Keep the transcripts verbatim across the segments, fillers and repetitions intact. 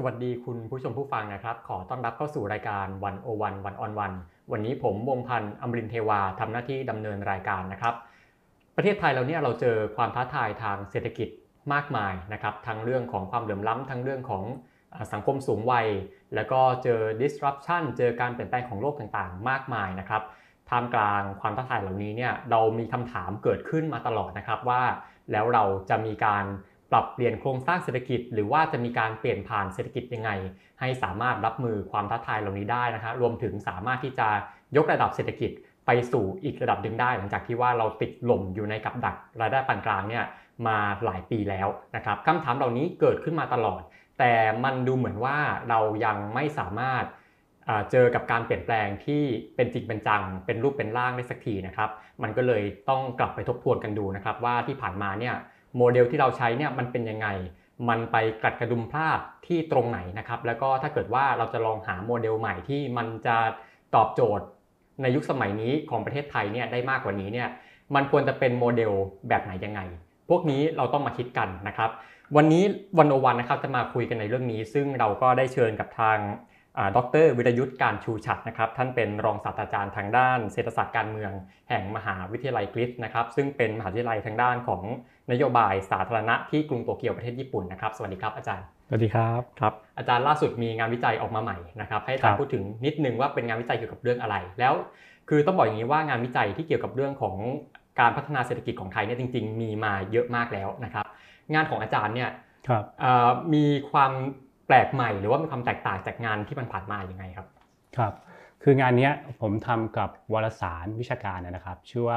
สวัสดีคุณผู้ชมผู้ฟังนะครับขอต้อนรับเข้าสู่รายการวันโอวันวันออนวันวันนี้ผมวงพันธ์อมรินทร์เทวาทำหน้าที่ดำเนินรายการนะครับประเทศไทยเราเนี่ยเราเจอความท้าทายทางเศรษฐกิจมากมายนะครับทั้งเรื่องของความเหลื่อมล้ำทั้งเรื่องของสังคมสูงวัยแล้วก็เจอ disruption เจอการเปลี่ยนแปลงของโลกต่างๆมากมายนะครับท่ามกลางความท้าทายเหล่านี้เนี่ยเรามีคำถามเกิดขึ้นมาตลอดนะครับว่าแล้วเราจะมีการปรับเปลี่ยนโครงสร้างเศรษฐกิจหรือว่าจะมีการเปลี่ยนผ่านเศรษฐกิจยังไงให้สามารถรับมือความท้าทายเหล่านี้ได้นะครับรวมถึงสามารถที่จะยกระดับเศรษฐกิจไปสู่อีกระดับหนึ่งได้หลังจากที่ว่าเราติดหล่มอยู่ในกับดักรายได้ปานกลางเนี่ยมาหลายปีแล้วนะครับคำถามเหล่านี้เกิดขึ้นมาตลอดแต่มันดูเหมือนว่าเรายังไม่สามารถเจอกับการเปลี่ยนแปลงที่เป็นจริงเป็นจังเป็นรูปเป็นร่างได้สักทีนะครับมันก็เลยต้องกลับไปทบทวนกันดูนะครับว่าที่ผ่านมาเนี่ยโมเดลที่เราใช้เนี่ยมันเป็นยังไงมันไปกัดกระดุมพลาดที่ตรงไหนนะครับแล้วก็ถ้าเกิดว่าเราจะลองหาโมเดลใหม่ที่มันจะตอบโจทย์ในยุคสมัยนี้ของประเทศไทยเนี่ยได้มากกว่านี้เนี่ยมันควรจะเป็นโมเดลแบบไหนยังไงพวกนี้เราต้องมาคิดกันนะครับวันนี้วันโอวันนะครับจะมาคุยกันในเรื่องนี้ซึ่งเราก็ได้เชิญกับทางดร.วิรยุทธ์การชูฉัตรนะครับท่านเป็นรองศาสตราจารย์ทางด้านเศรษฐศาสตร์การเมืองแห่งมหาวิทยาลัยกริชนะครับซึ่งเป็นมหาวิทยาลัยทางด้านของนโยบายสาธารณะที่กรุงโตเกียวประเทศญี่ปุ่นนะครับสวัสดีครับอาจารย์สวัสดีครับครับอาจารย์ล่าสุดมีงานวิจัยออกมาใหม่นะครับให้อาจารย์พูดถึงนิดนึงว่าเป็นงานวิจัยเกี่ยวกับเรื่องอะไรแล้วคือต้องบอกอย่างนี้ว่างานวิจัยที่เกี่ยวกับเรื่องของการพัฒนาเศรษฐกิจของไทยเนี่ยจริงๆมีมาเยอะมากแล้วนะครับงานของอาจารย์เนี่ยมีความแปลกใหม่หรือว่ามีความแตกต่างจากงานที่มันผ่านมาอย่างไงครับครับคืองานนี้ผมทำกับวารสารวิชาการนะครับชื่อว่า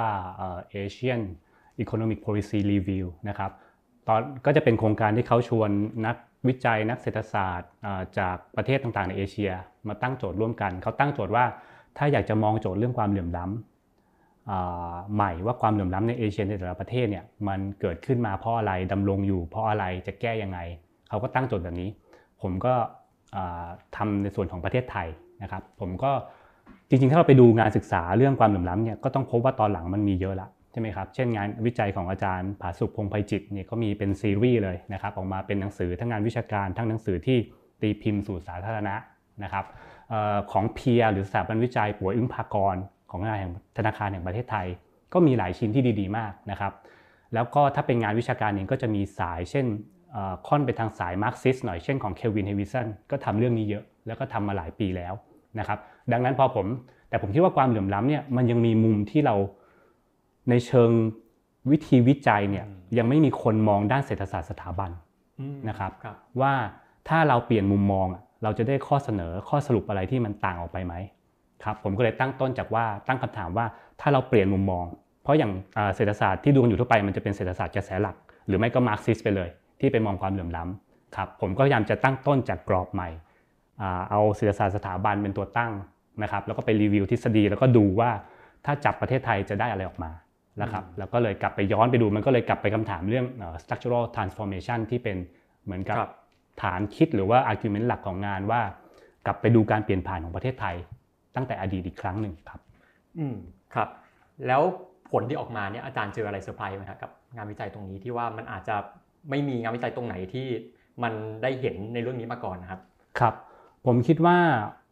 Asian Economic Policy Review นะครับตอนก็จะเป็นโครงการที่เขาชวนนักวิจัยนักเศรษฐศาสตร์จากประเทศต่างๆในเอเชียมาตั้งโจทย์ร่วมกันเขาตั้งโจทย์ว่าถ้าอยากจะมองโจทย์เรื่องความเหลื่อมล้ำใหม่ว่าความเหลื่อมล้ำในเอเชียในแต่ละประเทศเนี่ยมันเกิดขึ้นมาเพราะอะไรดำรงอยู่เพราะอะไรจะแก้ยังไงเขาก็ตั้งโจทย์แบบนี้ผมก็ทำในส่วนของประเทศไทยนะครับผมก็จริงๆถ้าเราไปดูงานศึกษาเรื่องความเหลื่อมล้ำเนี่ยก็ต้องพบว่าตอนหลังมันมีเยอะละใช่ไหมครับเช่นงานวิจัยของอาจารย์ผาสุกพงษ์ไพจิตรเนี่ยก็มีเป็นซีรีส์เลยนะครับออกมาเป็นหนังสือทั้งงานวิชาการทั้งหนังสือที่ตีพิมพ์สู่สาธารณะนะครับของเพียร์หรือสถาบันวิจัยป่วยอึ้งภากรของงานแห่งธนาคารแห่งประเทศไทยก็มีหลายชิ้นที่ดีๆมากนะครับแล้วก็ถ้าเป็นงานวิชาการเองก็จะมีสายเช่นค่อนไปทางสายมาร์กซิสหน่อยเช่นของเคลวินเฮวิสันก็ทำเรื่องนี้เยอะแล้วก็ทำมาหลายปีแล้วนะครับดังนั้นพอผมแต่ผมคิดว่าความเหลื่อมล้ำเนี่ยมันยังมีมุมที่เราในเชิงวิธีวิจัยเนี่ยยังไม่มีคนมองด้านเศรษฐศาสตร์สถาบันนะครับว่าถ้าเราเปลี่ยนมุมมองเราจะได้ข้อเสนอข้อสรุปอะไรที่มันต่างออกไปไหมครับผมก็เลยตั้งต้นจากว่าตั้งคำถามว่าถ้าเราเปลี่ยนมุมมองเพราะอย่างเศรษฐศาสตร์ที่ดูกันอยู่ทั่วไปมันจะเป็นเศรษฐศาสตร์กระแสหลักหรือไม่ก็มาร์กซิสไปเลยที่ไปมองความเหลื่อมล้ำครับผมก็พยายามจะตั้งต้นจากกรอบใหม่เอาเศรษฐศาสตร์สถาบันเป็นตัวตั้งนะครับแล้วก็ไปรีวิวทฤษฎีแล้วก็ดูว่าถ้าจับประเทศไทยจะได้อะไรออกมานะครับแล้วก็เลยกลับไปย้อนไปดูมันก็เลยกลับไปคำถามเรื่อง structural transformation ที่เป็นเหมือนกับฐานคิดหรือว่า argument หลักของงานว่ากลับไปดูการเปลี่ยนผ่านของประเทศไทยตั้งแต่อดีตอีกครั้งหนึ่งครับอืมครับแล้วผลที่ออกมาเนี่ยอาจารย์เจออะไรเซอร์ไพรส์ไหมครับกับงานวิจัยตรงนี้ที่ว่ามันอาจจะไม่มีงานวิจัยตรงไหนที่มันได้เห็นในเรื่องนี้มาก่อนนะครับครับผมคิดว่า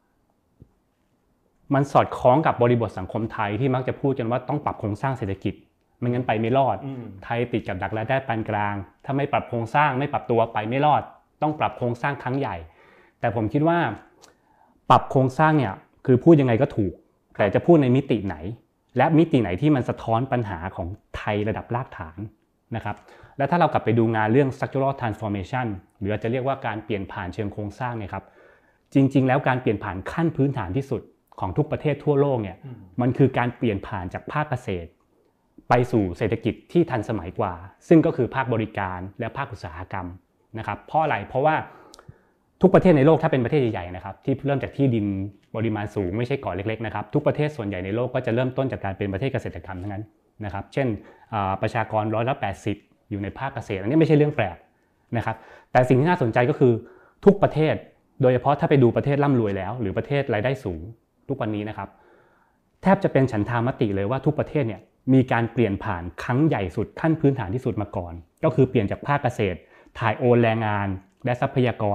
มันสอดคล้องกับบริบทสังคมไทยที่มักจะพูดกันว่าต้องปรับโครงสร้างเศรษฐกิจไม่งั้นไปไม่รอดไทยติดกับดักรายได้ปานกลางถ้าไม่ปรับโครงสร้างไม่ปรับตัวไปไม่รอดต้องปรับโครงสร้างครั้งใหญ่แต่ผมคิดว่าปรับโครงสร้างเนี่ยคือพูดยังไงก็ถูกแต่จะพูดในมิติไหนและมิติไหนที่มันสะท้อนปัญหาของไทยระดับรากฐานนะครับและถ้าเรากลับไปดูงานเรื่อง structural transformation หรืออาจจะเรียกว่าการเปลี่ยนผ่านเชิงโครงสร้างเนี่ยครับจริงๆแล้วการเปลี่ยนผ่านขั้นพื้นฐานที่สุดของทุกประเทศทั่วโลกเนี่ยมันคือการเปลี่ยนผ่านจากภาคเกษตรไปสู่เศรษฐกิจที่ทันสมัยกว่าซึ่งก็คือภาคบริการและภาคอุตสาหกรรมนะครับเพราะอะไรเพราะว่าทุกประเทศในโลกถ้าเป็นประเทศใหญ่ๆนะครับที่เริ่มจากที่ดินปริมาณสูงไม่ใช่เกาะเล็กๆนะครับทุกประเทศส่วนใหญ่ในโลกก็จะเริ่มต้นจากการเป็นประเทศเกษตรกรรมทั้งนั้นนะครับเช่นประชากรร้อยละแปดสิบอยู่ในภาคเกษตรอันนี้ไม่ใช่เรื่องแปลกนะครับแต่สิ่งที่น่าสนใจก็คือทุกประเทศโดยเฉพาะถ้าไปดูประเทศร่ำรวยแล้วหรือประเทศรายได้สูงทุกวันนี้นะครับแทบจะเป็นฉันทามติเลยว่าทุกประเทศเนี่ยมีการเปลี่ยนผ่านครั้งใหญ่สุดขั้นพื้นฐานที่สุดมาก่อนก็คือเปลี่ยนจากภาคเกษตรถ่ายโอนแรงงานและทรัพยากรไป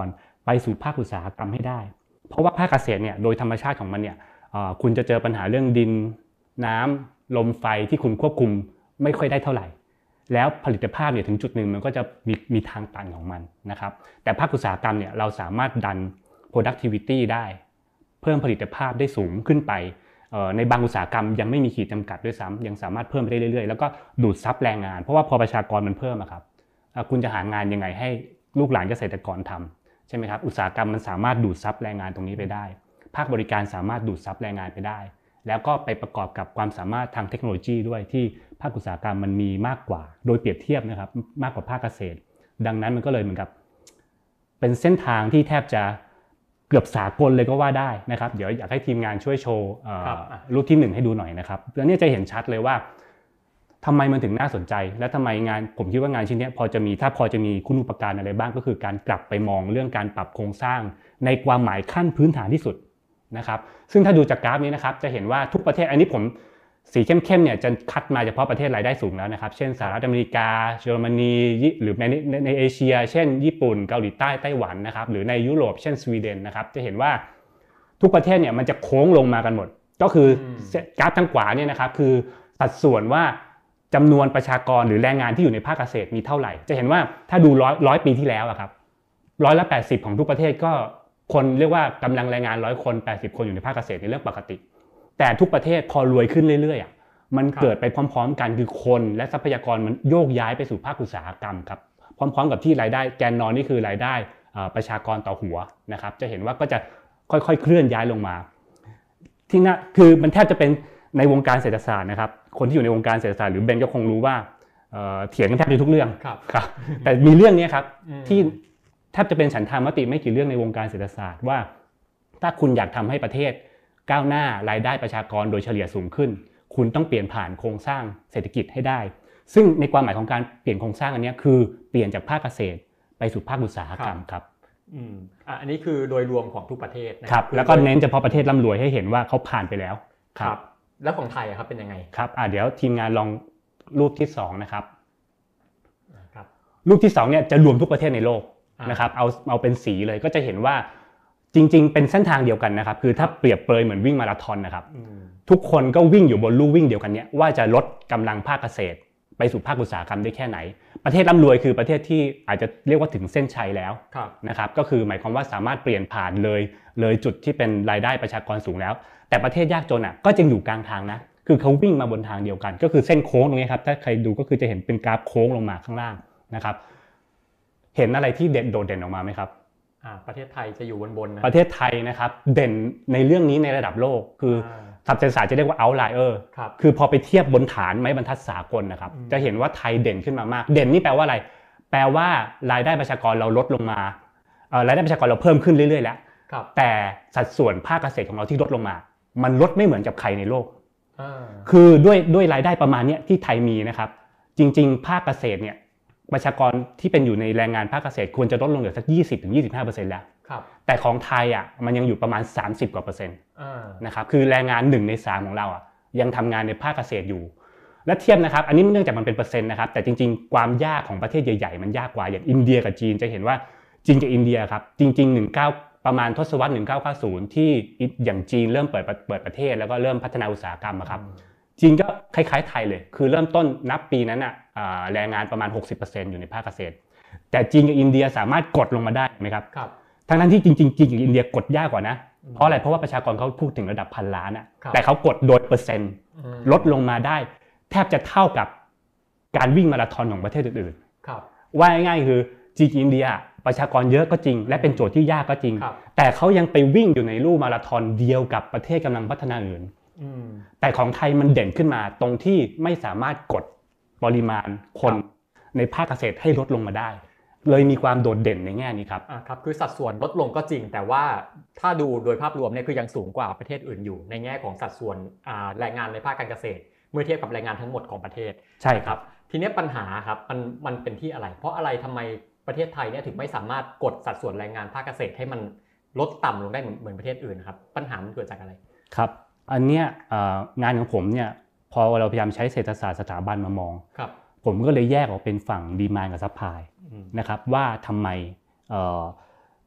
ไปสู่ภาคอุตสาหกรรมให้ได้เพราะว่าภาคเกษตรเนี่ยโดยธรรมชาติของมันเนี่ยคุณจะเจอปัญหาเรื่องดินน้ำลมไฟที่คุณควบคุมไม่ค่อยได้เท่าไหร่แล้วผลิตภาพเนี่ยถึงจุดหนึ่งมันก็จะมีมีทางตันของมันนะครับแต่ภาคอุตสาหกรรมเนี่ยเราสามารถดัน productivity ได้เพิ่มผลิตภาพได้สูงขึ้นไปในบางอุตสาหกรรมยังไม่มีขีดจำกัดด้วยซ้ำยังสามารถเพิ่มไปได้เรื่อยๆแล้วก็ดูดซับแรงงานเพราะว่าพอประชากรมันเพิ่มอะครับคุณจะหางานยังไงให้ลูกหลานเกษตรกรทำใช่ไหมครับอุตสาหกรรมมันสามารถดูดซับแรงงานตรงนี้ไปได้ภาคบริการสามารถดูดซับแรงงานไปได้แล้วก็ไปประกอบกับความสามารถทางเทคโนโลยีด้วยที่ภาคอุตสาหกรรมมันมีมากกว่าโดยเปรียบเทียบนะครับมากกว่าภาคเกษตรดังนั้นมันก็เลยเหมือนกับเป็นเส้นทางที่แทบจะเกือบสากลเลยก็ว่าได้นะครับเดี๋ยวอยากให้ทีมงานช่วยโชว์รูปที่หนึ่งให้ดูหน่อยนะครับแล้วนี่จะเห็นชัดเลยว่าทำไมมันถึงน่าสนใจและทำไมงานผมคิดว่างานชิ้นนี้พอจะมีถ้าพอจะมีคุณูปการอะไรบ้างก็คือการกลับไปมองเรื่องการปรับโครงสร้างในความหมายขั้นพื้นฐานที่สุดนะครับซึ่งถ้าดูจากกราฟนี้นะครับจะเห็นว่าทุกประเทศอันนี้ผมสีเข้มๆเนี่ยจะคัดมาเฉพาะประเทศรายได้สูงแล้วนะครับเช่นสหรัฐอเมริกาเยอรมนีหรือในในเอเชียเช่นญี่ปุ่นเกาหลีใต้ไต้หวันนะครับหรือในยุโรปเช่นสวีเดนนะครับจะเห็นว่าทุกประเทศเนี่ยมันจะโค้งลงมากันหมดก็คือกราฟทางขวาเนี่ยนะครับคือสัดส่วนว่าจำนวนประชากรหรือแรงงานที่อยู่ในภาคเกษตรมีเท่าไหร่จะเห็นว่าถ้าดูร้อยร้อยปีที่แล้วครับร้อยละแปดสิบของทุกประเทศก็คนเรียกว่ากำลังแรงงานร้อยคนแปดสิบคนอยู่ในภาคเกษตรในเรื่องปกติแต่ทุกประเทศพอรวยขึ้นเรื่อยๆมันเกิดไปพร้อมๆกันคือคนและทรัพยากรมันโยกย้ายไปสู่ภาคอุตสาหกรรมครับพร้อมๆกับที่รายได้แกนนอนนี่คือรายได้ประชากรต่อหัวนะครับจะเห็นว่าก็จะค่อยๆเคลื่อนย้ายลงมาที่น่าคือมันแทบจะเป็นในวงการเศรษฐศาสตร์นะครับคนที่อยู่ในวงการเศรษฐศาสตร์หรือเบนก็คงรู้ว่าเถียงกันแทบจะทุกเรื่องครับแต่มีเรื่องนี้ครับที่แทบจะเป็นฉันทามติไม่กี่เรื่องในวงการเศรษฐศาสตร์ว่าถ้าคุณอยากทำให้ประเทศก้าวหน้ารายได้ประชากรโดยเฉลี่ยสูงขึ้นคุณต้องเปลี่ยนผ่านโครงสร้างเศรษฐกิจให้ได้ซึ่งในความหมายของการเปลี่ยนโครงสร้างอันนี้คือเปลี่ยนจากภาคเกษตรไปสู่ภาคอุตสาหกรรมครับอืมอ่ะอันนี้คือโดยรวมของทุกประเทศนะครับแล้วก็เน้นเฉพาะประเทศร่ำรวยให้เห็นว่าเขาผ่านไปแล้วครับแล้วของไทยครับเป็นยังไงครับอ่ะเดี๋ยวทีมงานลองรูปที่สองนะครับครับรูปที่สองเนี่ยจะรวมทุกประเทศในโลกนะครับเอาเอาเป็นสีเลยก็จะเห็นว่าจริงๆเป็นเส้นทางเดียวกันนะครับคือถ้าเปรียบเปรยเหมือนวิ่งมาราธอนนะครับทุกคนก็วิ่งอยู่บนลู่วิ่งเดียวกันเนี้ยว่าจะลดกำลังภาคเกษตรไปสู่ภาคอุตสาหกรรมได้แค่ไหนประเทศร่ำรวยคือประเทศที่อาจจะเรียกว่าถึงเส้นชัยแล้วนะครับก็คือหมายความว่าสามารถเปลี่ยนผ่านเลยเลยจุดที่เป็นรายได้ประชากรสูงแล้วแต่ประเทศยากจนอ่ะก็ยังอยู่กลางทางนะคือเขาวิ่งมาบนทางเดียวกันก็คือเส้นโค้งตรงนี้ครับถ้าใครดูก็คือจะเห็นเป็นกราฟโค้งลงมาข้างล่างนะครับเห็นอะไรที่เด่นโดดเด่นออกมาไหมครับประเทศไทยจะอยู่บนๆนะประเทศไทยนะครับเด่นในเรื่องนี้ในระดับโลกคือศัพท์เศรษฐศาสตร์จะเรียกว่า outlier คือพอไปเทียบบนฐานไม้บรรทัดสากลนะครับจะเห็นว่าไทยเด่นขึ้นมามากเด่นนี่แปลว่าอะไรแปลว่ารายได้ประชากรเราลดลงมารายได้ประชากรเราเพิ่มขึ้นเรื่อยๆแล้วแต่สัดส่วนภาคเกษตรของเราที่ลดลงมามันลดไม่เหมือนกับใครในโลกคือด้วยด้วยรายได้ประมาณนี้ที่ไทยมีนะครับจริงๆภาคเกษตรเนี่ยประชากรที่เป็นอยู่ในแรงงานภาคเกษตรควรจะลดลงเหลือสัก ยี่สิบถึงยี่สิบห้าเปอร์เซ็นต์ แล้วแต่ของไทยอ่ะมันยังอยู่ประมาณสามสิบกว่าเปอร์เซ็นต์นะครับคือแรงงานหนึ่งในสามของเราอ่ะยังทำงานในภาคเกษตรอยู่และเทียบนะครับอันนี้เนื่องจากมันเป็นเปอร์เซ็นต์นะครับแต่จริงๆความยากของประเทศใหญ่ๆมันยากกว่าอย่างอินเดียกับจีนจะเห็นว่าจีนกับอินเดียครับจริงๆหนึ่งเก้าประมาณทศวรรษหนึ่งเก้าเก้าศูนย์ที่อย่างจีนเริ่มเปิดเปิดประเทศแล้วก็เริ่มพัฒนาอุตสาหกรรมครับจีนก็คล้ายๆไทยเลยคือเริ่มต้นนับปีนั้นอ่ะแรงงานประมาณ หกสิบเปอร์เซ็นต์ อยู่ในภาคเกษตรแต่จีนกับอินเดียสามารถกดลงมาได้ไหมครับทั้งนั้นที่จริงๆจีนกับอินเดียกดยากกว่านะเพราะอะไรเพราะว่าประชากรเขาพูดถึงระดับพันล้านอ่ะแต่เขากดโดยเปอร์เซ็นต์ลดลงมาได้แทบจะเท่ากับการวิ่งมาราธอนของประเทศอื่นๆว่าง่ายๆคือจีนกับอินเดียประชากรเยอะก็จริงและเป็นโจทย์ที่ยากก็จริงแต่เขายังไปวิ่งอยู่ในลู่มาราธอนเดียวกับประเทศกำลังพัฒนาอื่นแต่ของไทยมันเด่นขึ้นมาตรงที่ไม่สามารถกดปริมาณคนในภาคเกษตรให้ลดลงมาได้เลยมีความโดดเด่นในแง่นี้ครับอ่าครับคือสัดส่วนลดลงก็จริงแต่ว่าถ้าดูโดยภาพรวมเนี่ยคือยังสูงกว่าประเทศอื่นอยู่ในแง่ของสัดส่วนอ่าแรงงานในภาคการเกษตรเมื่อเทียบกับแรงงานทั้งหมดของประเทศใช่ครับทีนี้ปัญหาครับมันมันเป็นที่อะไรเพราะอะไรทำไมประเทศไทยเนี่ยถึงไม่สามารถกดสัดส่วนแรงงานภาคเกษตรให้มันลดต่ำลงได้เหมือนเหมือนประเทศอื่นครับปัญหามันเกิดจากอะไรครับอันเนี้ยงานของผมเนี่ยพอเราพยายามใช้เศรษฐศาสตร์สถาบันมามองผมก็เลยแยกออกเป็นฝั่งดีมานด์กับซัพพลายนะครับว่าทำไม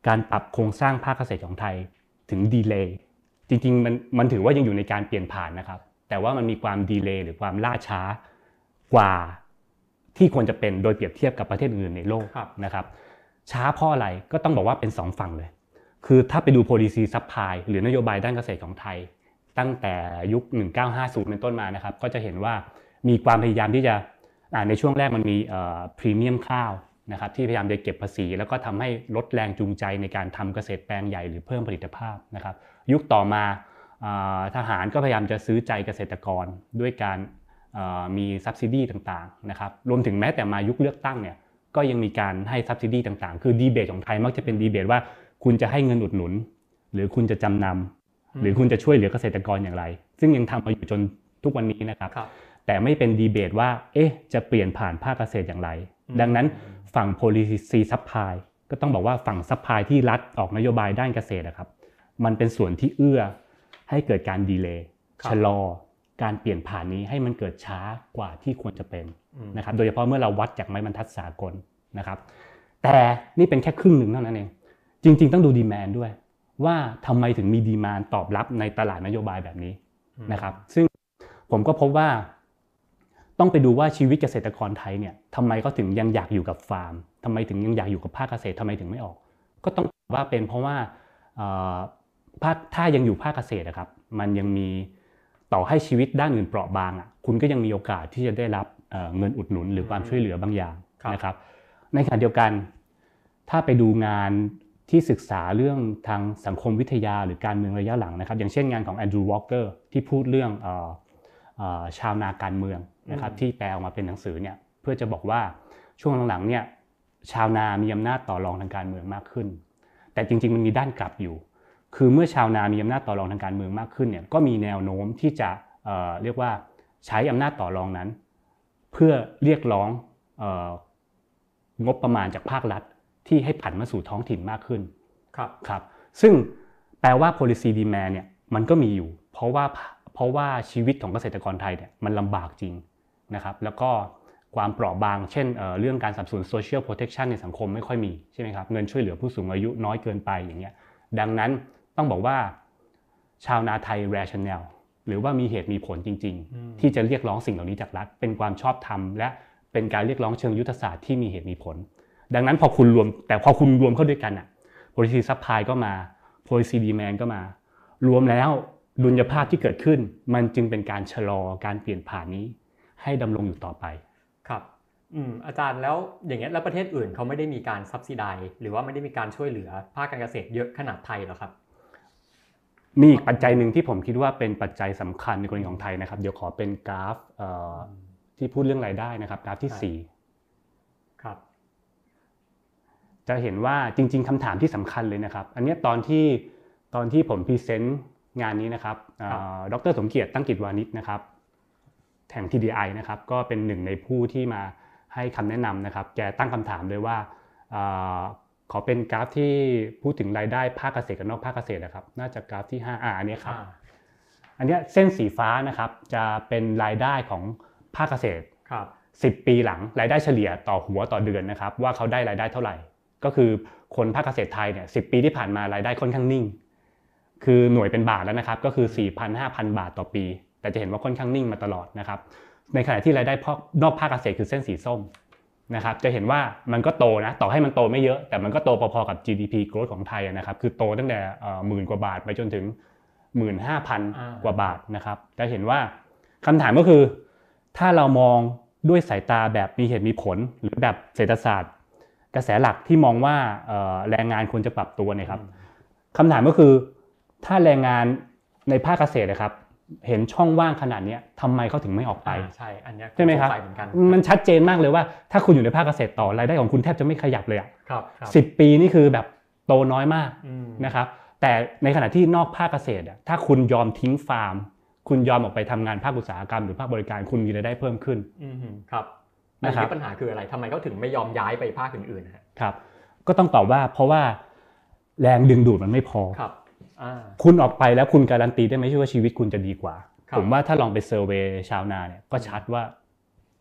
การปรับโครงสร้างภาคเกษตรของไทยถึงดีเลย์จริงๆมันมันถือว่ายังอยู่ในการเปลี่ยนผ่านนะครับแต่ว่ามันมีความดีเลย์หรือความล่าช้ากว่าที่ควรจะเป็นโดยเปรียบเทียบกับประเทศอื่นในโลกนะครับช้าเพราะอะไรก็ต้องบอกว่าเป็นสองฝั่งเลยคือถ้าไปดู policy supply หรือนโยบายด้านเกษตรของไทยตั้งแต่ยุคหนึ่งพันเก้าร้อยห้าสิบเป็นต้นมานะครับก็จะเห็นว่ามีความพยายามที่จะในช่วงแรกมันมีพรีเมียมข้าวนะครับที่พยายามจะเก็บภาษีแล้วก็ทำให้ลดแรงจูงใจในการทำเกษตรแปลงใหญ่หรือเพิ่มผลิตภาพนะครับยุคต่อมาทหารก็พยายามจะซื้อใจเกษตรกรด้วยการมี subsidy ต่างๆนะครับรวมถึงแม้แต่มายุคเลือกตั้งเนี่ยก็ยังมีการให้ subsidy ต่างๆคือดีเบตของไทยมักจะเป็นดีเบตว่าคุณจะให้เงินอุดหนุนหรือคุณจะจำนำหรือคุณจะช่วยเหลือเกษตรกรอย่างไรซึ่งยังทำมาอยู่จนทุกวันนี้นะครับแต่ไม่เป็นดีเบตว่าเอ๊ะจะเปลี่ยนผ่านภาคเกษตรอย่างไรดังนั้นฝั่ง policy supply ก็ต้องบอกว่าฝั่ง supply ที่รัฐออกนโยบายด้านเกษตรนะครับมันเป็นส่วนที่เอื้อให้เกิดการดีเลย์ชะลอการเปลี่ยนผ่านนี้ให้มันเกิดช้ากว่าที่ควรจะเป็นนะครับโดยเฉพาะเมื่อเราวัดจากไม้บรรทัดสากลนะครับแต่นี่เป็นแค่ครึ่งหนึ่งเท่านั้นเองจริงๆต้องดูดีแมนด์ด้วยว่าทำไมถึงมีดีแมนด์ตอบรับในตลาดนโยบายแบบนี้นะครับซึ่งผมก็พบว่าต้องไปดูว่าชีวิตเกษตรกรไทยเนี่ยทำไมเขาถึงยังอยากอยู่กับฟาร์มทำไมถึงยังอยากอยู่กับภาคเกษตรทำไมถึงไม่ออกก็ต้องว่าเป็นเพราะว่าภาคถ้ายังอยู่ภาคเกษตรนะครับมันยังมีต่อให้ชีวิตด้านอื่นเปราะบางอ่ะคุณก็ยังมีโอกาสที่จะได้รับเงินอุดหนุนหรือความช่วยเหลือบางอย่างนะครับในขณะเดียวกันถ้าไปดูงานที่ศึกษาเรื่องทางสังคมวิทยาหรือการเมืองระยะหลังนะครับอย่างเช่นงานของแอนดรูว์วอลเกอร์ที่พูดเรื่องเอ่อเอ่อชาวนาการเมืองนะครับที่แปลออกมาเป็นหนังสือเนี่ยเพื่อจะบอกว่าช่วงหลังๆเนี่ยชาวนามีอำนาจต่อรองทางการเมืองมากขึ้นแต่จริงๆมันมีด้านกลับอยู่คือเมื่อชาวนามีอำนาจต่อรองทางการเมืองมากขึ้นเนี่ยก็มีแนวโน้มที่จะเอ่อเรียกว่าใช้อำนาจต่อรองนั้นเพื่อเรียกร้องเอ่องบประมาณจากภาครัฐที่ให้ผันมาสู่ท้องถิ่นมากขึ้นครับครับซึ่งแปลว่า policy demand เนี่ยมันก็มีอยู่เพราะว่าเพราะว่าชีวิตของเกษตรกรไทยเนี่ยมันลำบากจริงนะครับแล้วก็ความเปราะบางเช่น เอ่อ เรื่องการสนับสนุน social protection ในสังคมไม่ค่อยมีใช่ไหมครับเงินช่วยเหลือผู้สูงอายุน้อยเกินไปอย่างเงี้ยดังนั้นต้องบอกว่าชาวนาไทย rational หรือว่ามีเหตุมีผลจริงๆที่จะเรียกร้องสิ่งเหล่านี้จากรัฐเป็นความชอบธรรมและเป็นการเรียกร้องเชิงยุทธศาสตร์ที่มีเหตุมีผลดังนั้นพอคุณรวมแต่พอคุณรวมเข้าด้วยกันอ่ะ policy supply ก็มา policy demand ก็มารวมแล้วดุลยภาพที่เกิดขึ้นมันจึงเป็นการชะลอการเปลี่ยนผ่านนี้ให้ดำรงอยู่ต่อไปครับอืมอาจารย์แล้วอย่างเงี้ยแล้วประเทศอื่นเขาไม่ได้มีการ subsidize หรือว่าไม่ได้มีการช่วยเหลือภาคการเกษตรเยอะขนาดไทยหรอครับมีอีกปัจจัยหนึ่งที่ผมคิดว่าเป็นปัจจัยสำคัญในกรณีของไทยนะครับเดี๋ยวขอเป็นกราฟเอ่อที่พูดเรื่องรายได้นะครับกราฟที่สี่ครับจะเห็นว่าจริงๆคำถามที่สำคัญเลยนะครับอันนี้ตอนที่ตอนที่ผมพรีเซนต์งานนี้นะครับดร.สมเกียรติตั้งกิจวานิชนะครับแห่ง ที ดี ไอ นะครับก็เป็นหนึ่งในผู้ที่มาให้คำแนะนำนะครับแกตั้งคำถามเลยว่าขอเป็นกราฟที่พูดถึงรายได้ภาคเกษตรกับนอกภาคเกษตรนะครับน่าจะกราฟที่ห้าอ่าอันนี้ครับอันนี้เส้นสีฟ้านะครับจะเป็นรายได้ของภาคเกษตรสิบปีหลังรายได้เฉลี่ยต่อหัวต่อเดือนนะครับว่าเขาได้รายได้เท่าไหร่ก็คือคนภาคเกษตรไทยเนี่ยสิบปีที่ผ่านมารายได้ค่อนข้างนิ่งคือหน่วยเป็นบาทแล้วนะครับก็คือ สี่พันห้าพัน บาทต่อปีแต่จะเห็นว่าค่อนข้างนิ่งมาตลอดนะครับในขณะที่รายได้นอกภาคเกษตรคือเส้นสีส้มนะครับจะเห็นว่ามันก็โตนะต่อให้มันโตไม่เยอะแต่มันก็โตพอๆกับ จี ดี พี growth ของไทยนะครับคือโตตั้งแต่หมื่นกว่าบาทไปจนถึง หนึ่งหมื่นห้าพัน กว่าบาทนะครับจะเห็นว่าคำถามก็คือถ้าเรามองด้วยสายตาแบบมีเหตุมีผลหรือแบบเศรษฐศาสตร์กระแสหลักที่มองว่าแรงงานควรจะปรับตัวเนี่ยครับคำถามก็คือถ้าแรงงานในภาคเกษตรนะครับเห็นช่องว่างขนาดนี้ทำไมเขาถึงไม่ออกไปใช่อันนี้ใช่ไหมครับมันชัดเจนมากเลยว่าถ้าคุณอยู่ในภาคเกษตรต่อรายได้ของคุณแทบจะไม่ขยับเลยอ่ะสิบปีนี่คือแบบโตน้อยมากนะครับแต่ในขณะที่นอกภาคเกษตรถ้าคุณยอมทิ้งฟาร์มคุณยอมออกไปทำงานภาคอุตสาหกรรมหรือภาคบริการคุณมีรายได้เพิ่มขึ้นครับอันนี้ปัญหาคืออะไรทำไมเขาถึงไม่ยอมย้ายไปภาคอื่นๆครับก็ต้องตอบว่าเพราะว่าแรงดึงดูดมันไม่พอครับคุณออกไปแล้วคุณการันตีได้ไหมว่าชีวิตคุณจะดีกว่าผมว่าถ้าลองไปเซอร์เวย์ชาวนาเนี่ยก็ชัดว่า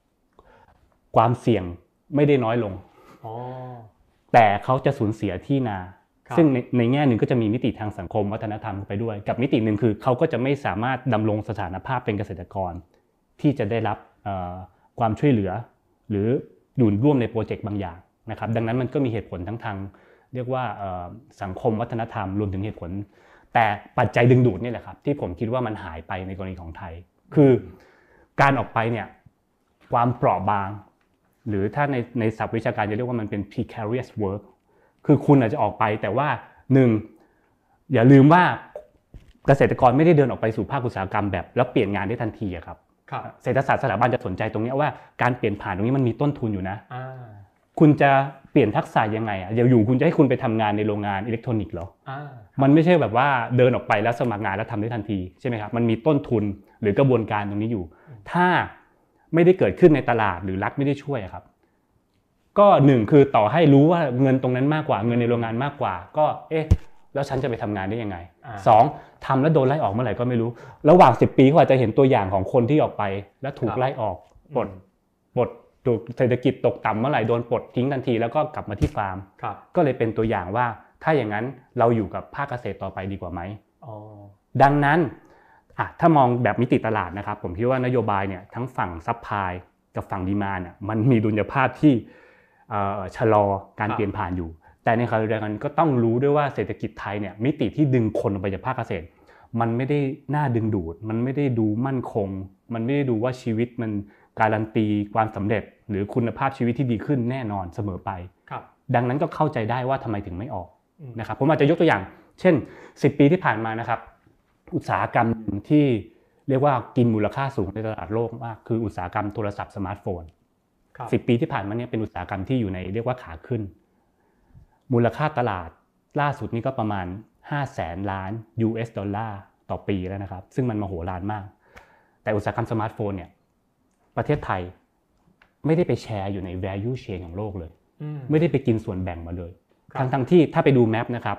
ความเสี่ยงไม่ได้น้อยลงแต่เขาจะสูญเสียที่นาซึ่งในในแง่หนึ่งก็จะมีมิติทางสังคมวัฒนธรรมไปด้วยกับมิติหนึ่งคือเขาก็จะไม่สามารถดำรงสถานภาพเป็นเกษตรกรที่จะได้รับความช่วยเหลือหรืออยู่ร่วมในโปรเจกต์บางอย่างนะครับดังนั้นมันก็มีเหตุผลทั้งทางเรียกว่าสังคมวัฒนธรรมรวมถึงเหตุผลแต่ปัจจัยดึงดูดนี่แหละครับที่ผมคิดว่ามันหายไปในกรณีของไทยคือการออกไปเนี่ยความเปราะบางหรือถ้าในในศัพท์วิชาการจะเรียกว่ามันเป็น precarious work คือคุณอาจจะออกไปแต่ว่าหนึ่งอย่าลืมว่าเกษตรกรไม่ได้เดินออกไปสู่ภาคอุตสาหกรรมแบบแล้วเปลี่ยนงานได้ทันทีครับเศรษฐศาสตร์สถาบันจะสนใจตรงนี้ว่าการเปลี่ยนผ่านตรงนี้มันมีต้นทุนอยู่นะคุณจะเปลี่ยนทักษะยังไงอ่ะเดี๋ยวอยู่คุณจะให้คุณไปทำงานในโรงงานอิเล็กทรอนิกส์เหรอมันไม่ใช่แบบว่าเดินออกไปแล้วสมัครงานแล้วทำได้ทันทีใช่ไหมครับมันมีต้นทุนหรือกระบวนการตรงนี้อยู่ถ้าไม่ได้เกิดขึ้นในตลาดหรือรัฐไม่ได้ช่วยครับก็หนึ่งคือต่อให้รู้ว่าเงินตรงนั้นมากกว่าเงินในโรงงานมากกว่าก็เอ๊ะแล้วฉันจะไปทำงานได้ยังไงสองทำแล้วโดนไล่ออกเมื่อไหร่ก็ไม่รู้ระหว่างสิบปีเขาอาจจะเห็นตัวอย่างของคนที่ออกไปแล้วถูกไล่ออกปลดปลดถูกเศรษฐกิจตกต่ำเมื่อไหร่โดนปลดทิ้งทันทีแล้วก็กลับมาที่ฟาร์มก็เลยเป็นตัวอย่างว่าถ้าอย่างนั้นเราอยู่กับภาคเกษตรต่อไปดีกว่าไหมดังนั้นถ้ามองแบบมิติตลาดนะครับผมคิดว่านโยบายเนี่ยทั้งฝั่งซัพพลายกับฝั่งดีมานด์เนี่ยมันมีดุลยภาพที่ชะลอการเปลี่ยนผ่านอยู่แต่ในขณะเดียวกันก็ต้องรู้ด้วยว่าเศรษฐกิจไทยเนี่ยมิติที่ดึงคนออกไปจากภาคเกษตรมันไม่ได้น่าดึงดูดมันไม่ได้ดูมั่นคงมันไม่ได้ดูว่าชีวิตมันการันตีความสำเร็จหรือคุณภาพชีวิตที่ดีขึ้นแน่นอนเสมอไปดังนั้นก็เข้าใจได้ว่าทำไมถึงไม่ออกนะครับผมอาจจะยกตัวอย่างเช่นสิบปีที่ผ่านมานะครับอุตสาหกรรมที่เรียกว่ากินมูลค่าสูงในตลาดโลกมากคืออุตสาหกรรมโทรศัพท์สมาร์ทโฟนสิบปีที่ผ่านมาเนี่ยเป็นอุตสาหกรรมที่อยู่ในเรียกว่าขาขึ้นมูลค่าตลาดล่าสุดนี้ก็ประมาณห้าแสนล้าน ยู เอส ดอลลาร์ต่อปีแล้วนะครับซึ่งมันมโหฬารมากแต่อุตสาหกรรมสมาร์ทโฟนเนี่ยประเทศไทยไม่ได้ไปแชร์อยู่ใน value chain ของโลกเลยไม่ได้ไปกินส่วนแบ่งมาเลยทั้งทั้งที่ถ้าไปดูแมปนะครับ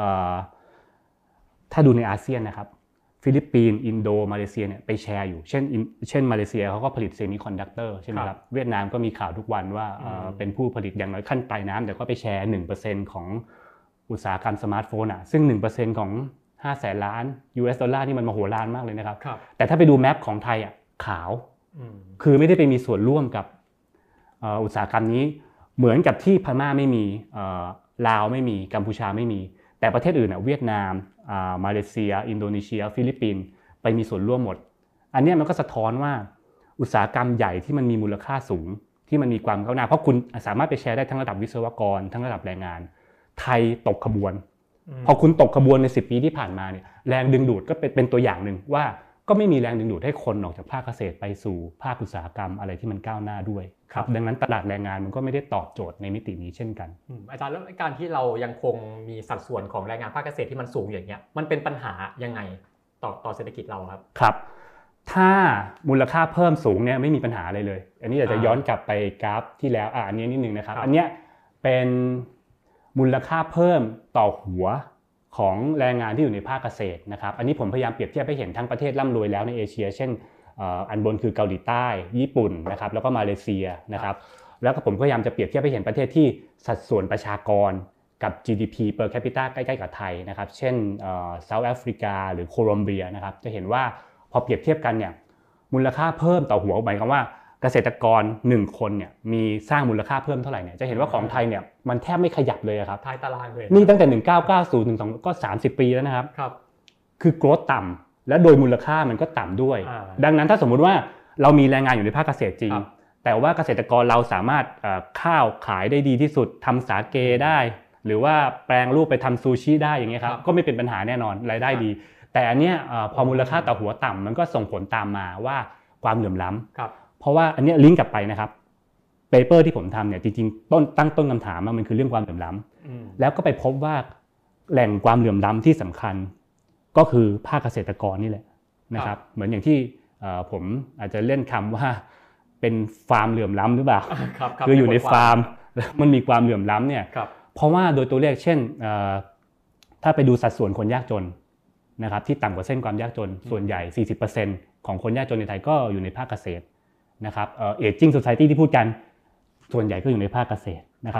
ถ้าดูในอาเซียนนะครับฟิลิปปินส์อินโดมาเลเซียเนี่ยไปแชร์อยู่เช่นเช่นมาเลเซียเขาก็ผลิตเซมิคอนดักเตอร์ใช่ไหมครับเวียดนามก็มีข่าวทุกวันว่าเป็นผู้ผลิตอย่างน้อยขั้นปลายน้ำแต่ก็ไปแชร์ หนึ่งเปอร์เซ็นต์ ของอุตสาหกรรมสมาร์ทโฟนอ่ะซึ่ง หนึ่งเปอร์เซ็นต์ ของห้าแสนล้าน ยู เอส ดอลลาร์นี่มันมโหฬารมากเลยนะครับแต่ถ้าไปดูแมปของไทยอ่ะขาวคือไม่ได้ไปมีส่วนร่วมกับอุตสาหกรรมนี้เหมือนกับที่พม่าไม่มีลาวไม่มีกัมพูชาไม่มีแต่ประเทศอื่นอ่ะเวียดนามมาเลเซียอินโดนีเซียฟิลิปปินส์ไปมีส่วนร่วมหมดอันนี้มันก็สะท้อนว่าอุตสาหกรรมใหญ่ที่มันมีมูลค่าสูงที่มันมีความก้าวหน้าเพราะคุณสามารถไปแชร์ได้ทั้งระดับวิศวกรทั้งระดับแรงงานไทยตกขบวนพอคุณตกขบวนในสิบปีที่ผ่านมาเนี่ยแรงดึงดูดก็เป็นตัวอย่างหนึ่งว่าก็ไม่มีแรงดึงดูดให้คนออกจากภาคเกษตรไปสู่ภาคอุตสาหกรรมอะไรที่มันก้าวหน้าด้วยครับดังนั้นตลาดแรงงานมันก็ไม่ได้ตอบโจทย์ในมิตินี้เช่นกันอาจารย์แล้วการที่เรายังคงมีสัดส่วนของแรงงานภาคเกษตรที่มันสูงอย่างเงี้ยมันเป็นปัญหายังไงต่อต่อเศรษฐกิจเราครับครับถ้ามูลค่าเพิ่มสูงเนี่ยไม่มีปัญหาอะไรเลยอันนี้อาจจะย้อนกลับไปกราฟที่แล้วอ่ะอันนี้นิดนึงนะครับอันเนี้ยเป็นมูลค่าเพิ่มต่อหัวของแรงงานที่อยู่ในภาคเกษตรนะครับอันนี้ผมพยายามเปรียบเทียบให้เห็นทั้งประเทศร่ำรวยแล้วในเอเชียเช่นอันบนคือเกาหลีใต้ญี่ปุ่นนะครับแล้วก็มาเลเซียนะครับแล้วก็ผมพยายามจะเปรียบเทียบให้เห็นประเทศที่สัดส่วนประชากรกับ จี ดี พี per capita ใกล้ๆกับไทยนะครับเช่นเซาท์แอฟริกาหรือโคลอมเบียนะครับจะเห็นว่าพอเปรียบเทียบกันเนี่ยมูลค่าเพิ่มต่อหัวหมายความว่าเกษตรกรหนึ่งคนเนี่ยมีสร้างมูลค่าเพิ่มเท่าไหร่เนี่ยจะเห็นว่าของไทยเนี่ยมันแทบไม่ขยับเลยครับท้ายตารางเลยนี่ตั้งแต่หนึ่งพันเก้าร้อยเก้าสิบถึงก็สามสิบปีแล้วนะครับครับคือโกรธต่ำและโดยมูลค่ามันก็ต่ำด้วยดังนั้นถ้าสมมุติว่าเรามีแรงงานอยู่ในภาคเกษตรจริงแต่ว่าเกษตรกรเราสามารถข้าวขายได้ดีที่สุดทำสาเกได้หรือว่าแปลงรูปไปทำซูชิได้อย่างเงี้ยครับก็ไม่เป็นปัญหาแน่นอนรายได้ดีแต่อันเนี้ยพอมูลค่าต่อหัวต่ำมันก็ส่งผลตามมาว่าความเหลื่อมล้ำเพราะว่าอันนี้ลิงก์กลับไปนะครับเปเปอร์ที่ผมทำเนี่ยจริงๆต้นตั้งต้นคำถามมันคือเรื่องความเหลื่อมล้ำแล้วก็ไปพบว่าแหล่งความเหลื่อมล้ำที่สำคัญก็คือภาคเกษตรกรนี่แหละนะครับเหมือนอย่างที่ผมอาจจะเล่นคำว่าเป็นฟาร์มเหลื่อมล้ำหรือเปล่าคืออยู่ในฟาร์มมันมีความเหลื่อมล้ำเนี่ยเพราะว่าโดยตัวเลขเช่นถ้าไปดูสัดส่วนคนยากจนนะครับที่ต่ำกว่าเส้นความยากจนส่วนใหญ่ สี่สิบเปอร์เซ็นต์ ของคนยากจนในไทยก็อยู่ในภาคเกษตรนะครับเอ่อ Aging Society ที่พูดกันส่วนใหญ่ก็อยู่ในภาคเกษตรนะครับ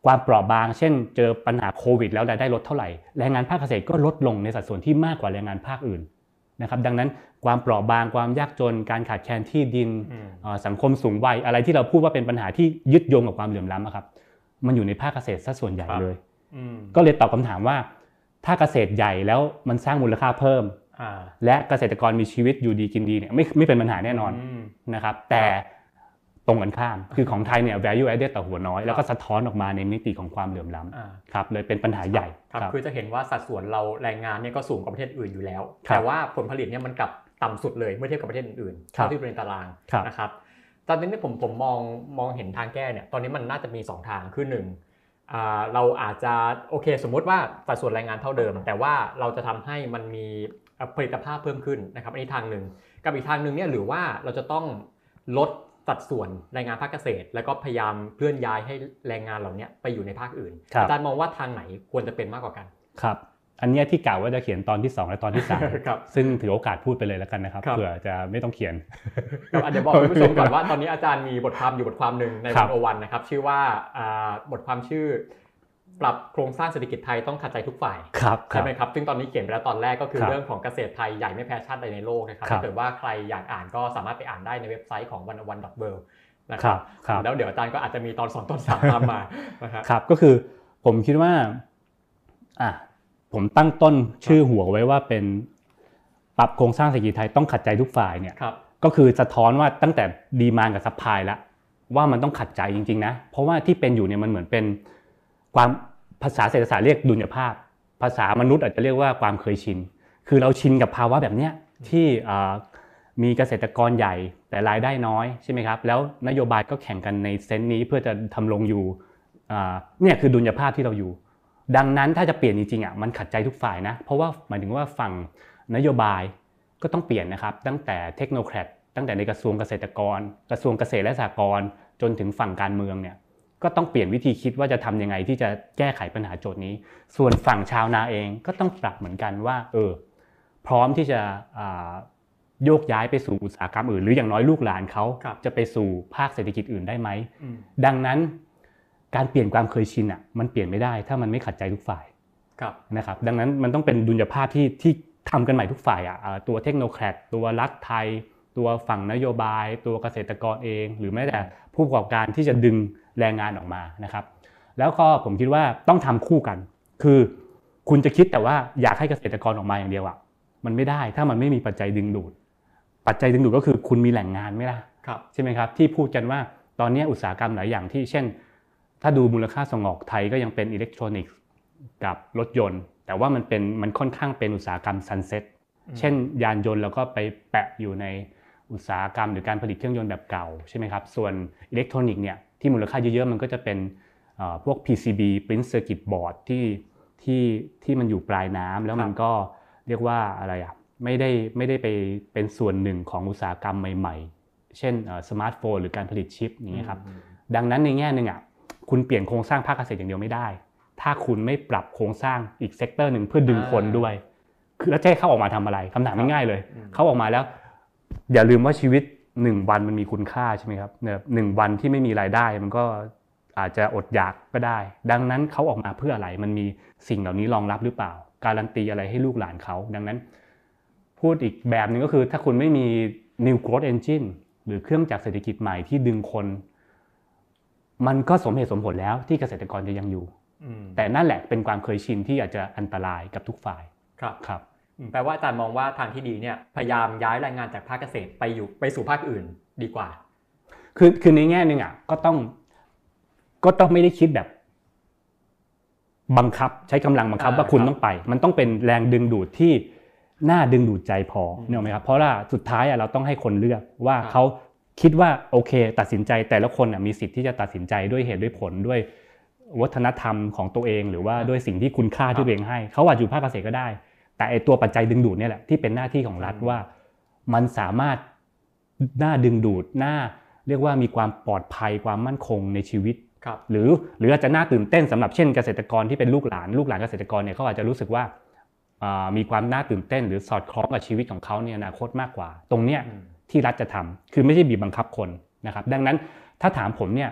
ความเปราะบางเช่นเจอปัญหาโควิดแล้วรายได้ลดเท่าไหร่แรงงานภาคเกษตรก็ลดลงในสัดส่วนที่มากกว่าแรงงานภาคอื่นนะครับดังนั้นความเปราะบางความยากจนการขาดแคลนที่ดินสังคมสูงวัยอะไรที่เราพูดว่าเป็นปัญหาที่ยึดโยงกับความเหลื่อมล้ำครับมันอยู่ในภาคเกษตรซะส่วนใหญ่เลยก็เลยตอบคำถามว่าถ้าเกษตรใหญ่แล้วมันสร้างมูลค่าเพิ่มและเกษตรกรมีชีวิตอยู่ดีกินดีเนี่ยไม่ไม่เป็นปัญหาแน่นอนนะครับแต่ตรงกันข้ามคือของไทยเนี่ย value added ต่อหัวน้อยแล้วก็สะท้อนออกมาในมิติของความเหลื่อมล้ำครับเลยเป็นปัญหาใหญ่ครับคือจะเห็นว่าสัดส่วนเราแรงงานเนี่ยก็สูงกว่าประเทศอื่นอยู่แล้วแต่ว่าผลผลิตเนี่ยมันกลับต่ำสุดเลยเมื่อเทียบกับประเทศอื่นๆเท่าที่เป็นตารางนะครับตอนนี้ผมผมมองมองเห็นทางแก้เนี่ยตอนนี้มันน่าจะมีสองทางคือหนึ่งเราอาจจะโอเคสมมติว่าสัดส่วนแรงงานเท่าเดิมแต่ว่าเราจะทำให้มันมีผลิตภาพเพิ่มขึ้นนะครับอันนี้ทางหนึ่งกับอีกทางหนึ่งเนี่ยหรือว่าเราจะต้องลดสัดส่วนแรงงานภาคเกษตรแล้วก็พยายามเคลื่อนย้ายให้แรงงานเหล่านี้ไปอยู่ในภาคอื่นอาจารย์มองว่าทางไหนควรจะเป็นมากกว่ากันครับอันนี้ที่กล่าวว่าจะเขียนตอนที่สองและตอนที่สาม ซึ่งถือโอกาสพูดไปเลยแล้วกันนะครับเผื่อจะไม่ต้องเขียนเดี๋ยวบอกคุณผู้ชมก่อนว่าตอนนี้อาจารย์มีบทความอยู่บทความหนึ่งในวันโอวันนะครับชื่อว่าบทความชื่อปรับโครงสร้างเศรษฐกิจไทยต้องขัดใจทุกฝ่ายใช่ไหมครับซึ่งตอนนี้เขียนไปแล้วตอนแรกก็คือเรื่องของเกษตรไทยใหญ่ไม่แพ้ชาติใดในโลกนะครับถ้าเกิดว่าใครอยากอ่านก็สามารถไปอ่านได้ในเว็บไซต์ของ วัน โอ วัน ดอท เวิลด์ นะครับแล้วเดี๋ยวอาจารย์ก็อาจจะมีตอนสองตอนสามตามมาครับก็คือผมคิดว่าอ่ะผมตั้งต้นชื่อหัวไว้ว่าเป็นปรับโครงสร้างเศรษฐกิจไทยต้องขัดใจทุกฝ่ายเนี่ยก็คือสะท้อนว่าตั้งแต่ดีมานด์กับซัพพลายแล้วว่ามันต้องขัดใจจริงๆนะเพราะว่าที่เป็นอยู่เนี่ยมันเหมือนเป็นความภาษาเศรษฐศาสตร์เรียกดุลยภาพภาษามนุษย์อาจจะเรียกว่าความเคยชินคือเราชินกับภาวะแบบเนี้ยที่มีเกษตรกรใหญ่แต่รายได้น้อยใช่ไหมครับแล้วนโยบายก็แข่งกันในเซนส์นี้เพื่อจะทำลงอยู่เนี่ยคือดุลยภาพที่เราอยู่ดังนั้นถ้าจะเปลี่ยนจริงๆอ่ะมันขัดใจทุกฝ่ายนะเพราะว่าหมายถึงว่าฝั่งนโยบายก็ต้องเปลี่ยนนะครับตั้งแต่เทคโนแครตตั้งแต่ในกระทรวงเกษตรกรกระทรวงเกษตรและสหกรณ์จนถึงฝั่งการเมืองเนี่ยก็ต้องเปลี่ยนวิธีคิดว่าจะทำยังไงที่จะแก้ไขปัญหาโจทย์นี้ส่วนฝั่งชาวนาเองก็ต้องปรับเหมือนกันว่าเออพร้อมที่จะโยกย้ายไปสู่อุตสาหกรรมอื่นหรืออย่างน้อยลูกหลานเขาจะไปสู่ภาคเศรษฐกิจอื่นได้ไหมดังนั้นการเปลี่ยนความเคยชินอ่ะมันเปลี่ยนไม่ได้ถ้ามันไม่ขัดใจทุกฝ่ายนะครับดังนั้นมันต้องเป็นดุลยภาพที่ที่ทำกันใหม่ทุกฝ่ายอ่ะตัวเทคโนแครตตัวรัฐไทยตัวฝั่งนโยบายตัวเกษตรกรเองหรือแม้แต่ผู้ประกอบการที่จะดึงแรงงานออกมานะครับแล้วก็ผมคิดว่าต้องทำคู่กันคือคุณจะคิดแต่ว่าอยากให้เกษตรกรออกมาอย่างเดียวอ่ะมันไม่ได้ถ้ามันไม่มีปัจจัยดึงดูดปัจจัยดึงดูดก็คือคุณมีแหล่งงานไหมล่ะใช่ไหมครับที่พูดกันว่าตอนนี้อุตสาหกรรมหลายอย่างที่เช่นถ้าดูมูลค่าส่งออกไทยก็ยังเป็นอิเล็กทรอนิกส์กับรถยนต์แต่ว่ามันเป็นมันค่อนข้างเป็นอุตสาหกรรมซันเซ็ตเช่นยานยนต์แล้วก็ไปแปะอยู่ในอุตสาหกรรมหรือการผลิตเครื่องยนต์แบบเก่าใช่ไหมครับส่วนอิเล็กทรอนิกส์เนี่ยที่มูลค่าเยอะๆมันก็จะเป็นพวก พี ซี บี Print Circuit Board ที่ที่ที่มันอยู่ปลายน้ำแล้วมันก็เรียกว่าอะไรอ่ะไม่ได้ไม่ได้ไปเป็นส่วนหนึ่งของอุตสาหกรรมใหม่ๆเช่นสมาร์ทโฟนหรือการผลิตชิปอย่างเงี้ยครับดังนั้นในแง่นึงอ่ะคุณเปลี่ยนโครงสร้างภาคเกษตรอย่างเดียวไม่ได้ถ้าคุณไม่ปรับโครงสร้างอีกเซกเตอร์หนึ่งเพื่อดึงคนด้วยคือแล้วจะให้เขาออกมาทำอะไรคำถามง่ายๆเลยเขาออกมาแล้วอย่าลืมว่าชีวิตหนึ่งวันมันมีคุณค่าใช่ไหมครับเนี่ยหนึ่งวันที่ไม่มีรายได้มันก็อาจจะอดอยากก็ได้ดังนั้นเขาออกมาเพื่ออะไรมันมีสิ่งเหล่านี้รองรับหรือเปล่าการันตีอะไรให้ลูกหลานเขาดังนั้นพูดอีกแบบนึงก็คือถ้าคุณไม่มี New Growth Engine หรือเครื่องจักรเศรษฐกิจใหม่ที่ดึงคนมันก็สมเหตุสมผลแล้วที่เกษตรกรจะยังอยู่แต่นั่นแหละเป็นความเคยชินที่อาจจะอันตรายกับทุกฝ่ายครับครับแปลว่าอาจารย์มองว่าทางที่ดีเนี่ยพยายามย้ายแรงงานจากภาคเกษตรไปอยู่ไปสู่ภาคอื่นดีกว่าคือคือในแง่นึงอ่ะก็ต้องก็ต้องไม่ได้คิดแบบบังคับใช้กำลังบังคับว่าคุณต้องไปมันต้องเป็นแรงดึงดูดที่น่าดึงดูดใจพอเนี่ยไหมครับเพราะว่าสุดท้ายอ่ะเราต้องให้คนเลือกว่าเขาคิดว่าโอเคตัดสินใจแต่ละคนมีสิทธิ์ที่จะตัดสินใจด้วยเหตุด้วยผลด้วยวัฒนธรรมของตัวเองหรือว่าด้วยสิ่งที่คุณค่าที่ตัวเองให้เขาอาจอยู่ภาคเกษตรก็ได้แต่ไอตัวปัจจัยดึงดูดเนี่ยแหละที่เป็นหน้าที่ของรัฐว่ามันสามารถน่าดึงดูดน่าเรียกว่ามีความปลอดภัยความมั่นคงในชีวิตหรือหรืออาจจะน่าตื่นเต้นสำหรับเช่นเกษตรกรที่เป็นลูกหลานลูกหลานเกษตรกรเนี่ยเขาอาจจะรู้สึกว่ามีความน่าตื่นเต้นหรือสอดคล้องกับชีวิตของเขาในอนาคตมากกว่าตรงเนี้ยที่รัฐจะทำคือไม่ใช่บีบบังคับคนนะครับดังนั้นถ้าถามผมเนี่ย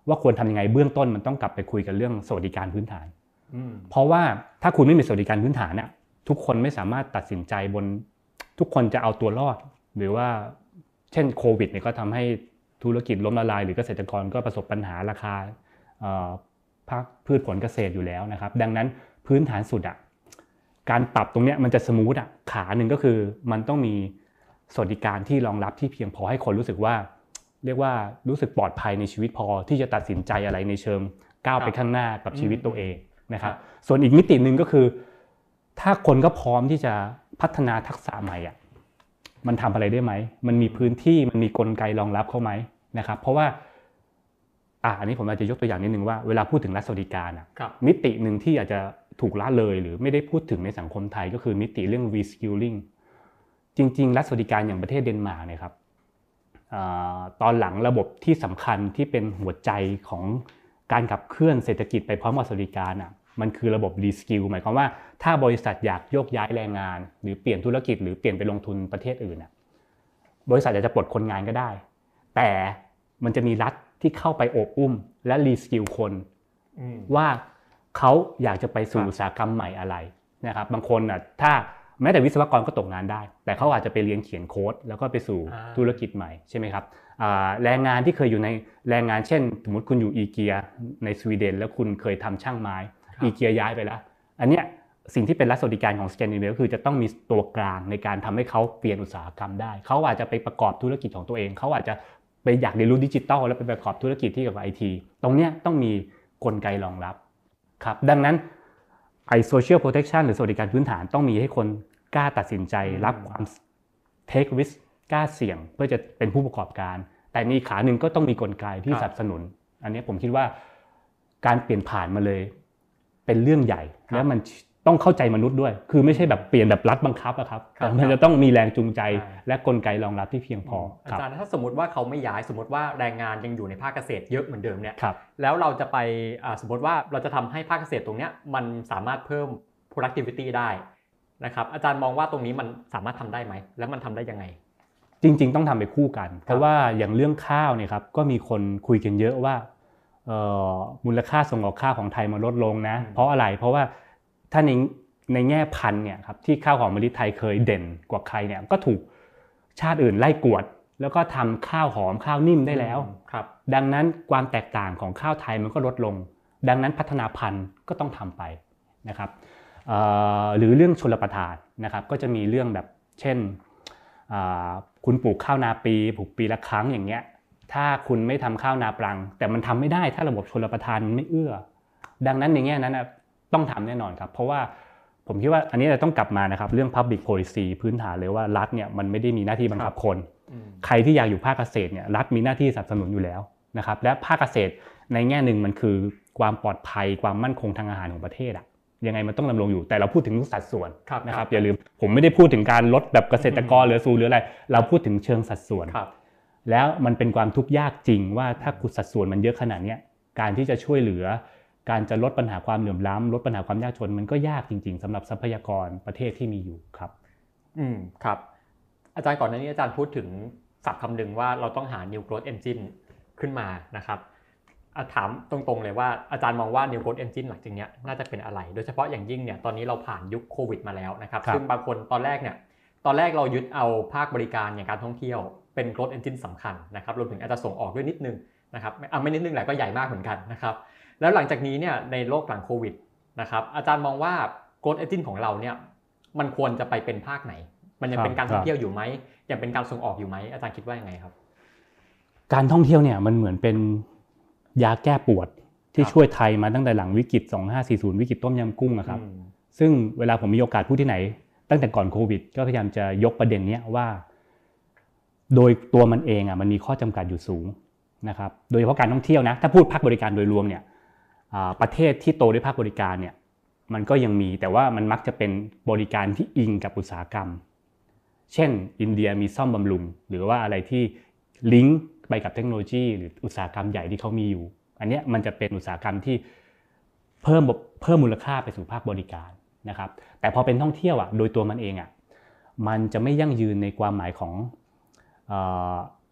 ว่าควรทำยังไงเบื้องต้นมันต้องกลับไปคุยกันเรื่องสวัสดิการพื้นฐานเพราะว่าถ้าคุณไม่มีสวัสดิการพื้นฐานเนี่ยทุกคนไม่สามารถตัดสินใจบนทุกคนจะเอาตัวรอดหรือว่าเช่นโควิดเนี่ยก็ทำให้ธุรกิจล้มละลายหรือเกษตรกรก็ประสบปัญหาราคาภาคพืชผลเกษตรอยู่แล้วนะครับดังนั้นพื้นฐานสุดอ่ะการปรับตรงเนี้ยมันจะสมูทอ่ะขาหนึ่งก็คือมันต้องมีสวัสดิการที่รองรับที่เพียงพอให้คนรู้สึกว่าเรียกว่ารู้สึกปลอดภัยในชีวิตพอที่จะตัดสินใจอะไรในเชิงก้าวไปข้างหน้ากับชีวิตตัวเองนะครับส่วนอีกมิติหนึ่งก็คือถ้าคนก็พร้อมที่จะพัฒนาทักษะใหม่อ่ะมันทำอะไรได้ไหมมันมีพื้นที่มันมีกลไกรองรับเข้าไหมนะครับเพราะว่าอ่าอันนี้ผมอาจจะยกตัวอย่างนิดนึงว่าเวลาพูดถึงรัฐสวัสดิการอ่ะมิติหนึ่งที่อาจจะถูกละเลยหรือไม่ได้พูดถึงในสังคมไทยก็คือมิติเรื่อง reskilling จริงๆรัฐสวัสดิการอย่างประเทศเดนมาร์กเนี่ยครับตอนหลังระบบที่สำคัญที่เป็นหัวใจของการขับเคลื่อนเศรษฐกิจไปพร้อมกับสวัสดิการอ่ะมันคือระบบ reskill หมายความว่าถ้าบริษัทอยากโยกย้ายแรงงานหรือเปลี่ยนธุรกิจหรือเปลี่ยนไปลงทุนประเทศอื่นอ่ะบริษัทอาจจะปลดคนงานก็ได้แต่มันจะมีรัฐที่เข้าไปโอบอุ้มและ reskill คนว่าเขาอยากจะไปสู่อุตสาหกรรมใหม่อะไรนะครับบางคนอ่ะถ้าแม้แต่วิศวกรก็ตกงานได้แต่เขาอาจจะไปเรียนเขียนโค้ดแล้วก็ไปสู่ธุรกิจใหม่ใช่ไหมครับแรงงานที่เคยอยู่ในแรงงานเช่นสมมติคุณอยู่อีเกียในสวีเดนแล้วคุณเคยทำช่างไม้อีเกียย้ายไปแล้วอันเนี้ยสิ่งที่เป็นรัฐสวัสดิการของสแกนดิเนเวียก็คือจะต้องมีตัวกลางในการทำให้เขาเปลี่ยนอุตสาหกรรมได้เขาอาจจะไปประกอบธุรกิจของตัวเองเขาอาจจะไปอยากเรียนรู้ดิจิทัลแล้วไปประกอบธุรกิจที่เกี่ยวกับไอทีตรงเนี้ยต้องมีกลไกรองรับครับดังนั้นไอ้ social protection หรือสวัสดิการพื้นฐานต้องมีให้คนกล้าตัดสินใจรับความ take risk กล้าเสี่ยงเพื่อจะเป็นผู้ประกอบการแต่ในขาหนึ่งก็ต้องมีกลไกที่สนับสนุนอันนี้ผมคิดว่าการเปลี่ยนผ่านมาเลยเป็นเรื่องใหญ่และมันต้องเข้าใจมนุษย์ด้วยคือไม่ใช่แบบเปลี่ยนแบบรัฐบังคับอะครับแต่มันจะต้องมีแรงจูงใจและกลไกรองรับที่เพียงพออาจารย์ถ้าสมมติว่าเขาไม่ย้ายสมมติว่าแรงงานยังอยู่ในภาคเกษตรเยอะเหมือนเดิมเนี่ยแล้วเราจะไปสมมติว่าเราจะทำให้ภาคเกษตรตรงเนี้ยมันสามารถเพิ่ม productivity ได้นะครับอาจารย์มองว่าตรงนี้มันสามารถทำได้ไหมแล้วมันทำได้ยังไงจริงๆต้องทำไปคู่กันเพราะว่าอย่างเรื่องข้าวเนี่ยครับก็มีคนคุยกันเยอะว่ามูลค่าส่งออกข้าวของไทยมันลดลงนะเพราะอะไรเพราะว่าถ้าในในแง่พันธุ์เนี่ยครับที่ข้าวหอมมะลิไทยเคยเด่นกว่าใครเนี่ยก็ถูกชาติอื่นไล่กวดแล้วก็ทำข้าวหอมข้าวนิ่มได้แล้วดังนั้นความแตกต่างของข้าวไทยมันก็ลดลงดังนั้นพัฒนาพันธุ์ก็ต้องทำไปนะครับหรือเรื่องชลประทานนะครับก็จะมีเรื่องแบบเช่นคุณปลูกข้าวนาปีปลูกปีละครั้งอย่างเงี้ยถ้าคุณไม่ทำข้าวนาปรังแต่มันทำไม่ได้ถ้าระบบชลประทานมันไม่เอื้อดังนั้นในแง่นั้นต้องทำแน่นอนครับเพราะว่าผมคิดว่าอันนี้เราต้องกลับมานะครับเรื่อง public policy พื้นฐานเลยว่ารัฐเนี่ยมันไม่ได้มีหน้าที่บังคับคนใครที่อยากอยู่ภาคเกษตรเนี่ยรัฐมีหน้าที่สนับสนุนอยู่แล้วนะครับและภาคเกษตรในแง่หนึ่งมันคือความปลอดภัยความมั่นคงทางอาหารของประเทศอะยังไงมันต้องดำรงอยู่แต่เราพูดถึงสัดส่วนนะครับอย่าลืมผมไม่ได้พูดถึงการลดแบบเกษตรกรหรือสูหรืออะไรเราพูดถึงเชิงสัดส่วนแล้วมันเป็นความทุกข์ยากจริงว่าถ้าสัดส่วนมันเยอะขนาดนี้การที่จะช่วยเหลือการจะลดปัญหาความเหลื่อมล้ำลดปัญหาความยากจนมันก็ยากจริงๆสำหรับทรัพยากรประเทศที่มีอยู่ครับอืมครับอาจารย์ก่อนหน้านี้อาจารย์พูดถึงศัพท์คำหนึ่งว่าเราต้องหา new growth engine ขึ้นมานะครับถามตรงๆเลยว่าอาจารย์มองว่า new growth engine หลังจากนี้น่าจะเป็นอะไรโดยเฉพาะอย่างยิ่งเนี่ยตอนนี้เราผ่านยุคโควิดมาแล้วนะครับซึ่งบางคนตอนแรกเนี่ยตอนแรกเรายึดเอาภาคบริการอย่างการท่องเที่ยวเป็น growth engine สำคัญนะครับรวมถึงอาจจะส่งออกด้วยนิดนึงนะครับอ่ะไม่นิดนึงแหละก็ใหญ่มากเหมือนกันนะครับแล้วหลังจากนี้เนี่ยในโลกหลังโควิดนะครับอาจารย์มองว่า growth engine ของเราเนี่ยมันควรจะไปเป็นภาคไหนมันยังเป็นการท่องเที่ยวอยู่ไหมยังเป็นการส่งออกอยู่ไหมอาจารย์คิดว่ายังไงครับการท่องเที่ยวเนี่ยมันเหมือนเป็นยาแก้ปวดที่ช่วยไทยมาตั้งแต่หลังวิกฤตสองพันห้าร้อยสี่สิบวิกฤตต้มยำกุ้งนะครับซึ่งเวลาผมมีโอกาสพูดที่ไหนตั้งแต่ก่อนโควิดก็พยายามจะยกประเด็นนี้ว่าโดยตัวมันเองอ่ะมันมีข้อจำกัดอยู่สูงนะครับโดยเฉพาะการท่องเที่ยวนะถ้าพูดภาคบริการโดยรวมเนี่ยประเทศที่โตด้วยภาคบริการเนี่ยมันก็ยังมีแต่ว่ามันมักจะเป็นบริการที่อิงกับอุตสาหกรรมเช่นอินเดียมีซ่อมบำรุงหรือว่าอะไรที่ลิงก์ไปกับเทคโนโลยีหรืออุตสาหกรรมใหญ่ที่เขามีอยู่อันนี้มันจะเป็นอุตสาหกรรมที่เพิ่มเพิ่มมูลค่าไปสู่ภาคบริการนะครับแต่พอเป็นท่องเที่ยวอ่ะโดยตัวมันเองอ่ะมันจะไม่ยั่งยืนในความหมายของเอ่อ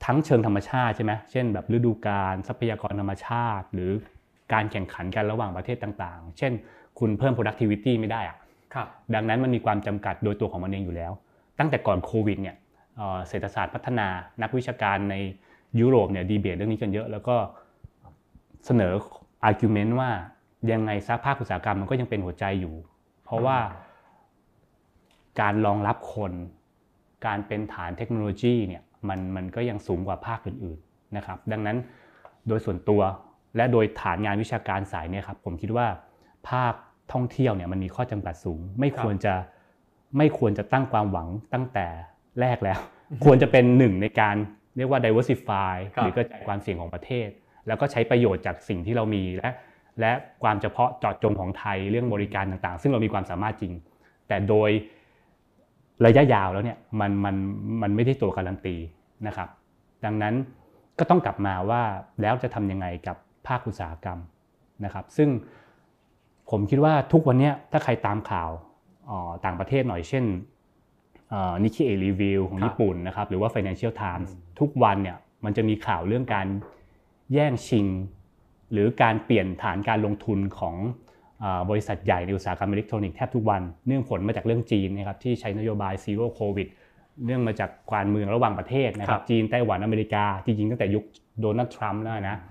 ทั้งเชิงธรรมชาติใช่ไหมเช่นแบบฤดูกาลทรัพยากรธรรมชาติหรือการแข่งขันกันระหว่างประเทศต่างๆเช่นคุณเพิ่ม productivity ไม่ได้อะดังนั้นมันมีความจำกัดโดยตัวของมันเองอยู่แล้วตั้งแต่ก่อนโควิดเนี่ยเศรษฐศาสตร์พัฒนานักวิชาการในยุโรปเนี่ยดีเบตเรื่องนี้กันเยอะแล้วก็เสนอ argument ว่ายังไงซะภาคอุตสาหกรรมมันก็ยังเป็นหัวใจอยู่เพราะว่าการรองรับคนการเป็นฐานเทคโนโลยีเนี่ยมันมันก็ยังสูงกว่าภาคอื่นๆนะครับดังนั้นโดยส่วนตัวและโดยฐานงานวิชาการสายเนี่ยครับผมคิดว่าภาคท่องเที่ยวเนี่ยมันมีข้อจำกัดสูงไม่ควรจะไม่ควรจะตั้งความหวังตั้งแต่แรกแล้วควรจะเป็นหนึ่งในการเรียกว่า diversify หรือกระจายความเสี่ยงของประเทศแล้วก็ใช้ประโยชน์จากสิ่งที่เรามีและและความเฉพาะเจาะจงของไทยเรื่องบริการต่างๆซึ่งเรามีความสามารถจริงแต่โดยระยะยาวแล้วเนี่ยมันมันมันไม่ได้ตัวการันตีนะครับดังนั้นก็ต้องกลับมาว่าแล้วจะทำยังไงกับภาคอุตสาหกรรมนะครับซึ่งผมคิดว่าทุกวันนี้ถ้าใครตามข่าวต่างประเทศหน่อยเช่นNikkei Review ของญี่ปุ่นนะครับหรือว่า Financial Times ทุกวันเนี่ยมันจะมีข่าวเรื่องการแย่งชิงหรือการเปลี่ยนฐานการลงทุนของบริษัทใหญ่ในอุตสาหกรรมอิเล็กทรอนิกส์แทบทุกวันเนื่องผลมาจากเรื่องจีนนะครับที่ใช้นโยบาย Zero Covid เนื่องมาจากการเมืองระหว่างประเทศนะครับจีนไต้หวันอเมริกาจริงๆตั้งแต่ยุคโดนัลด์ทรัมป์แล้วนะ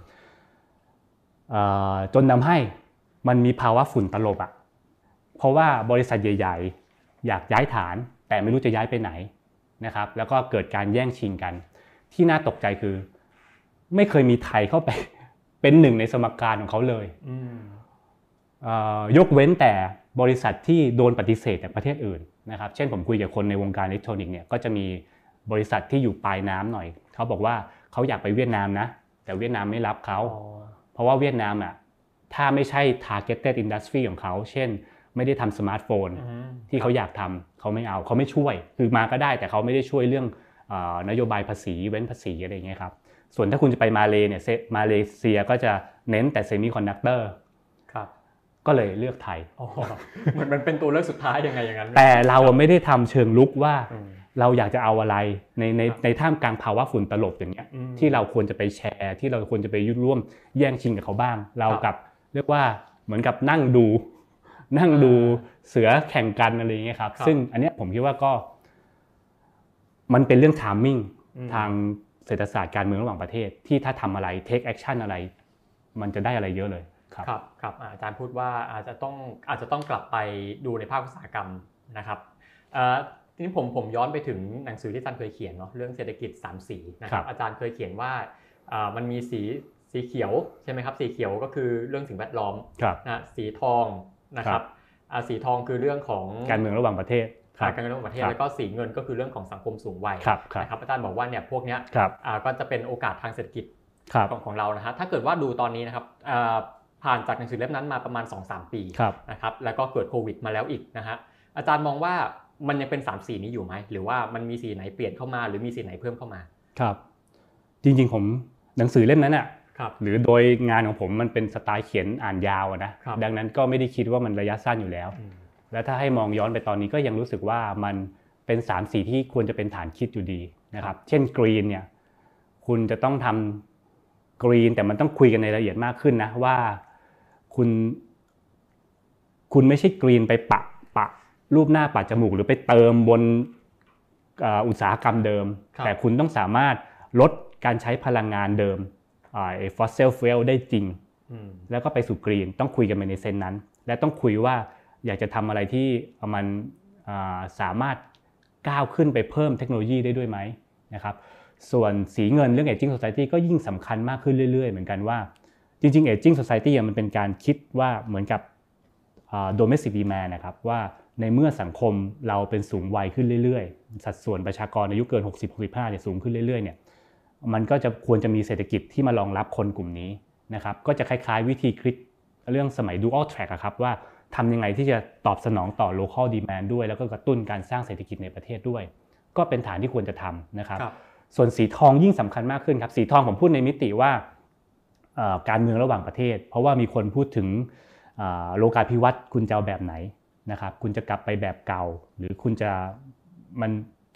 จนทำให้มันมีภาวะฝุ่นตลบอ่ะเพราะว่าบริษัทใหญ่ๆอยากย้ายฐานแต่ไม่รู้จะย้ายไปไหนนะครับแล้วก็เกิดการแย่งชิงกันที่น่าตกใจคือไม่เคยมีไทยเข้าไปเป็นหนึ่งในสมการของเขาเลยยกเว้นแต่บริษัทที่โดนปฏิเสธจากประเทศอื่นนะครับเช่นผมคุยกับคนในวงการอิเล็กทรอนิกส์เนี่ยก็จะมีบริษัทที่อยู่ปลายน้ำหน่อยเขาบอกว่าเขาอยากไปเวียดนามนะแต่เวียดนามไม่รับเขาเพราะว่าเวียดนามอ่ะถ้าไม่ใช่ targeted industry ของเขาเช่นไม่ได้ทำสมาร์ทโฟนที่เขาอยากทำเขาไม่เอาเขาไม่ช่วยคือมาก็ได้แต่เขาไม่ได้ช่วยเรื่องนโยบายภาษีเว้นภาษีอะไรอย่างเงี้ยครับส่วนถ้าคุณจะไปมาเลเนี่ยมาเลเซียก็จะเน้นแต่เซมิคอนดักเตอร์ก็เลยเลือกไทยเหมือนมันเป็นตัวเลือกสุดท้ายยังไงอย่างนั้นแต่เราไม่ได้ทำเชิงลุกว่าเราอยากจะเอาอะไรในในในท่ามกลางภาวะฝุ่นตลบอย่างเงี้ยที่เราควรจะไปแชร์ที่เราควรจะไปยุ่งร่วมแย่งชิงกับเขาบ้างเรากับเรียกว่าเหมือนกับนั่งดูนั่งดูเสือแข่งกันอะไรอย่างเงี้ยครับซึ่งอันเนี้ยผมคิดว่าก็มันเป็นเรื่อง timing ทางเศรษฐศาสตร์การเมืองระหว่างประเทศที่ถ้าทำอะไร take action อะไรมันจะได้อะไรเยอะเลยครับครับครับอาจารย์พูดว่าอาจจะต้องอาจจะต้องกลับไปดูในภาคอุตสาหกรรมนะครับทีนี้ผมผมย้อนไปถึงหนังสือที่อาจารย์เคยเขียนเนาะเรื่องเศรษฐกิจสามสีนะครับอาจารย์เคยเขียนว่ามันมีสีสีเขียวใช่ไหมครับสีเขียวก็คือเรื่องสิ่งแวดล้อมนะสีทองนะครับสีทองคือเรื่องของการเมืองระหว่างประเทศการเมืองระหว่างประเทศแล้วก็สีเงินก็คือเรื่องของสังคมสูงวัยนะครับอาจารย์บอกว่าเนี่ยพวกเนี้ยก็จะเป็นโอกาสทางเศรษฐกิจของของเรานะฮะถ้าเกิดว่าดูตอนนี้นะครับผ่านจากหนังสือเล่มนั้นมาประมาณ สองถึงสาม ปีนะครับแล้วก็เกิดโควิดมาแล้วอีกนะฮะอาจารย์มองว่ามันยังเป็นสามสีนี้อยู่ไหมหรือว่ามันมีสีไหนเปลี่ยนเข้ามาหรือมีสีไหนเพิ่มเข้ามาครับจริงๆผมหนังสือเล่มนั้นอ่ะหรือโดยงานของผมมันเป็นสไตล์เขียนอ่านยาวนะดังนั้นก็ไม่ได้คิดว่ามันระยะสั้นอยู่แล้วและถ้าให้มองย้อนไปตอนนี้ก็ยังรู้สึกว่ามันเป็นสามสีที่ควรจะเป็นฐานคิดอยู่ดีนะครับเช่นกรีนเนี่ยคุณจะต้องทำกรีนแต่มันต้องคุยกันในรายละเอียดมากขึ้นนะว่าคุณคุณไม่ใช่กรีนไปปะปะรูปหน้าปะจมูกหรือไปเติมบนอุตสาหกรรมเดิมแต่คุณต้องสามารถลดการใช้พลังงานเดิมไอ้ fossil fuel ได้จริงแล้วก็ไปสู่กรีนต้องคุยกันในเซนนั้นและต้องคุยว่าอยากจะทำอะไรที่มันสามารถก้าวขึ้นไปเพิ่มเทคโนโลยีได้ด้วยไหมนะครับส่วนสีเงินเรื่อง aging society ก็ยิ่งสำคัญมากขึ้นเรื่อยๆเหมือนกันว่าจริงๆ aging society มันเป็นการคิดว่าเหมือนกับ domestic demand นะครับว่าในเมื่อสังคมเราเป็นสูงวัยขึ้นเรื่อยๆสัดส่วนประชากรอายุเกินหกสิบ หกสิบห้าเนี่ยสูงขึ้นเรื่อยๆเนี่ยมันก็จะควรจะมีเศรษฐกิจที่มารองรับคนกลุ่มนี้นะครับก็จะคล้ายๆวิธีคิดเรื่องสมัย dual track อะครับว่าทำยังไงที่จะตอบสนองต่อ local demand ด้วยแล้วก็กระตุ้นการสร้างเศรษฐกิจในประเทศด้วยก็เป็นฐานที่ควรจะทำนะครับส่วนสีทองยิ่งสำคัญมากขึ้นครับสีทองผมพูดในมิติว่าการเมืองระหว่างประเทศเพราะว่ามีคนพูดถึงโลกาภิวัตน์คุณจะเอาแบบไหนนะครับคุณจะกลับไปแบบเก่าหรือคุณจะมันจะ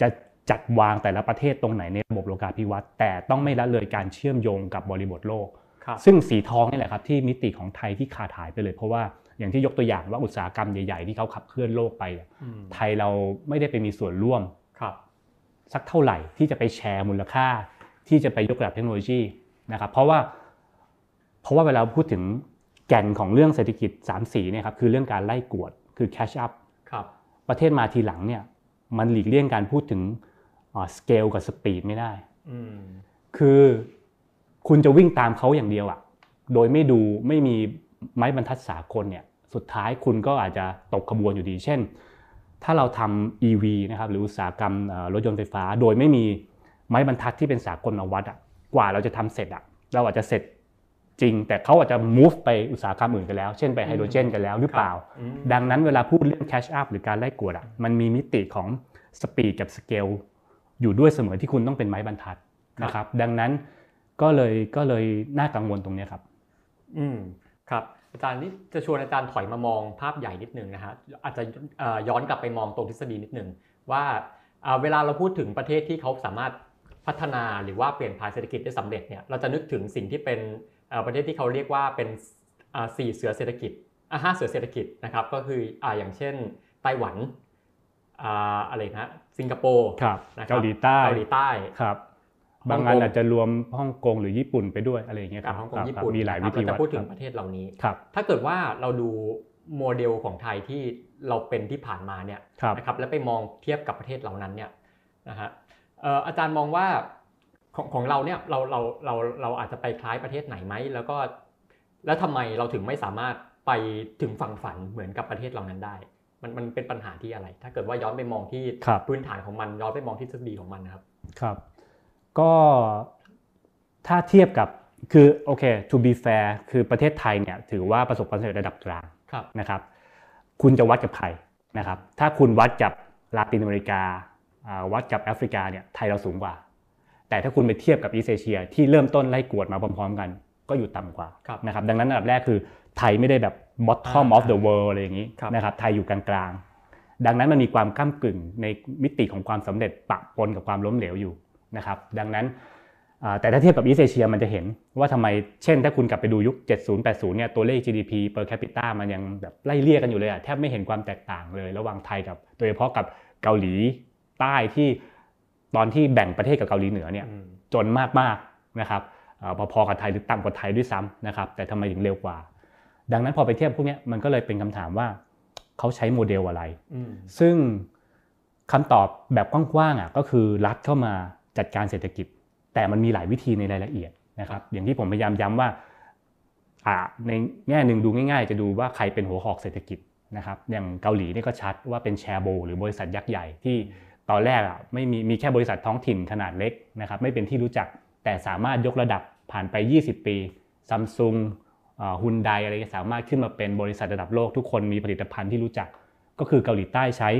จัดวางแต่ละประเทศตรงไหนในระบบโลกาภิวัตน์แต่ต้องไม่ละเลยการเชื่อมโยงกับบริบทโลกซึ่งสีทองนี่แหละครับที่มิติของไทยที่ขาดหายไปเลยเพราะว่าอย่างที่ยกตัวอย่างว่าอุตสาหกรรมใหญ่ๆที่เขาขับเคลื่อนโลกไปไทยเราไม่ได้ไปมีส่วนร่วมสักเท่าไหร่ที่จะไปแชร์มูลค่าที่จะไปยกระดับเทคโนโลยีนะครับเพราะว่าเพราะว่าเวลาพูดถึงแก่นของเรื่องเศรษฐกิจสามสีเนี่ยครับคือเรื่องการไล่กวดคือ catch up ประเทศมาทีหลังเนี่ยมันหลีกเลี่ยงการพูดถึงสเกลกับสปีดไม่ได้คือคุณจะวิ่งตามเขาอย่างเดียวอ่ะโดยไม่ดูไม่มีไม้บรรทัดสากลเนี่ยสุดท้ายคุณก็อาจจะตกขบวนอยู่ดีเช่นถ้าเราทำ อี วี นะครับหรืออุตสาหกรรมรถยนต์ไฟฟ้าโดยไม่มีไม้บรรทัดที่เป็นสากลมาวัดอ่ะกว่าเราจะทำเสร็จอ่ะเราอาจจะเสร็จจริงแต่เขาอาจจะ move ไปอุตสาหกรรมอื่นกันแล้วเช่นไปไฮโดรเจนกันแล้วหรือเปล่าดังนั้นเวลาพูดเรื่อง catch up หรือการไล่กวดอ่ะมันมีมิติของสปีดกับสเกลอยู่ด้วยเสมอที่คุณต้องเป็นไม้บรรทัดนะครับดังนั้นก็เลยก็เลยน่ากังวลตรงนี้ครับอืมครับอาจารย์นี่จะชวนอาจารย์ถอยมามองภาพใหญ่นิดนึงนะฮะอาจจะย้อนกลับไปมองตรงทฤษฎีนิดนึงว่าเวลาเราพูดถึงประเทศที่เขาสามารถพัฒนาหรือว่าเปลี่ยนผ่านเศรษฐกิจได้สำเร็จเนี่ยเราจะนึกถึงสิ่งที่เป็นประเทศที่เขาเรียกว่าเป็นสี่เสือเศรษฐกิจห้าเสือเศรษฐกิจนะครับก็คืออย่างเช่นไต้หวันอะไรนะสิงคโปร์เกาหลีใต้เกาหลีใต้ครับบางงานอาจจะรวมฮ่องกงหรือญี่ปุ่นไปด้วยอะไรอย่างเงี้ยครับฮ่องกงญี่ปุ่นมีหลายวิธีวัดเราจะพูดถึงประเทศเหล่านี้ถ้าเกิดว่าเราดูโมเดลของไทยที่เราเป็นที่ผ่านมาเนี่ยนะครับแล้วไปมองเทียบกับประเทศเหล่านั้นเนี่ยนะฮะอาจารย์มองว่าของของเราเนี่ยเราเราเราเราอาจจะไปคล้ายประเทศไหนไหมแล้วก็แล้วทำไมเราถึงไม่สามารถไปถึงฝั่งฝันเหมือนกับประเทศเหล่านั้นได้มันมันเป็นปัญหาที่อะไรถ้าเกิดว่าย้อนไปมองที่พื้นฐานของมันย้อนไปมองที่ทฤษฎีของมันนะครับครับก็ถ้าเทียบกับคือโอเค to be fair คือประเทศไทยเนี่ยถือว่าประสบความสำเร็จระดับกลางนะครับคุณจะวัดกับใครนะครับถ้าคุณวัดกับลาตินอเมริกาวัดกับแอฟริกาเนี่ยไทยเราสูงกว่าแต่ถ้าคุณไปเทียบกับอีสต์เอเชียที่เริ่มต้นไล่กวดมาพร้อมๆกันก็อยู่ต่ำกว่านะครับดังนั้นอันดับแรกคือไทยไม่ได้แบบ bottom of the world อะไรอย่างนี้นะครับไทยอยู่กลางๆดังนั้นมันมีความก้ำกึ่งในมิติของความสำเร็จปะปนกับความล้มเหลวอยู่นะครับดังนั้นแต่ถ้าเทียบกับอีสต์เอเชียมันจะเห็นว่าทำไมเช่นถ้าคุณกลับไปดูยุคเจ็ดสิบ แปดสิบเนี่ยตัวเลข จี ดี พี per capita มันยังแบบไล่เลี่ยกันอยู่เลยอ่ะแทบไม่เห็นความแตกต่างเลยระหว่างไทยกับโดยเฉพาะกับเกาหลีใต้ที่ตอนที่แบ่งประเทศกับเกาหลีเหนือเนี่ยจนมากๆนะครับพอๆกับไทยหรือต่ำกว่าไทยด้วยซ้ำนะครับแต่ทำไมถึงเร็วกว่าดังนั้นพอไปเทียบพวกนี้มันก็เลยเป็นคำถามว่าเขาใช้โมเดลอะไรซึ่งคำตอบแบบกว้างๆอ่ะก็คือรัฐเข้ามาจัดการเศรษฐกิจแต่มันมีหลายวิธีในรายละเอียดนะครับอย่างที่ผมพยายามย้ำว่าในแง่หนึ่งดูง่ายๆจะดูว่าใครเป็นหัวหอกเศรษฐกิจนะครับอย่างเกาหลีนี่ก็ชัดว่าเป็นแชร์โบหรือบริษัทยักษ์ใหญ่ที่ตอนแรกอ่ะไม่มีมีแค่บริษัทท้องถิ่นขนาดเล็กนะครับไม่เป็นที่รู้จักแต่สามารถยกระดับผ่านไปยี่สิบปี Samsung ฮุนไดอะไรสามารถขึ้นมาเป็นบริษัทระดับโลกทุกคนมีผลิตภัณฑ์ที่รู้จักก็คือเกาหลีใต้ใช้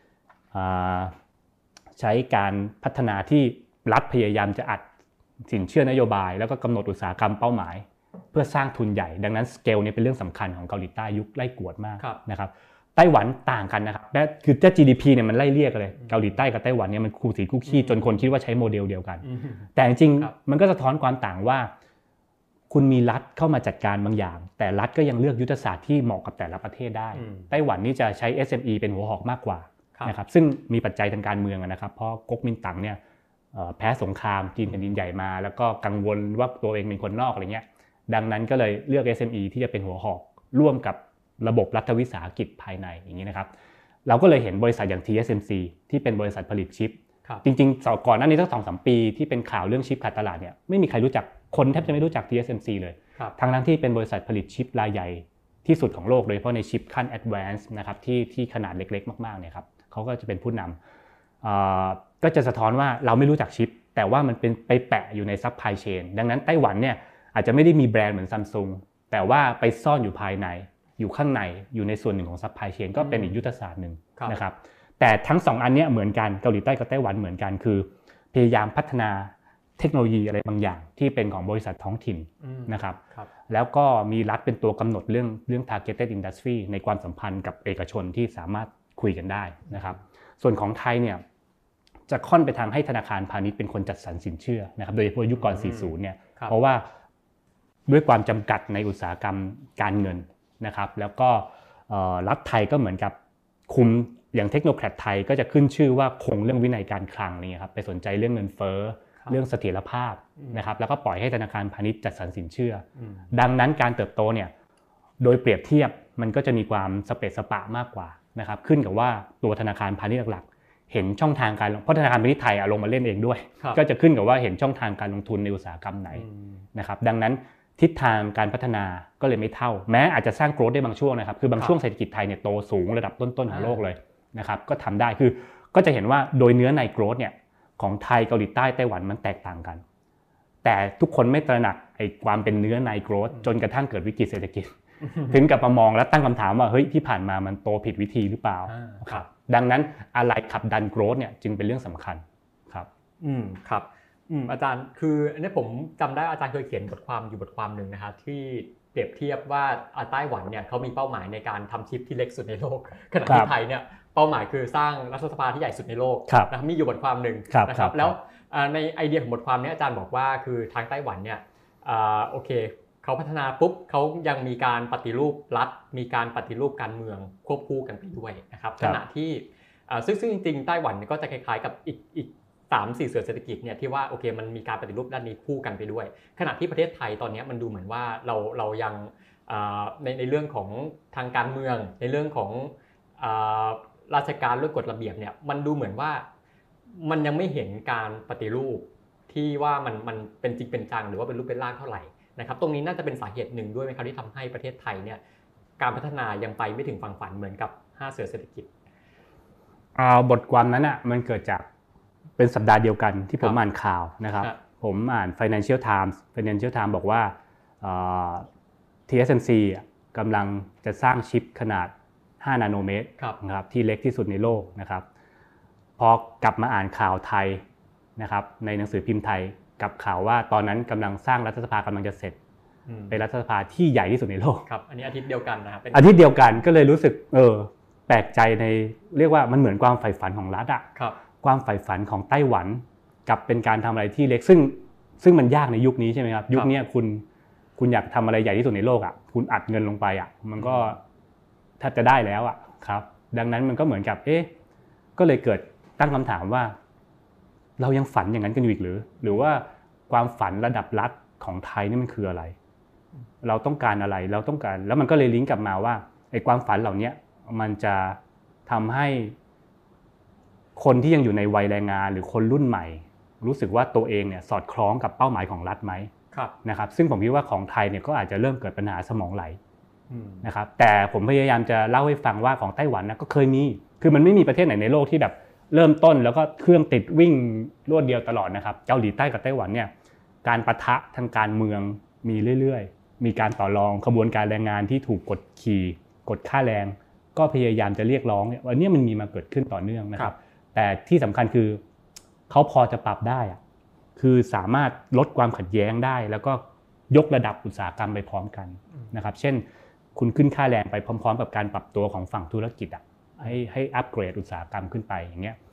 ใช้การพัฒนาที่รัฐพยายามจะอัดสินเชื่อนโยบายแล้วก็กำหนดอุตสาหกรรมเป้าหมายเพื่อสร้างทุนใหญ่ดังนั้นสเกลนี้เป็นเรื่องสำคัญของเกาหลีใต้ยุคไล่กวดมากนะครับไต้หวันต่างกันนะครับและคือถ้า จี ดี พี เนี่ยมันไล่เรียกเลยเกาหลีใต้กับไต้หวันเนี่ยมันคู่สีคู่ขี้จนคนคิดว่าใช้โมเดลเดียวกันแต่จริงๆมันก็สะท้อนความต่างว่าคุณมีรัฐเข้ามาจัดการบางอย่างแต่รัฐก็ยังเลือกยุทธศาสตร์ที่เหมาะกับแต่ละประเทศได้ไต้หวันนี่จะใช้ เอส เอ็ม อี เป็นหัวหอกมากกว่านะครับซึ่งมีปัจจัยทางการเมืองนะครับเพราะก๊กมินตั๋งเนี่ยแพ้สงครามจีนแผ่นดินใหญ่มาแล้วก็กังวลว่าตัวเองเป็นคนนอกอะไรเงี้ยดังนั้นก็เลยเลือก เอส เอ็ม อี ที่จะเป็นหัวหอกร่วมกับระบบรัฐวิสาหกิจภายในอย่างนี้นะครับเราก็เลยเห็นบริษัทอย่าง ที เอส เอ็ม ซี ที่เป็นบริษัทผลิตชิปจริงๆก่อนหน้านี้ตั้ง สองถึงสาม ปีที่เป็นข่าวเรื่องชิปขาดตลาดเนี่ยไม่มีใครรู้จักคนแทบจะไม่รู้จัก ที เอส เอ็ม ซี เลยทั้งนั้นที่เป็นบริษัทผลิตชิปรายใหญ่ที่สุดของโลกเลยเพราะในชิปขั้น Advanced นะครับที่ที่ขนาดเล็กๆมากๆเนี่ยครับเขาก็จะเป็นผู้นำก็จะสะท้อนว่าเราไม่รู้จักชิปแต่ว่ามันเป็นไปแปะอยู่ในซัพพลายเชนดังนั้นไต้หวันเนี่ยอาจจะไม่ได้มีแบรนด์เหมือน Samsung แต่ว่าไปซ่อนอยู่ภายในอยู่ข้างในอยู่ในส่วนหนึ่งของซัพพลายเชนก็เป็นอีกยุทธศาสตร์หนึ่งนะครับแต่ทั้งสองอันนี้เหมือนกันเกาหลีใต้กับไต้หวันเหมือนกันคือพยายามพัฒนาเทคโนโลยีอะไรบางอย่างที่เป็นของบริษัทท้องถิ่นนะครับแล้วก็มีรัฐเป็นตัวกำหนดเรื่องเรื่อง targeted industry ในความสัมพันธ์กับเอกชนที่สามารถคุยกันได้นะครับส่วนของไทยเนี่ยจะค่อนไปทางให้ธนาคารพาณิชย์เป็นคนจัดสรรสินเชื่อนะครับโดยเฉพาะยุคก่อนสี่สิบเนี่ยเพราะว่าด้วยความจำกัดในอุตสาหกรรมการเงินนะครับแล้วก็รัฐไทยก็เหมือนกับคุมอย่างเทคโนแครดไทยก็จะขึ้นชื่อว่าคงเรื่องวินัยการคลังนี่ครับไปสนใจเรื่องเงินเฟ้อเรื่องเสถียรภาพนะครับแล้วก็ปล่อยให้ธนาคารพาณิชย์จัดสรรสินเชื่อดังนั้นการเติบโตเนี่ยโดยเปรียบเทียบมันก็จะมีความสเปซสปะมากกว่านะครับขึ้นกับว่าตัวธนาคารพาณิชย์หลักๆเห็นช่องทางการลงเพราะธนาคารพาณิชย์ไทยลงมาเล่นเองด้วยก็จะขึ้นกับว่าเห็นช่องทางการลงทุนในอุตสาหกรรมไหนนะครับดังนั้นทิศทางการพัฒนาก็เลยไม่เท่าแม้อาจจะสร้างโกรธได้บางช่วงนะครับคือบางช่วงเศรษฐกิจไทยเนี่ยโตสูงระดับต้นๆของโลกเลยนะครับก็ทำได้คือก็จะเห็นว่าโดยเนื้อในโกรธเนี่ยของไทยเกาหลีใต้ไต้หวันมันแตกต่างกันแต่ทุกคนไม่ตระหนักไอ้ความเป็นเนื้อในโกรธจนกระทั่งเกิดวิกฤตเศรษฐกิจถึงกับมามองและตั้งคำถามว่าเฮ้ยที่ผ่านมามันโตผิดวิธีหรือเปล่าครับดังนั้นอะไรขับดันโกรธเนี่ยจึงเป็นเรื่องสำคัญครับอืมครับอืมอาจารย์คืออันนี้ผมจำได้อาจารย์เคยเขียนบทความอยู่บทความนึงนะครับที่เปรียบเทียบว่าไต้หวันเนี่ยเขามีเป้าหมายในการทำชิปที่เล็กสุดในโลกขณะที่ไทยเนี่ยเป้าหมายคือสร้างรัฐสภาที่ใหญ่สุดในโลกนะครับมีอยู่บทความนึงนะครับแล้วในไอเดียของบทความนี้อาจารย์บอกว่าคือทางไต้หวันเนี่ยโอเคเขาพัฒนาปุ๊บเขายังมีการปฏิรูปรัฐมีการปฏิรูปการเมืองควบคู่กันไปด้วยนะครับขณะที่ซึ่งซึ่งจริงๆไต้หวันก็จะคล้ายๆกับอีกอีกสามสี่เสือเศรษฐกิจเนี่ยที่ว่าโอเคมันมีการปฏิรูปด้านนี้คู่กันไปด้วยขณะที่ประเทศไทยตอนนี้มันดูเหมือนว่าเราเรายังในในเรื่องของทางการเมืองในเรื่องของราชการเรื่องกฎระเบียบเนี่ยมันดูเหมือนว่ามันยังไม่เห็นการปฏิรูปที่ว่ามันมันเป็นจริงเป็นจังหรือว่าเป็นรูปเป็นร่างเท่าไหร่นะครับตรงนี้น่าจะเป็นสาเหตุหนึ่งด้วยไหมครับที่ทำให้ประเทศไทยเนี่ยการพัฒนายังไปไม่ถึงฝั่งฝันเหมือนกับห้าเสือเศรษฐกิจบทความนั้นอ่ะมันเกิดจากเป็นสัปดาห์เดียวกันที่ผมอ่านข่าวนะครับผมอ่าน Financial Times Financial Times บอกว่า ที เอส เอ็ม ซี กำลังจะสร้างชิปขนาดห้านาโนเมตรนะครับที่เล็กที่สุดในโลกนะครับพอกลับมาอ่านข่าวไทยนะครับในหนังสือพิมพ์ไทยกับข่าวว่าตอนนั้นกำลังสร้างรัฐสภากำลังจะเสร็จเป็นรัฐสภาที่ใหญ่ที่สุดในโลกครับอันนี้อาทิตย์เดียวกันนะครับอาทิตย์เดียวกันก็เลยรู้สึกเออแปลกใจในเรียกว่ามันเหมือนความใฝ่ฝันของรัฐอะความใฝ่ฝันของไต้หวันกับเป็นการทำอะไรที่เล็กซึ่งซึ่งมันยากในยุคนี้ใช่ไหมครับยุคนี้คุณคุณอยากทำอะไรใหญ่ที่สุดในโลกอ่ะคุณอัดเงินลงไปอ่ะมันก็แทบจะได้แล้วอ่ะครับดังนั้นมันก็เหมือนกับเอ๊ะก็เลยเกิดตั้งคำถามว่าเรายังฝันอย่างนั้นกันอยู่อีกหรือหรือว่าความฝันระดับรัฐของไทยนี่มันคืออะไรเราต้องการอะไรเราต้องการแล้วมันก็เลยลิงก์กลับมาว่าไอ้ความฝันเหล่านี้มันจะทำให้คนที่ยังอยู่ในวัยแรงงานหรือคนรุ่นใหม่รู้สึกว่าตัวเองเนี่ยสอดคล้องกับเป้าหมายของรัฐไหมนะครับซึ่งผมคิดว่าของไทยเนี่ยก็อาจจะเริ่มเกิดปัญหาสมองไหลนะครับแต่ผมพยายามจะเล่าให้ฟังว่าของไต้หวันนะก็เคยมีคือมันไม่มีประเทศไหนในโลกที่แบบเริ่มต้นแล้วก็เครื่องติดวิ่งรวดเดียวตลอดนะครับเกาหลีใต้กับไต้หวันเนี่ยการปะทะทางการเมืองมีเรื่อยๆมีการต่อรองขบวนการแรงงานที่ถูกกดขี่กดค่าแรงก็พยายามจะเรียกร้องเนี่ยวันนี้มันมีมาเกิดขึ้นต่อเนื่องนะครับแต่ที่สำคัญคือเขาพอจะปรับได้อะคือสามารถลดความขัดแย้งได้แล้วก็ยกระดับอุตสาหกรรมไปพร้อมกันนะครับเช่นคุณขึ้นค่าแรงไปพร้อมๆกับการปรับตัวของฝั่งธุรกิจอ่ะให้ให้อัปเกรดอุตสาหกรรมขึ้นไปอย่างเงี้ย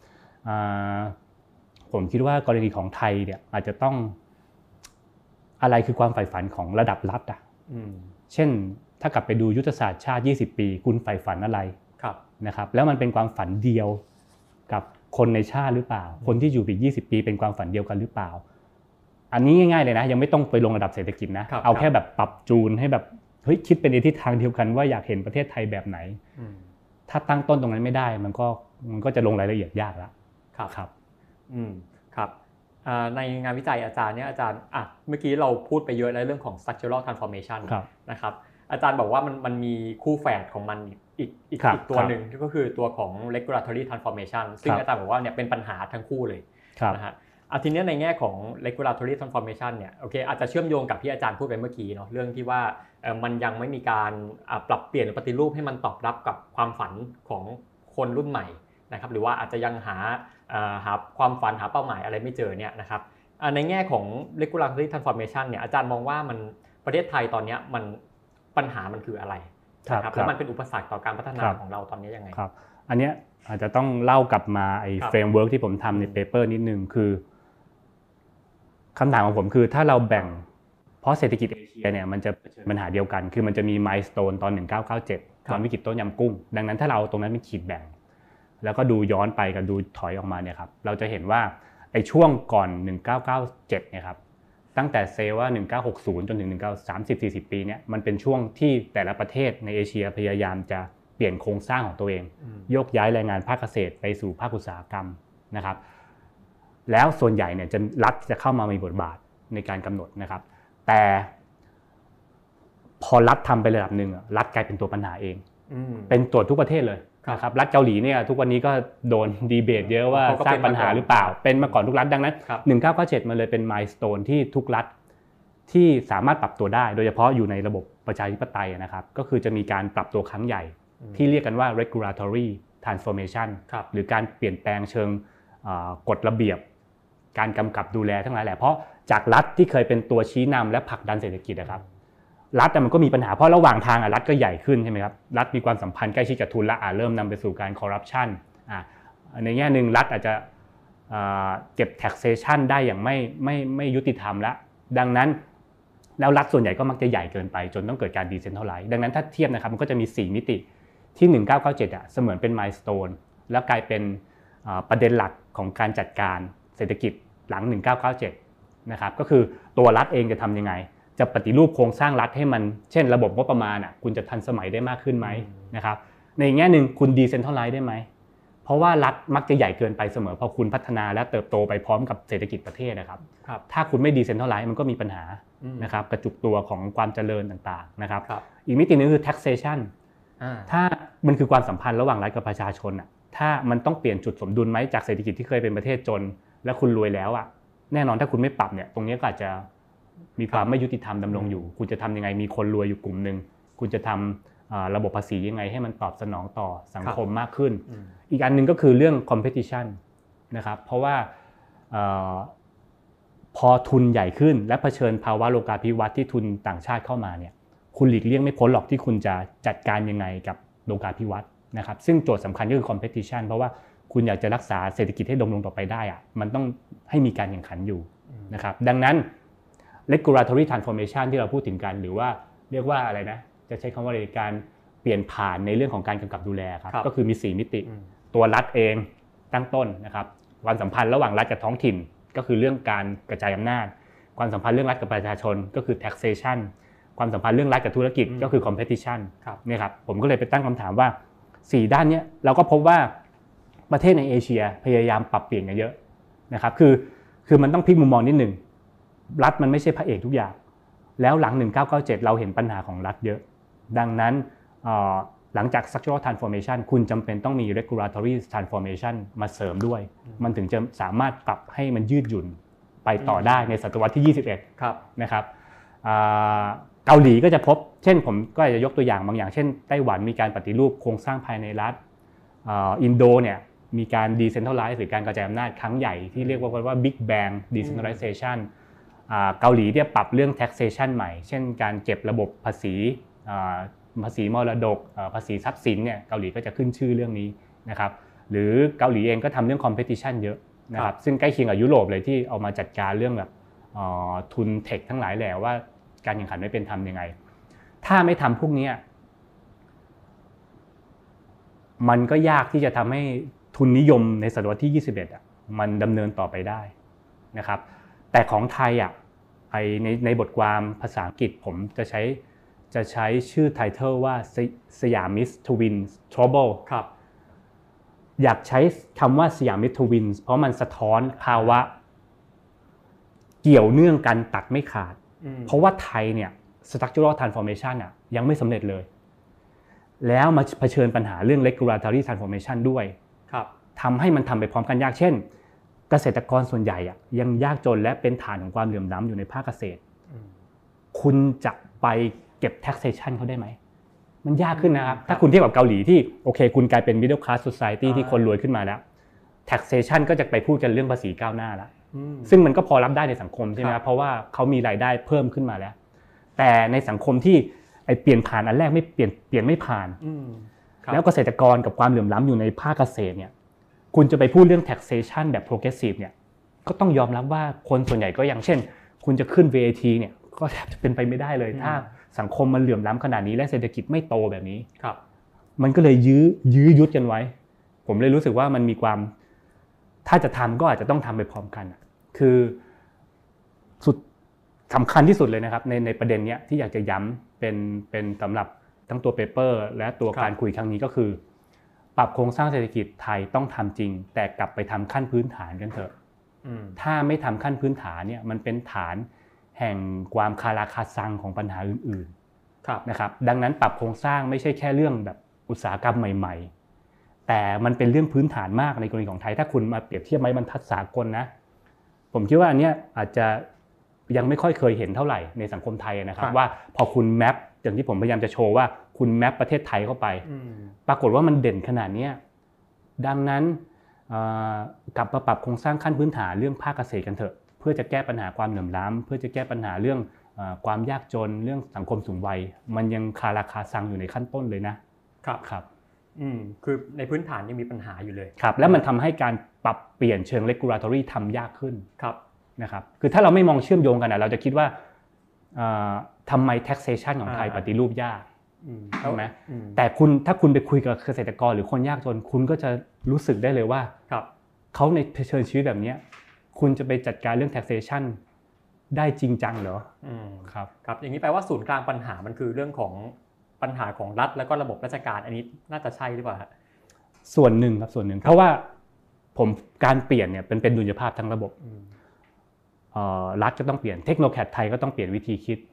ผมคิดว่ากรณีของไทยเนี่ยอาจจะต้องอะไรคือความใฝ่ฝันของระดับรัฐอ่ะเช่นถ้ากลับไปดูยุทธศาสตร์ชาติยี่สิบปีคุณใฝ่ฝันอะไรนะครับแล้วมันเป็นความฝันเดียวกับคนในชาติหรือเปล่าคนที่อยู่อีกยี่สิบปีเป็นความฝันเดียวกันหรือเปล่าอันนี้ง่ายๆเลยนะยังไม่ต้องไปลงระดับเศรษฐกิจนะเอาแค่แบบปรับจูนให้แบบเฮ้ยคิดเป็นในทิศทางเดียวกันว่าอยากเห็นประเทศไทยแบบไหนถ้าตั้งต้นตรงนั้นไม่ได้มันก็มันก็จะลงรายละเอียดยากแล้วครับครับอืมครับในงานวิจัยอาจารย์เนี่ยอาจารย์อ่ะเมื่อกี้เราพูดไปเยอะในเรื่องของ structural transformation นะครับอาจารย์บอกว่ามันมันมีคู่แฝดของมันอีกอีกอีกตัวหนึ่งก็คือตัวของ regulatory transformation ซึ่งอาจารย์บอกว่าเนี่ยเป็นปัญหาทั้งคู่เลยนะฮะอาทีนี้ในแง่ของ regulatory transformation เนี่ยโอเคอาจจะเชื่อมโยงกับที่อาจารย์พูดไปเมื่อกี้เนาะเรื่องที่ว่ามันยังไม่มีการปรับเปลี่ยนหรือปฏิรูปให้มันตอบรับกับความฝันของคนรุ่นใหม่นะครับหรือว่าอาจจะยังหาหาความฝันหาเป้าหมายอะไรไม่เจอเนี่ยนะครับในแง่ของ regulatory transformation เนี่ยอาจารย์มองว่ามันประเทศไทยตอนนี้มันปัญหามันคืออะไรครับแล้วมันเป็นอุปสรรคต่อการพัฒนาของเราตอนนี้ยังไงครับอันเนี้ยอาจจะต้องเล่ากลับมาไอ้เฟรมเวิร์กที่ผมทำในเปเปอร์นิดนึงคือคำถามของผมคือถ้าเราแบ่งเพราะเศรษฐกิจเอเชียเนี่ยมันจะปัญหาเดียวกันคือมันจะมีมายสโตนตอนหนึ่งพันเก้าร้อยเก้าสิบเจ็ดตอนวิกฤตต้มยำกุ้งดังนั้นถ้าเราตรงนั้นเป็นขีดแบ่งแล้วก็ดูย้อนไปกับดูถอยออกมาเนี่ยครับเราจะเห็นว่าไอ้ช่วงก่อนหนึ่งพันเก้าร้อยเก้าสิบเจ็ดเนี่ยครับตั้งแต่เซว่าหนึ่งพันเก้าร้อยหกสิบจนถึงหนึ่งพันเก้าร้อยสามสิบ สี่สิบปีเนี่ยมันเป็นช่วงที่แต่ละประเทศในเอเชียพยายามจะเปลี่ยนโครงสร้างของตัวเองโยกย้ายแรงงานภาคเกษตรไปสู่ภาคอุตสาหกรรมนะครับแล้วส่วนใหญ่เนี่ยจะรัฐจะเข้ามามีบทบาทในการกำหนดนะครับแต่พอรัฐทำไประดับหนึ่งรัฐกลายเป็นตัวปัญหาเองเป็นตัวทุกประเทศเลยนะครับรัฐเกาหลีเนี่ยทุกวันนี้ก็โดนดีเบตเยอะว่าสร้างปัญหาหรือเปล่าเป็นมาก่อนทุกรัฐดังนั้นหนึ่งพันเก้าร้อยเก้าสิบเจ็ดมันเลยเป็นมายสโตนที่ทุกรัฐที่สามารถปรับตัวได้โดยเฉพาะอยู่ในระบบประชาธิปไตยนะครับก็คือจะมีการปรับตัวครั้งใหญ่ที่เรียกกันว่า regulatory transformation หรือการเปลี่ยนแปลงเชิงกฎระเบียบการกำกับดูแลทั้งหลายแหละเพราะจากรัฐที่เคยเป็นตัวชี้นำและผลักดันเศรษฐกิจนะครับรัฐมันก็มีปัญหาเพราะระหว่างทางรัฐก็ใหญ่ขึ้นใช่ไหมครับรัฐมีความสัมพันธ์ใกล้ชิดกับทุนและเริ่มนำไปสู่การคอร์รัปชันในแง่หนึ่งรัฐอาจจะเก็บ taxation ได้อย่างไม่ไม่ไม่ยุติธรรมแล้วดังนั้นแล้วรัฐส่วนใหญ่ก็มักจะใหญ่เกินไปจนต้องเกิดการ decentralize ดังนั้นถ้าเทียบนะครับมันก็จะมีสี่มิติที่หนึ่งพันเก้าร้อยเก้าสิบเจ็ดอ่ะเสมือนเป็น milestone แล้วกลายเป็นประเด็นหลักของการจัดการเศรษฐกิจหลังหนึ่งพันเก้าร้อยเก้าสิบเจ็ดนะครับก็คือตัวรัฐเองจะทำยังไงจะปฏิรูปโครงสร้างรัฐให้มันเช่นระบบงบประมาณอ่ะคุณจะทันสมัยได้มากขึ้นไหมนะครับในแง่หนึ่งคุณ decentralize ได้ไหมเพราะว่ารัฐมักจะใหญ่เกินไปเสมอพอคุณพัฒนาและเติบโตไปพร้อมกับเศรษฐกิจประเทศนะครับถ้าคุณไม่ decentralize มันก็มีปัญหานะครับกระจุกตัวของความเจริญต่างๆนะครับอีกมิตินึงคือ taxation ถ้ามันคือความสัมพันธ์ระหว่างรัฐกับประชาชนอ่ะถ้ามันต้องเปลี่ยนจุดสมดุลไหมจากเศรษฐกิจที่เคยเป็นประเทศจนและคุณรวยแล้วอ่ะแน่นอนถ้าคุณไม่ปรับเนี่ยตรงนี้ก็อาจจะมีความไม่ยุติธรรมดำรงอยู่คุณจะทำยังไงมีคนรวยอยู่กลุ่มนึงคุณจะทำระบบภาษียังไงให้มันตอบสนองต่อสังคมมากขึ้นอีกอันนึงก็คือเรื่อง competition นะครับเพราะว่าพอทุนใหญ่ขึ้นและเผชิญภาวะโลกาภิวัตน์ที่ทุนต่างชาติเข้ามาเนี่ยคุณหลีกเลี่ยงไม่พ้นหรอกที่คุณจะจัดการยังไงกับโลกาภิวัตน์นะครับซึ่งโจทย์สำคัญก็คือ competition เพราะว่าคุณอยากจะรักษาเศรษฐกิจให้ดำรงต่อไปได้อะมันต้องให้มีการแข่งขันอยู่นะครับดังนั้น regulatory transformation ที่เราพูดถึงกันหรือว่าเรียกว่าอะไรนะจะใช้คำว่าอะไรการเปลี่ยนผ่านในเรื่องของการกำกับดูแลครับก็คือมีสี่มิติตัวรัฐเองตั้งต้นนะครับความสัมพันธ์ระหว่างรัฐกับท้องถิ่นก็คือเรื่องการกระจายอำนาจความสัมพันธ์เรื่องรัฐกับประชาชนก็คือ taxation ความสัมพันธ์เรื่องรัฐกับธุรกิจก็คือ competition เนี่ยครับผมก็เลยไปตั้งคำถามว่าสี่ด้านนี้เราก็พบว่าประเทศในเอเชียพยายามปรับเปลี่ยนกันเยอะนะครับคือคือมันต้องพลิกมุมมองนิดหนึ่งรัฐมันไม่ใช่พระเอกทุกอย่างแล้วหลังหนึ่งพันเก้าร้อยเก้าสิบเจ็ดเราเห็นปัญหาของรัฐเยอะดังนั้นหลังจาก structural transformation คุณจำเป็นต้องมี regulatory transformation มาเสริมด้วยมันถึงจะสามารถปรับให้มันยืดหยุ่นไปต่อได้ในศตวรรษที่ยี่สิบเอ็ดนะครับเกาหลีก็จะพบเช่นผมก็จะยกตัวอย่างบางอย่างเช่นไต้หวันมีการปฏิรูปโครงสร้างภายในรัฐอินโดเนี่ยมีการ decentralize หรือการกระจายอำนาจครั้งใหญ่ที่เรียกว่าว่า Big Bang decentralization เกาหลีเนี่ยปรับเรื่อง taxation ใหม่เช่นการเก็บระบบภาษีภาษีมรดกภาษีทรัพย์สินเนี่ยเกาหลีก็จะขึ้นชื่อเรื่องนี้นะครับหรือเกาหลีเองก็ทำเรื่อง competition เยอะนะครับซึ่งใกล้เคียงกับยุโรปเลยที่เอามาจัดการเรื่องแบบทุนเทคทั้งหลายแหละว่าการแข่งขันไม่เป็นธรรมยังไงถ้าไม่ทำพวกนี้มันก็ยากที่จะทำให้ทุนนิยมในศตวรรษที่ยี่สิบเอ็ดอ่ะมันดำเนินต่อไปได้นะครับแต่ของไทยอ่ะไอในในบทความภาษาอังกฤษผมจะใช้จะใช้ชื่อไทเทลว่าสยามิสทวินส์ทรับเบิลครับอยากใช้คำว่าสยามิสทวินส์เพราะมันสะท้อนภาวะเกี่ยวเนื่องกันตัดไม่ขาดเพราะว่าไทยเนี่ย structural transformation อ่ะยังไม่สำเร็จเลยแล้วมาเผชิญปัญหาเรื่อง regulatory transformation ด้วยทำให้มันทำไปพร้อมกันยากเช่นเกษตรกรส่วนใหญ่ยังยากจนและเป็นฐานของความเหลื่อมล้ำอยู่ในภาคเกษตรคุณจะไปเก็บ taxation เขาได้ไหมมันยากขึ้นนะครับถ้าคุณเทียบกับเกาหลีที่โอเคคุณกลายเป็น middle class society ที่คนรวยขึ้นมาแล้ว taxation ก็จะไปพูดกันเรื่องภาษีก้าวหน้าแล้วซึ่งมันก็พอรับได้ในสังคมใช่ไหมครับเพราะว่าเขามีรายได้เพิ่มขึ้นมาแล้วแต่ในสังคมที่ไอ้เปลี่ยนผ่านอันแรกไม่เปลี่ยนเปลี่ยนไม่ผ่านแล้วเกษตรกรกับความเหลื่อมล้ำอยู่ในภาคเกษตรเนี่ยคุณจะไปพูดเรื่อง taxation แบบ progressive เนี่ยก็ต้องยอมรับว่าคนส่วนใหญ่ก็อย่างเช่นคุณจะขึ้น วี เอ ที เนี่ยก็แทบจะเป็นไปไม่ได้เลยถ้าสังคมมันเหลื่อมล้ำขนาดนี้และเศรษฐกิจไม่โตแบบนี้มันก็เลยยื้อยื้อยุดกันไว้ผมเลยรู้สึกว่ามันมีความถ้าจะทำก็อาจจะต้องทำไปพร้อมกันคือสุดสำคัญที่สุดเลยนะครับในในประเด็นนี้ที่อยากจะย้ำเป็นเป็นสำหรับทั้งตัวเปเปอร์และตัวการคุยครั้งนี้ก็คือปรับโครงสร้างเศรษฐกิจไทยต้องทำจริงแต่กลับไปทำขั้นพื้นฐานกันเถอะถ้าไม่ทำขั้นพื้นฐานเนี่ยมันเป็นฐานแห่งความคาราคาซังของปัญหาอื่นๆนะครับดังนั้นปรับโครงสร้างไม่ใช่แค่เรื่องแบบอุตสาหกรรมใหม่ๆแต่มันเป็นเรื่องพื้นฐานมากในกรณีของไทยถ้าคุณมาเปรียบเทียบไม้บรรทัดสากลนะผมคิดว่าอันเนี้ยอาจจะยังไม่ค่อยเคยเห็นเท่าไหร่ในสังคมไทยนะครับว่าพอคุณแมปอย่างที่ผมพยายามจะโชว์ว่าคุณแมปประเทศไทยเข้าไปปรากฏว่ามันเด่นขนาดนี้ดังนั้นกลับมาปรับโครงสร้างขั้นพื้นฐานเรื่องภาคเกษตรกันเถอะเพื่อจะแก้ปัญหาความเหลื่อมล้ำเพื่อจะแก้ปัญหาเรื่องความยากจนเรื่องสังคมสูงวัยมันยังคาราคาซังอยู่ในขั้นต้นเลยนะครับครับอืมคือในพื้นฐานยังมีปัญหาอยู่เลยครับแล้วมันทำให้การปรับเปลี่ยนเชิง regulatory ทำยากขึ้นครับนะครับคือถ้าเราไม่มองเชื่อมโยงกันนะเราจะคิดว่าทำไม taxation ของไทยปฏิรูปยากใช่ไหมแต่คุณถ้าคุณไปคุยกับเกษตรกรหรือคนยากจนคุณก็จะรู้สึกได้เลยว่าเขาในเผชิญชีวิตแบบนี้คุณจะไปจัดการเรื่อง taxation ได้จริงจังเหรอครับครับอย่างนี้แปลว่าศูนย์กลางปัญหามันคือเรื่องของปัญหาของรัฐแล้วก็ระบบราชการอันนี้น่าจะใช่หรือเปล่าฮะส่วนหนึ่งครับส่วนหนึ่งเพราะว่าผมการเปลี่ยนเนี่ยเป็นเป็นดุลยภาพทั้งระบบรัฐก็ต้องเปลี่ยนเทคโนแครดไทยก็ต้องเปลี่ยนวิธีคิด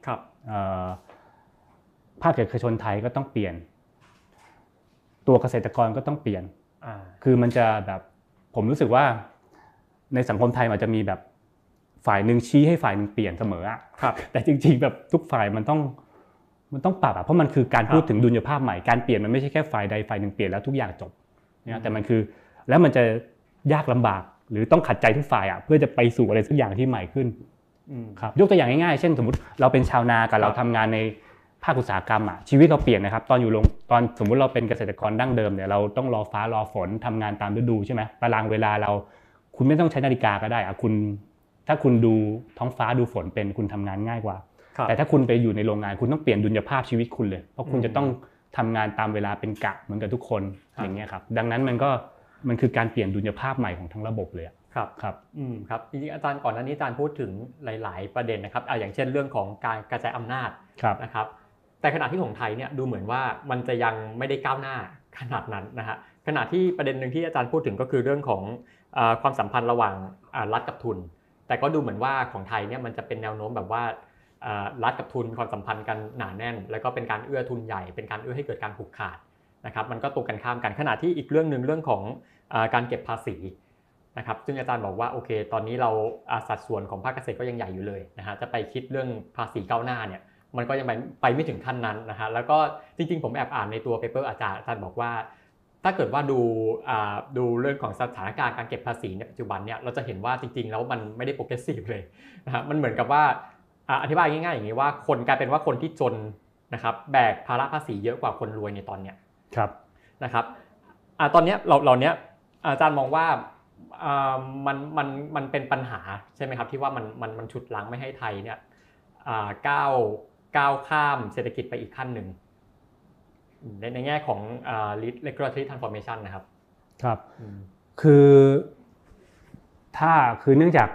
ภาคเอกชนไทยก็ต้องเปลี่ยนตัวเกษตรกรก็ต้องเปลี่ยนคือมันจะแบบผมรู้สึกว่าในสังคมไทยมันจะมีแบบฝ่ายหนึ่งชี้ให้ฝ่ายหนึ่งเปลี่ยนเสมออะแต่จริงๆแบบทุกฝ่ายมันต้องมันต้องปรับอะเพราะมันคือการพูดถึงดุลยภาพใหม่การเปลี่ยนมันไม่ใช่แค่ฝ่ายใดฝ่ายหนึ่งเปลี่ยนแล้วทุกอย่างจบนะแต่มันคือแล้วมันจะยากลำบากหรือต้องขัดใจทุกฝ่ายอ่ะเพื่อจะไปสู่อะไรสักอย่างที่ใหม่ขึ้นครับยกตัวอย่างง่ายๆเช่นสมมติเราเป็นชาวนากับเราทำงานในภาคอุตสาหกรรมอ่ะชีวิตเราเปลี่ยนนะครับตอนอยู่ลงตอนสมมุติเราเป็นเกษตรกรดั้งเดิมเนี่ยเราต้องรอฟ้ารอฝนทำงานตามฤดูใช่ไหมตารางเวลาเราคุณไม่ต้องใช้นาฬิกาก็ได้อ่ะคุณถ้าคุณดูท้องฟ้าดูฝนเป็นคุณทำงานง่ายกว่าแต่ถ้าคุณไปอยู่ในโรงงานคุณต้องเปลี่ยนดุลยภาพชีวิตคุณเลยเพราะคุณจะต้องทำงานตามเวลาเป็นกะเหมือนกับทุกคนอย่างเงี้ยครับดังนั้นมันก็มันคือการเปลี่ยนดุลยภาพใหม่ของทั้งระบบเลยครับครับอืมครับจริงๆอาจารย์ก่อนหน้านี้อาจารย์พูดถึงหลายๆประเด็นนะครับอย่างเช่นเรื่องของการกระจายอำนาจนะครับแต่ขณะที่ของไทยเนี่ยดูเหมือนว่ามันจะยังไม่ได้ก้าวหน้าขนาดนั้นนะฮะขณะที่ประเด็นหนึ่งที่อาจารย์พูดถึงก็คือเรื่องของความสัมพันธ์ระหว่างรัฐกับทุนแต่ก็ดูเหมือนว่าของไทยเนี่ยมันจะเป็นแนวโน้มแบบว่ารัฐกับทุนความสัมพันธ์กันหนาแน่นแล้วก็เป็นการเอื้อทุนใหญ่เป็นการเอื้อให้เกิดการผูกขาดนะครับมันก็ตรงกันข้ามกันขณะที่อีกเรื่องนึงเรื่องของการเก็บภาษีนะครับซึ่งอาจารย์บอกว่าโอเคตอนนี้เราสัดส่วนของภาคเกษตรก็ยังใหญ่อยู่เลยนะฮะจะไปคิดเรื่องภาษีก้าวหน้าเนี่ยมันก็ยังไปไปไม่ถึงขั้นนั้นนะฮะแล้วก็จริงๆผมแอบอ่านในตัวเปเปอร์อาจารย์อาจารย์บอกว่าถ้าเกิดว่าดูดูเรื่องของสถานการณ์การเก็บภาษีในปัจจุบันเนี่ยเราจะเห็นว่าจริงๆแล้วมันไม่ได้โปรเกรสซีฟเลยนะฮะมันเหมือนกับว่าอธิบายง่ายๆอย่างนี้ว่าคนกลายเป็นว่าคนที่จนนะครับแบกภาระภาษีเยอะกว่าคนรวยในตอนเนี้ยครับนะครับตอนนี้เราเราเนี้ยอาจารย์มองว่ามันมันมันเป็นปัญหาใช่ไหมครับที่ว่ามันมันมันฉุดรั้งไม่ให้ไทยเนี่ยก้าวก้าวข้ามเศรษฐกิจไปอีกขั้นหนึ่งในในแง่ของ regulatory transformation นะครับครับคือถ้าคือเนื่องจาก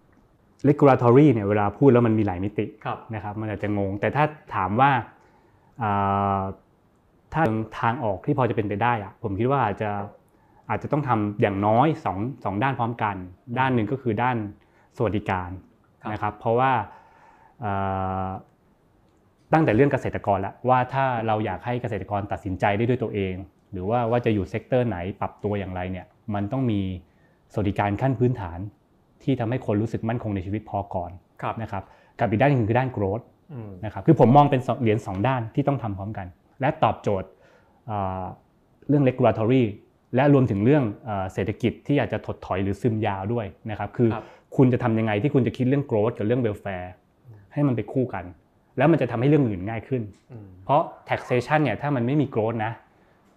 regulatory เนี่ยเวลาพูดแล้วมันมีหลายมิตินะครับมันอาจจะงงแต่ถ้าถามว่าถ้าทางออกที่พอจะเป็นไปได้อะผมคิดว่าอาจจะอาจจะต้องทำอย่างน้อยสอง สองด้านพร้อมกันด้านหนึ่งก็คือด้านสวัสดิการนะครับเพราะว่าตั้งแต่เรื่องเกษตรกรแล้วว่าถ้าเราอยากให้เกษตรกรตัดสินใจได้ด้วยตัวเองหรือว่าว่าจะอยู่เซกเตอร์ไหนปรับตัวอย่างไรเนี่ยมันต้องมีสวัสดิการขั้นพื้นฐานที่ทำให้คนรู้สึกมั่นคงในชีวิตพอก่อนนะครับกับอีกด้านนึงคือด้าน growth นะครับคือผมมองเป็นเหรียญสองด้านที่ต้องทำพร้อมกันและตอบโจทย์เรื่อง regulatory และรวมถึงเรื่องเศรษฐกิจที่อาจจะถดถอยหรือซึมยาวด้วยนะครับคือคุณจะทำยังไงที่คุณจะคิดเรื่อง growth กับเรื่อง welfare ให้มันไปคู่กันแล้วมันจะทำให้เรื่องอื่นง่ายขึ้นเพราะ taxation เนี่ยถ้ามันไม่มี growth นะ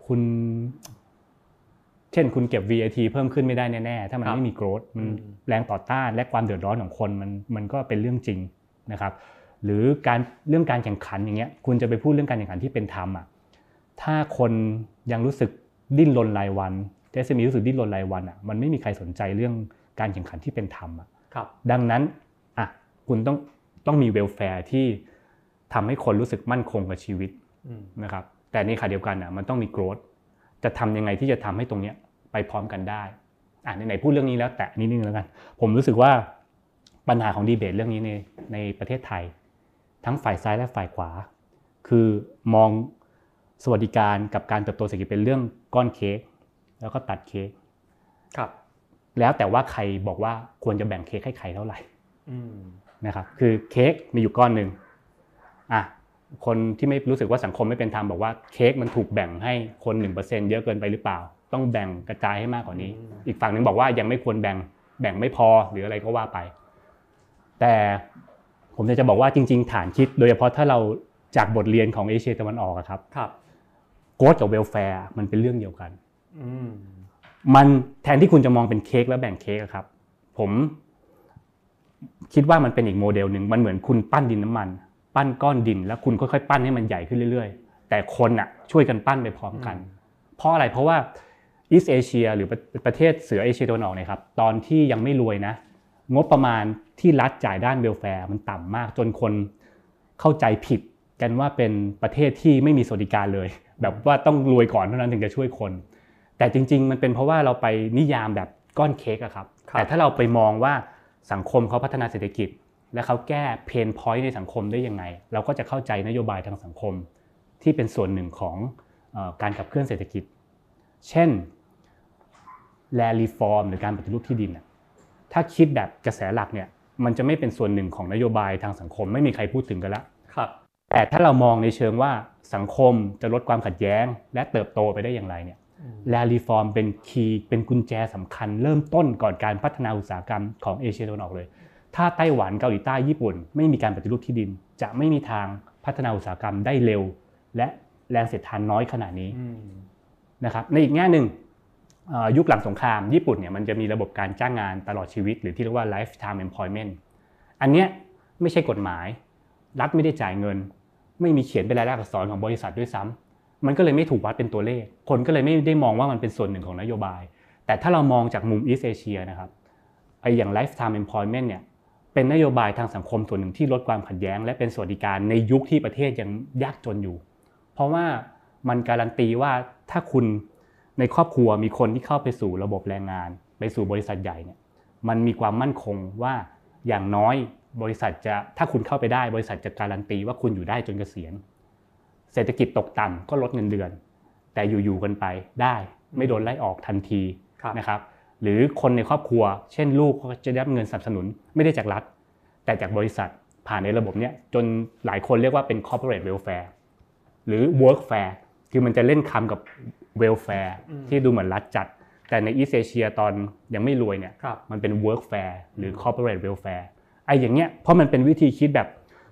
คุณเช่นคุณเก็บ วี ไอ ที เพิ่มขึ้นไม่ได้แน่ๆถ้ามันไม่มี growth มันแรงต่อต้านและความเดือดร้อนของคนมันมันก็เป็นเรื่องจริงนะครับหรือการเรื่องการแข่งขันอย่างเงี้ยคุณจะไปพูดเรื่องการแข่งขันที่เป็นธรรมอ่ะถ้าคนยังรู้สึกดิ้นรนรายวัน เอส เอ็ม อี รู้สึกดิ้นรนรายวันอ่ะมันไม่มีใครสนใจเรื่องการแข่งขันที่เป็นธรรมอ่ะดังนั้นอ่ะคุณต้องต้องมีเวลแฟร์ที่ทำให้คนรู้สึกมั่นคงกับชีวิตนะครับแต่ในขณะเดียวกันอ่ะมันต้องมี growth จะทำยังไงที่จะทำให้ตรงเนี้ยไปพร้อมกันได้อ่ะไหนๆพูดเรื่องนี้แล้วแต่นิดนึงแล้วกันผมรู้สึกว่าปัญหาของดีเบตเรื่องนี้ในในประเทศไทยทั้งฝ่ายซ้ายและฝ่ายขวาคือมองสวัสดิการกับการเติบโตเศรษฐกิจเป็นเรื่องก้อนเค้กแล้วก็ตัดเค้กครับแล้วแต่ว่าใครบอกว่าควรจะแบ่งเค้กให้ใครเท่าไหร่นะครับคือเค้กมีอยู่ก้อนนึงอ่ะคนที่ไม่รู้สึกว่าสังคมไม่เป็นธรรมบอกว่าเค้กมันถูกแบ่งให้คน หนึ่งเปอร์เซ็นต์ เยอะเกินไปหรือเปล่าต้องแบ่งกระจายให้มากกว่านี้อีกฝั่งนึงบอกว่ายังไม่ควรแบ่งแบ่งไม่พอหรืออะไรก็ว่าไปแต่ผมจะบอกว่าจริงๆฐานคิดโดยเฉพาะถ้าเราจากบทเรียนของเอเชียตะวันออกครับครับโกรธกับเวลแฟร์มันเป็นเรื่องเดียวกันมันแทนที่คุณจะมองเป็นเค้กแล้วแบ่งเค้กครับผมคิดว่ามันเป็นอีกโมเดลนึงมันเหมือนคุณปั้นดินน้ำมันปั้นก้อนดินแล้วคุณค่อยๆปั้นให้มันใหญ่ขึ้นเรื่อยๆแต่คนอ่ะช่วยกันปั้นไปพร้อมกันเพราะอะไรเพราะว่าอีสต์เอเชียหรือประเทศเสือเอเชียตะวันออกเนี่ยครับตอนที่ยังไม่รวยนะงบประมาณที่รัฐจ่ายด้านเวลแฟร์มันต่ำมากจนคนเข้าใจผิดกันว่าเป็นประเทศที่ไม่มีสวัสดิการเลยแบบว่าต้องรวยก่อนเท่านั้นถึงจะช่วยคนแต่จริงๆมันเป็นเพราะว่าเราไปนิยามแบบก้อนเค้กอะครับแต่ถ้าเราไปมองว่าสังคมเขาพัฒนาเศรษฐกิจและเขาแก้เพนพอยต์ในสังคมได้ยังไงเราก็จะเข้าใจนโยบายทางสังคมที่เป็นส่วนหนึ่งของเอ่อการขับเคลื่อนเศรษฐกิจเช่นแลรีฟอร์มหรือการปฏิรูปที่ดินถ้าคิดแบบกระแสหลักเนี่ยมันจะไม่เป็นส่วนหนึ่งของนโยบายทางสังคมไม่มีใครพูดถึงกันละแต่ถ้าเรามองในเชิงว่าสังคมจะลดความขัดแย้งและเติบโตไปได้อย่างไรเนี่ยแลรีฟอร์มเป็นคีย์เป็นกุญแจสำคัญเริ่มต้นก่อนการพัฒนาอุตสาหกรรมของเอเชียตะวันออกเลยถ้าไต้หวันเกาหลีใต้ญี่ปุ่นไม่มีการปฏิรูปที่ดินจะไม่มีทางพัฒนาอุตสาหกรรมได้เร็วและแรงเสียดทานน้อยขนาดนี้นะครับในอีกแง่นึงยุคหลังสงครามญี่ปุ่นเนี่ยมันจะมีระบบการจ้างงานตลอดชีวิตหรือที่เรียกว่า lifetime employment อันเนี้ยไม่ใช่กฎหมายรัฐไม่ได้จ่ายเงินไม่มีเขียนเป็นลายลักษณ์อักษรของบริษัทด้วยซ้ำมันก็เลยไม่ถูกวัดเป็นตัวเลขคนก็เลยไม่ได้มองว่ามันเป็นส่วนหนึ่งของนโยบายแต่ถ้าเรามองจากมุม East Asia นะครับไอ้อย่าง lifetime employment เนี่ยเป็นนโยบายทางสังคมส่วนหนึ่งที่ลดความขัดแย้งและเป็นสวัสดิการในยุคที่ประเทศยังยากจนอยู่เพราะว่ามันการันตีว่าถ้าคุณในครอบครัวมีคนที่เข้าไปสู่ระบบแรงงานไปสู่บริษัทใหญ่เนี่ยมันมีความมั่นคงว่าอย่างน้อยบริษัทจะถ้าคุณเข้าไปได้บริษัทจะการันตีว่าคุณอยู่ได้จนเกษียณเศรษฐกิจตกต่ำก็ลดเงินเดือนแต่อยู่ๆกันไปได้ไม่โดนไล่ออกทันทีนะครับหรือคนในครอบครัวเช่นลูกก็จะได้รับเงินสนับสนุนไม่ได้จากรัฐแต่จากบริษัทผ่านในระบบนี้จนหลายคนเรียกว่าเป็น corporate welfare หรือ workfare คือมันจะเล่นคำกับ welfare ที่ดูเหมือนรัฐจัดแต่ใน East Asia ตอนยังไม่รวยเนี่ยมันเป็น workfare หรือ corporate welfare ไอ้อย่างเงี้ยเพราะมันเป็นวิธีคิดแบบ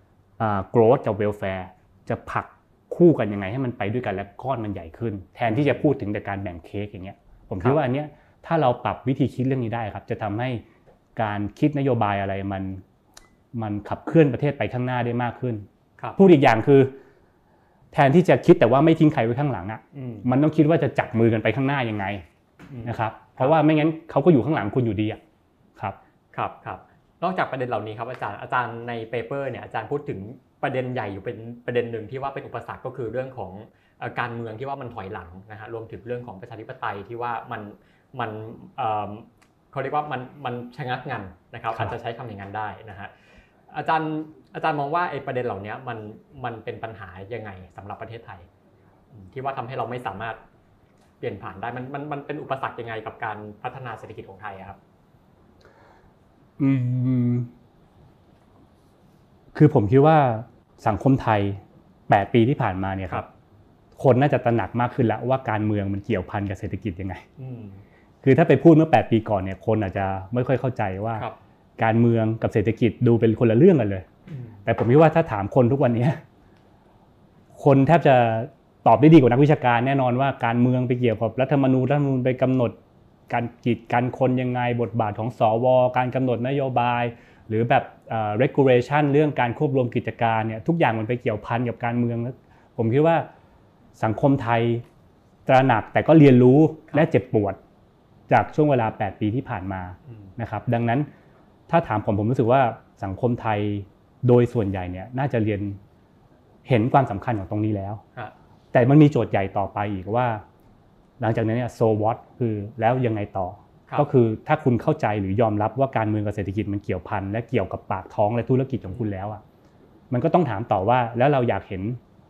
growth กับ welfare จะผลักคู่กันยังไงให้มันไปด้วยกันและก้อนมันใหญ่ขึ้นแทนที่จะพูดถึงแต่การแบ่งเค้กอย่างเงี้ยผมคิดว่าอันเนี้ยถ้าเราปรับวิธีคิดเรื่องนี้ได้ครับจะทำให้การคิดนโยบายอะไรมันมันขับเคลื่อนประเทศไปข้างหน้าได้มากขึ้นพูดอีกอย่างคือแทนที่จะคิดแต่ว่าไม่ทิ้งใครไว้ข้างหลังอ่ะมันต้องคิดว่าจะจับมือกันไปข้างหน้ายังไงนะครับเพราะว่าไม่งั้นเขาก็อยู่ข้างหลังคุณอยู่ดีอ่ะครับครับครับนอกจากประเด็นเหล่านี้ครับอาจารย์อาจารย์ในเปเปอร์เนี่ยอาจารย์พูดถึงประเด็นใหญ่อยู่เป็นประเด็นหนึ่งที่ว่าเป็นอุปสรรคก็คือเรื่องของการเมืองที่ว่ามันถอยหลังนะฮะรวมถึงเรื่องของประชาธิปไตยที่ว่ามันมันเขาเรียกว่ามันมันชะงักงันนะครับอาจจะใช้คำอย่างนั้นได้นะฮะอาจารย์อาจารย์มองว่าไอ้ประเด็นเหล่านี้มันมันเป็นปัญหายังไงสำหรับประเทศไทยที่ว่าทำให้เราไม่สามารถเปลี่ยนผ่านได้มันมันมันเป็นอุปสรรคยังไงกับการพัฒนาเศรษฐกิจของไทยครับอืมคือผมคิดว่าสังคมไทยแปดปีที่ผ่านมาเนี่ยครับคนน่าจะตระหนักมากขึ้นแล้วว่าการเมืองมันเกี่ยวพันกับเศรษฐกิจยังไงคือถ้าไปพูดเมื่อแปดปีก่อนเนี่ยคนอาจจะไม่ค่อยเข้าใจว่าการเมืองกับเศรษฐกิจดูเป็นคนละเรื่องกันเลยแต่ผมคิดว่าถ้าถามคนทุกวันนี้คนแทบจะตอบได้ดีกว่านักวิชาการแน่นอนว่าการเมืองไปเกี่ยวกับรัฐธรรมนูญรัฐธรรมนูญไปกำหนดการกีดกันคนยังไงบทบาทของสวการกำหนดนโยบายหรือแบบเอ่อ regulation เรื่องการควบรวมกิจการเนี่ยทุกอย่างมันไปเกี่ยวพันกับการเมืองแล้วผมคิดว่าสังคมไทยตระหนักแต่ก็เรียนรู้และเจ็บปวดจากช่วงเวลาแปดปีที่ผ่านมานะครับดังนั้นถ้าถามผมผมรู้สึกว่าสังคมไทยโดยส่วนใหญ่เนี่ยน่าจะเรียนเห็นความสำคัญของตรงนี้แล้วแต่มันมีโจทย์ใหญ่ต่อไปอีกว่าหลังจากนั้นเนี่ย so what คือแล้วยังไงต่อก็คือถ้าคุณเข้าใจหรือยอมรับว่าการเมืองกับเศรษฐกิจมันเกี่ยวพันและเกี่ยวกับปากท้องและธุรกิจของคุณแล้วอ่ะมันก็ต้องถามต่อว่าแล้วเราอยากเห็น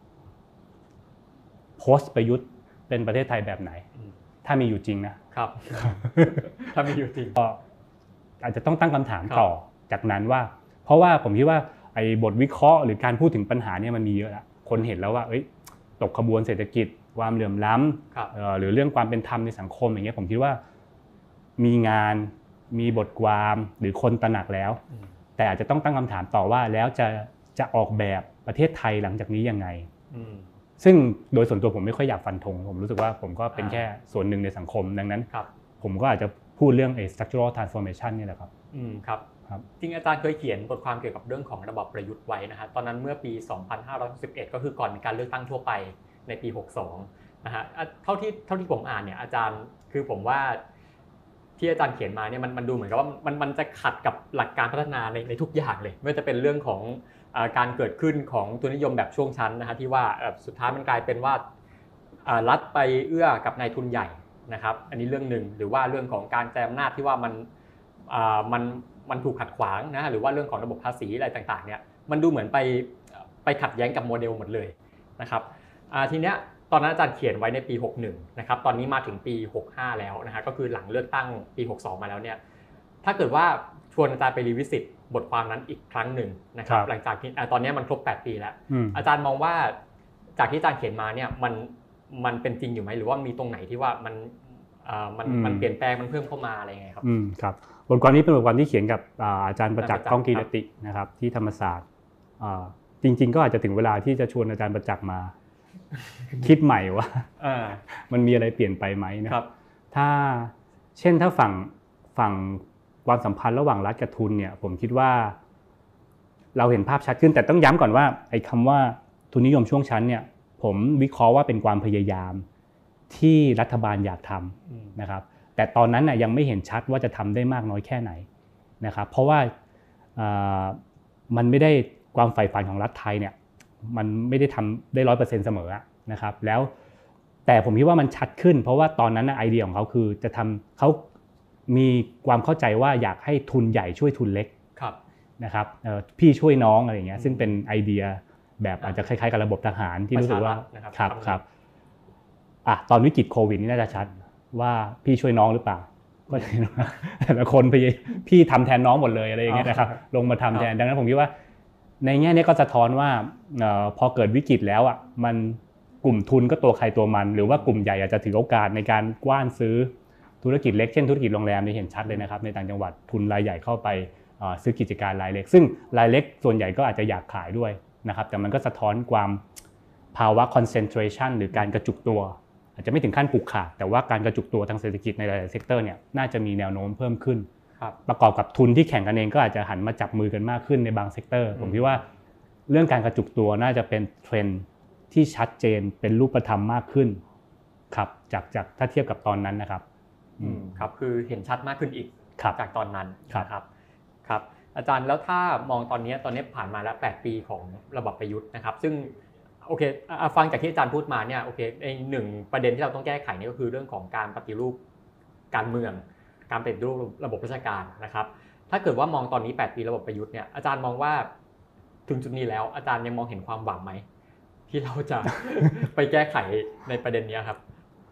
post ประยุทธ์เป็นประเทศไทยแบบไหนถ้ามีอยู่จริงนะครับถ้ามีอยู่จริงก็อาจจะต้องตั้งคำถามต่อจากนั้นว่าเพราะว่าผมคิดว่าไอ้บทวิเคราะห์หรือการพูดถึงปัญหาเนี่ยมันมีเยอะแล้วคนเห็นแล้วว่าเอ้ยตกขบวนเศรษฐกิจความเหลื่อมล้ำหรือเรื่องความเป็นธรรมในสังคมอย่างเงี้ยผมคิดว่ามีงานมีบทความหรือคนตระหนักแล้วแต่อาจจะต้องตั้งคำถามต่อว่าแล้วจะจะออกแบบประเทศไทยหลังจากนี้ยังไงซึ่งโดยส่วนตัวผมไม่ค่อยอยากฟันธงผมรู้สึกว่าผมก็เป็นแค่ส่วนหนึ่งในสังคมดังนั้นผมก็อาจจะพูดเรื่องไอ้ structural transformation นี่แหละครับอืมครับจริงอาจารย์เคยเขียนบทความเกี่ยวกับเรื่องของระบอบประยุทธ์ไว้นะฮะตอนนั้นเมื่อปีสองพันห้าร้อยหกสิบเอ็ดก็คือก่อนการเลือกตั้งทั่วไปในปีหกสิบสองนะฮะเท่าที่เท่าที่ผมอ่านเนี่ยอาจารย์คือผมว่าที่อาจารย์เขียนมาเนี่ยมันมันดูเหมือนกับว่ามันมันจะขัดกับหลักการพัฒนาในในทุกอย่างเลยไม่ว่าจะเป็นเรื่องของการเกิดขึ้นของทุนนิยมแบบช่วงชั้นนะฮะที่ว่าสุดท้ายมันกลายเป็นว่ารัฐไปเอื้อกับนายทุนใหญ่นะครับอันนี้เรื่องนึงหรือว่าเรื่องของการแจมอำนาจที่ว่ามันมันมันถูกขัดขวางนะหรือว่าเรื่องของระบบภาษีอะไรต่างๆเนี่ยมันดูเหมือนไปไปขัดแย้งกับโมเดลหมดเลยนะครับทีเนี้ยตอนนั้นอาจารย์เขียนไว้ในปีหกสิบเอ็ดนะครับตอนนี้มาถึงปีหกสิบห้าแล้วนะฮะก็คือหลังเลือกตั้งปีหกสิบสองมาแล้วเนี่ยถ้าเกิดว่าชวนอาจารย์ไปรีวิสิตบทความนั้นอีกครั้งหนึ่งนะครับหลังจากที่ตอนนี้มันครบแปดปีแล้วอาจารย์มองว่าจากที่อาจารย์เขียนมาเนี่ยมันมันเป็นจริงอยู่ไหมหรือว่ามีตรงไหนที่ว่ามันมันมันเปลี่ยนแปลงมันเพิ่มเข้ามาอะไรไงครับอืมครับบทความนี้เป็นบทความที่เขียนกับอาจารย์ประจักษ์ก้องกีรตินะครับที่ธรรมศาสตร์จริงๆก็อาจจะถึงเวลาที่จะชวนอาจารย์ประจักษ์มาคิดใหม่ว่ามันมีอะไรเปลี่ยนไปไหมนะครับถ้าเช่นถ้าฝั่งฝั่งความสัมพันธ์ระหว่างรัฐกับทุนเนี่ยผมคิดว่าเราเห็นภาพชัดขึ้นแต่ต้องย้ำก่อนว่าไอ้คำว่าทุนนิยมช่วงชั้นเนี่ยผมวิเคราะห์ว่าเป็นความพยายามที่รัฐบาลอยากทำนะครับแต่ตอนนั้นน่ะยังไม่เห็นชัดว่าจะทำได้มากน้อยแค่ไหนนะครับเพราะว่ามันไม่ได้ความใฝ่ฝันของรัฐไทยเนี่ยมันไม่ได้ทำได้ ร้อยเปอร์เซ็นต์ เสมอนะครับแล้วแต่ผมคิดว่ามันชัดขึ้นเพราะว่าตอนนั้นไอเดียของเขาคือจะทำเขามีความเข้าใจว่าอยากให้ทุนใหญ่ช่วยทุนเล็กนะครับพี่ช่วยน้องอะไรอย่างเงี้ยซึ่งเป็นไอเดียแบบอาจจะคล้ายๆกับระบบทหารที่รู้สึกว่าครับครับอ่ะตอนวิกฤตโควิดนี่น่าจะชัดว่าพี่ช่วยน้องหรือเปล่าก็แต่ละคนพี่พี่ทำแทนน้องหมดเลยอะไรอย่างเงี้ยนะครับลงมาทำแทนดังนั้นผมคิดว่าในแง่นี้ก็สะท้อนว่าพอเกิดวิกฤตแล้วอ่ะมันกลุ่มทุนก็ตัวใครตัวมันหรือว่ากลุ่มใหญ่อาจจะถือโอกาสในการกว้านซื้อธุรกิจเล็กเช่นธุรกิจโรงแรมนี่เห็นชัดเลยนะครับในต่างจังหวัดทุนรายใหญ่เข้าไปซื้อกิจการรายเล็กซึ่งรายเล็กส่วนใหญ่ก็อาจจะอยากขายด้วยนะครับแต่มันก็สะท้อนความภาวะ concentration หรือการกระจุกตัวอาจจะไม่ถึงขั้นผูกขาดแต่ว่าการกระจุกตัวทางเศรษฐกิจในหลายๆเซกเตอร์เนี่ยน่าจะมีแนวโน้มเพิ่มขึ้นประกอบกับทุนที่แข่งกันเองก็อาจจะหันมาจับมือกันมากขึ้นในบางเซกเตอร์ผมคิดว่าเรื่องการกระจุกตัวน่าจะเป็นเทรนด์ที่ชัดเจนเป็นรูปธรรมมากขึ้นครับจากจากถ้าเทียบกับตอนนั้นนะครับอืมครับคือเห็นชัดมากขึ้นอีกจากตอนนั้นนะครับครับอาจารย์แล้วถ้ามองตอนนี้ตอนนี้ผ่านมาแล้วแปดปีของระบอบประยุทธ์นะครับซึ่งโอเคฟังจากที่อาจารย์พูดมาเนี่ยโอเคไอ้หนึ่งประเด็นที่เราต้องแก้ไขนี่ก็คือเรื่องของการปฏิรูปการเมืองการปฏิรูประบบราชการนะครับถ้าเกิดว่ามองตอนนี้แปดปีระบบประยุทธ์เนี่ยอาจารย์มองว่าถึงจุดนี้แล้วอาจารย์ยังมองเห็นความหวังไหมที่เราจะ ไปแก้ไขในประเด็นนี้ครับ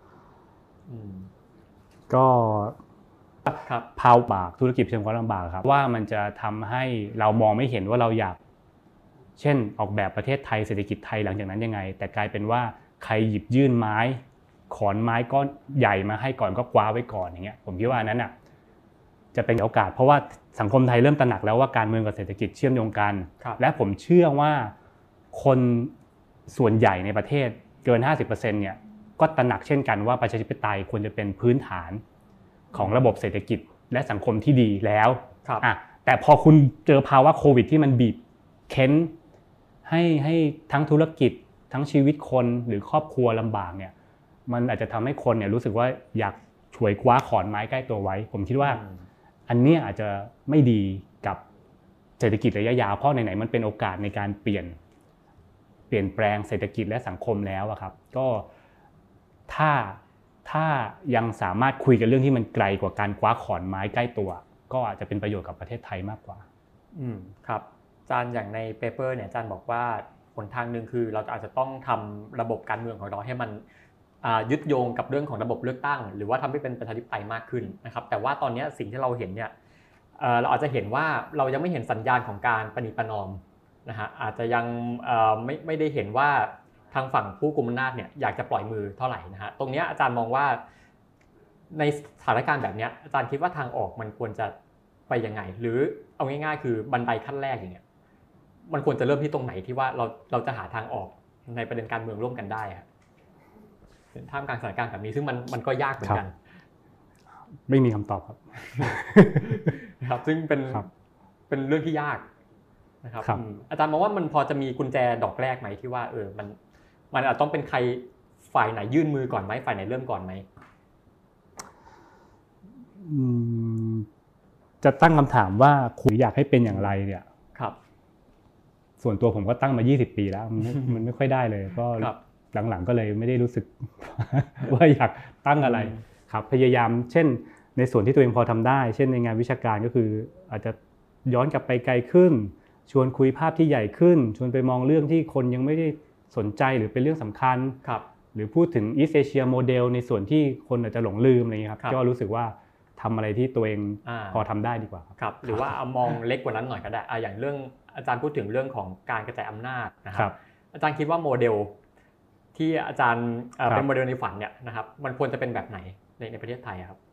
ก็ภาวะบากธุรกิจเชิงความลำบากครับว่ามันจะทำให้เรามองไม่เห็นว่าเราอยากเช่นออกแบบประเทศไทยเศรษฐกิจไทยหลังจากนั้นยังไงแต่กลายเป็นว่าใครหยิบยื่นไม้ขอนไม้ก้อนใหญ่มาให้ก่อนก็คว้าไว้ก่อนอย่างเงี้ยผมคิดว่านั้นอ่ะจะเป็นโอกาสเพราะว่าสังคมไทยเริ่มตระหนักแล้วว่าการเมืองกับเศรษฐกิจเชื่อมโยงกันและผมเชื่อว่าคนส่วนใหญ่ในประเทศเกิน ห้าสิบเปอร์เซ็นต์ เนี่ยก็ตระหนักเช่นกันว่าประชาธิปไตยควรจะเป็นพื้นฐานของระบบเศรษฐกิจและสังคมที่ดีแล้วอ่ะแต่พอคุณเจอภาวะโควิดที่มันบีบเค้นให้ให้ทั้งธุรกิจทั้งชีวิตคนหรือครอบครัวลำบากเนี่ยมันอาจจะทำให้คนเนี่ยรู้สึกว่าอยากฉวยคว้าขอนไม้ใกล้ตัวไว้ผมคิดว่าอันนี้อาจจะไม่ดีกับเศรษฐกิจระยะยาวเพราะไหนๆมันเป็นโอกาสในการเปลี่ยนเปลี่ยนแปลงเศรษฐกิจและสังคมแล้วอะครับก็ถ้าถ้ายังสามารถคุยกันเรื่องที่มันไกลกว่าการคว้าขอนไม้ใกล้ตัวก็อาจจะเป็นประโยชน์กับประเทศไทยมากกว่าอืมครับอาจารย์อย่างในเปเปอร์เนี่ยอาจารย์บอกว่าหนทางนึงคือเราอาจจะต้องทำระบบการเมืองของเราให้มันยึดโยงกับเรื่องของระบบเลือกตั้งหรือว่าทำให้เป็นประชาธิปไตยมากขึ้นนะครับแต่ว่าตอนนี้สิ่งที่เราเห็นเนี่ยเราอาจจะเห็นว่าเรายังไม่เห็นสัญญาณของการประนีประนอมนะฮะอาจจะยังไม่ไม่ได้เห็นว่าทางฝั่งผู้กุมอำนาจเนี่ยอยากจะปล่อยมือเท่าไหร่นะฮะตรงนี้อาจารย์มองว่าในสถานการณ์แบบนี้อาจารย์คิดว่าทางออกมันควรจะไปยังไงหรือเอาง่ายๆคือบันไดขั้นแรกอย่างเงี้ยมันควรจะเริ่มที่ตรงไหนที่ว่าเราเราจะหาทางออกในประเด็นการเมืองร่วมกันได้ครับท่ามกลางสถานการณ์แบบนี้ซึ่งมันมันก็ยากเหมือนกันไม่มีคำตอบครับครับซึ่งเป็นเป็นเรื่องที่ยากนะครับอาจารย์มองว่ามันพอจะมีกุญแจดอกแรกไหมที่ว่าเออมันมันอาจต้องเป็นใครฝ่ายไหนยื่นมือก่อนไหมฝ่ายไหนเริ่มก่อนไหมจะตั้งคำถามว่าคุณอยากให้เป็นอย่างไรเนี่ยครับส่วนตัวผมก็ตั้งมายี่สิบปีแล้วมันไม่ค่อยได้เลยก็หลังๆก็เลยไม่ได้รู้สึกว่าอยากตั้งอะไรครับพยายามเช่นในส่วนที่ตัวเองพอทำได้เช่นในงานวิชาการก็คืออาจจะย้อนกลับไปไกลขึ้นชวนคุยภาพที่ใหญ่ขึ้นชวนไปมองเรื่องที่คนยังไม่ได้สนใจหรือเป็นเรื่องสำคัญหรือพูดถึง East Asia Model ในส่วนที่คนอาจจะหลงลืมอะไรอย่างนี้ครับก็รู้สึกว่าทำอะไรที่ตัวเองพอทำได้ดีกว่าครับหรือว่าเอามองเล็กกว่านั้นหน่อยก็ได้อย่างเรื่องอาจารย์พูดถึงเรื่องของการกระจายอำนาจนะครับอาจารย์คิดว่าโมเดลที่อาจารย์เป็นโมเดลในฝันเนี่ยนะครับมันควรจะเป็นแบบไหนในในประเทศไทยครับ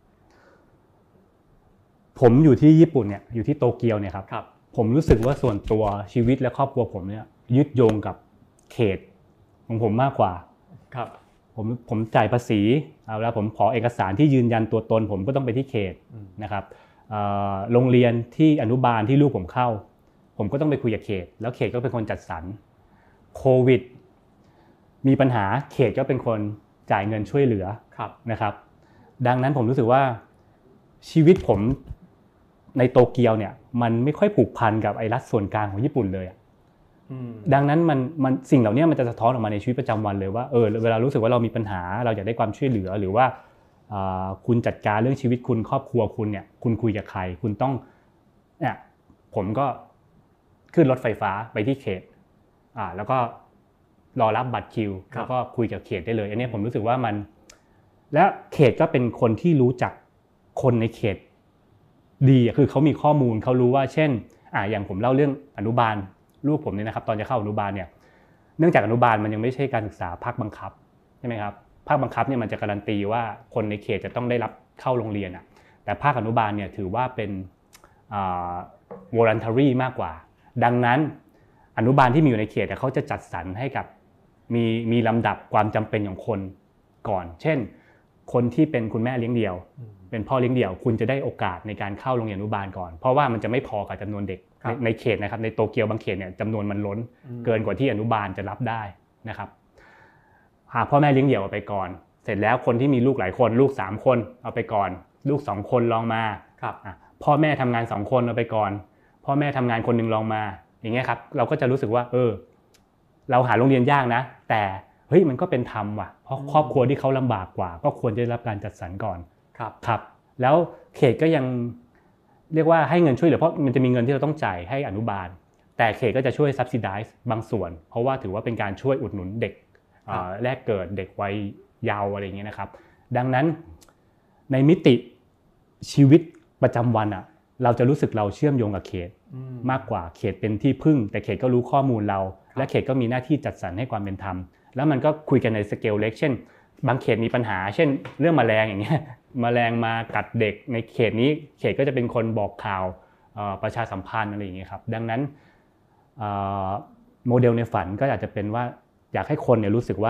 ผมอยู่ที่ญี่ปุ่นเนี่ยอยู่ที่โตเกียวเนี่ยครับผมรู้สึกว่าส่วนตัวชีวิตและครอบครัวผมเนี่ยยึดโยงกับเขตของผมมากกว่าครับผมผมจ่ายภาษีเอาแล้วผมขอเอกสารที่ยืนยันตัวตนผมก็ต้องไปที่เขตนะครับโรงเรียนที่อนุบาลที่ลูกผมเข้าผมก็ต้องไปคุยกับเขตแล้วเขตก็เป็นคนจัดสรรโควิดมีปัญหาเขตก็เป็นคนจ่ายเงินช่วยเหลือนะครับดังนั้นผมรู้สึกว่าชีวิตผมในโตเกียวเนี่ยมันไม่ค่อยผูกพันกับไอ้รัฐส่วนกลางของญี่ปุ่นเลยดังนั้นมันมันสิ่งเหล่านี้มันจะสะท้อนออกมาในชีวิตประจำวันเลยว่าเออเวลารู้สึกว่าเรามีปัญหาเราอยากได้ความช่วยเหลือหรือว่าคุณจัดการเรื่องชีวิตคุณครอบครัวคุณเนี่ยคุณคุยกับใครคุณต้องเนี่ยผมก็ขึ้นรถไฟฟ้าไปที่เขตอ่าแล้วก็รอรับบัตรคิวแล้วก็คุยกับเขตได้เลยอันนี้ผมรู้สึกว่ามันและเขตก็เป็นคนที่รู้จักคนในเขตดีคือเขามีข้อมูลเขารู้ว่าเช่นอ่าอย่างผมเล่าเรื่องอนุบาลลูกผมเนี่ยนะครับตอนจะเข้าอนุบาลเนี่ยเนื่องจากอนุบาลมันยังไม่ใช่การศึกษาภาคบังคับใช่ไหมครับภาคบังคับเนี่ยมันจะการันตีว่าคนในเขตจะต้องได้รับเข้าโรงเรียนอ่ะแต่ภาคอนุบาลเนี่ยถือว่าเป็นอ่า voluntary มากกว่าดังนั้นอนุบาลที่มีอยู่ในเขตเขาจะจัดสรรให้กับมีมีลำดับความจำเป็นของคนก่อนเช่นคนที่เป็นคุณแม่เลี้ยงเดี่ยวเป็นพ่อเลี้ยงเดี่ยวคุณจะได้โอกาสในการเข้าโรงเรียนอนุบาลก่อนเพราะว่ามันจะไม่พอกับจำนวนเด็กในเขตนะครับในโตเกียวบางเขตเนี่ยจำนวนมันล้นเกินกว่าที่อนุบาลจะรับได้นะครับหาพ่อแม่เลี้ยงเดี่ยวเอาไปก่อนเสร็จแล้วคนที่มีลูกหลายคนลูกสามคนเอาไปก่อนลูกสองคนลองมาพ่อแม่ทำงานสองคนเอาไปก่อนพ่อแม่ทำงานคนนึงลองมาอย่างเงี้ยครับเราก็จะรู้สึกว่าเออเราหาโรงเรียนยากนะแต่เฮ้ยมันก็เป็นธรรมว่ะเพราะครอบครัวที่เขาลำบากกว่าก็ควรจะได้รับการจัดสรรก่อนครับครับแล้วเขตก็ยังเรียกว่าให้เงินช่วยเหลือเพราะมันจะมีเงินที่เราต้องจ่ายให้อนุบาลแต่เขตก็จะช่วย subsidize บางส่วนเพราะว่าถือว่าเป็นการช่วยอุดหนุนเด็กแรกเกิดเด็กวัยเยาว์อะไรอย่างเงี้ยนะครับดังนั้นในมิติชีวิตประจำวันอ่ะเราจะรู้สึกเราเชื่อมโยงกับเขตมากกว่าเขตเป็นที่พึ่งแต่เขตก็รู้ข้อมูลเราและเขตก็มีหน้าที่จัดสรรให้ความเป็นธรรมแล้วมันก็คุยกันในสเกลเล็กเช่นบางเขตมีปัญหาเช่นเรื่องแมลงอย่างเงี้ยแมลงมากัดเด็กในเขตนี้เขตก็จะเป็นคนบอกข่าวประชาสัมพันธ์อะไรอย่างเงี้ยครับดังนั้นโมเดลในฝันก็อาจจะเป็นว่าอยากให้คนเนี่ยรู้สึกว่า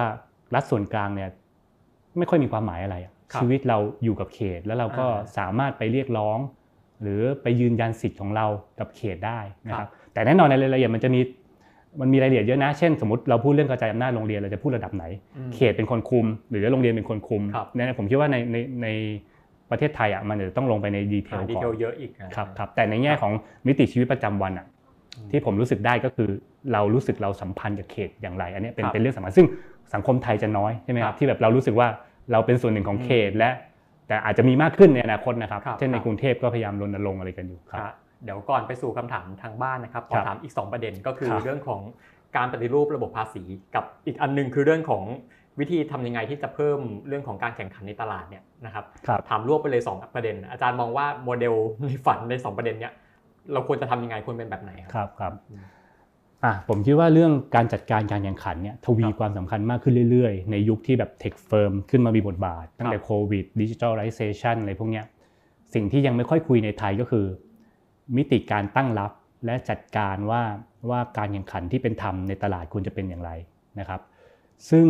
รัฐส่วนกลางเนี่ยไม่ค่อยมีความหมายอะไรชีวิตเราอยู่กับเขตแล้วเราก็สามารถไปเรียกร้องหรือไปยืนยันสิทธิ์ของเรากับเขตได้นะครับแต่แน่นอนในรายละเอียดมันจะมีมันมีรายละเอียดเยอะนะเช่นสมมติเราพูดเรื่องกระจายอำนาจโรงเรียนเราจะพูดระดับไหนเขตเป็นคนคุมหรือโรงเรียนเป็นคนคุมเนี่ยผมคิดว่าในในในประเทศไทยอ่ะมันจะต้องลงไปในดีเทลก่อนเยอะอีกครับครับแต่ในแง่ของมิติชีวิตประจำวันอ่ะที่ผมรู้สึกได้ก็คือเรารู้สึกเราสัมพันธ์กับเขตอย่างไรอันนี้เป็นเป็นเรื่องสำคัญซึ่งสังคมไทยจะน้อยใช่ไหมครับที่แบบเรารู้สึกว่าเราเป็นส่วนหนึ่งของเขตและแต่อาจจะมีมากขึ้นในอนาคตนะครับเช่นในกรุงเทพก็พยายามรณรงค์อะไรกันอยู่ครับเดี๋ยวก่อนไปสู่คำถามทางบ้านนะครับขอถามอีกสองประเด็นก็คือเรื่องของการปฏิรูประบบภาษีกับอีกอันนึงคือเรื่องของวิธีทำยังไงที่จะเพิ่มเรื่องของการแข่งขันในตลาดเนี่ยนะครับถามรวบไปเลยสองประเด็นอาจารย์มองว่าโมเดลในฝันในสองประเด็นเนี้ยเราควรจะทำยังไงควรเป็นแบบไหนครับครับอ่ะผมคิดว่าเรื่องการจัดการการแข่งขันเนี่ยทวีความสำคัญมากขึ้นเรื่อยๆในยุคที่แบบเทคเฟิร์มขึ้นมามีบทบาทตั้งแต่โควิดดิจิทัลไลเซชันอะไรพวกเนี้ยสิ่งที่ยังไม่ค่อยคุยในไทยก็คือมิติการตั้งรับและจัดการว่าว่าการแข่งขันที่เป็นธรรมในตลาดควรจะเป็นอย่างไรนะครับซึ่ง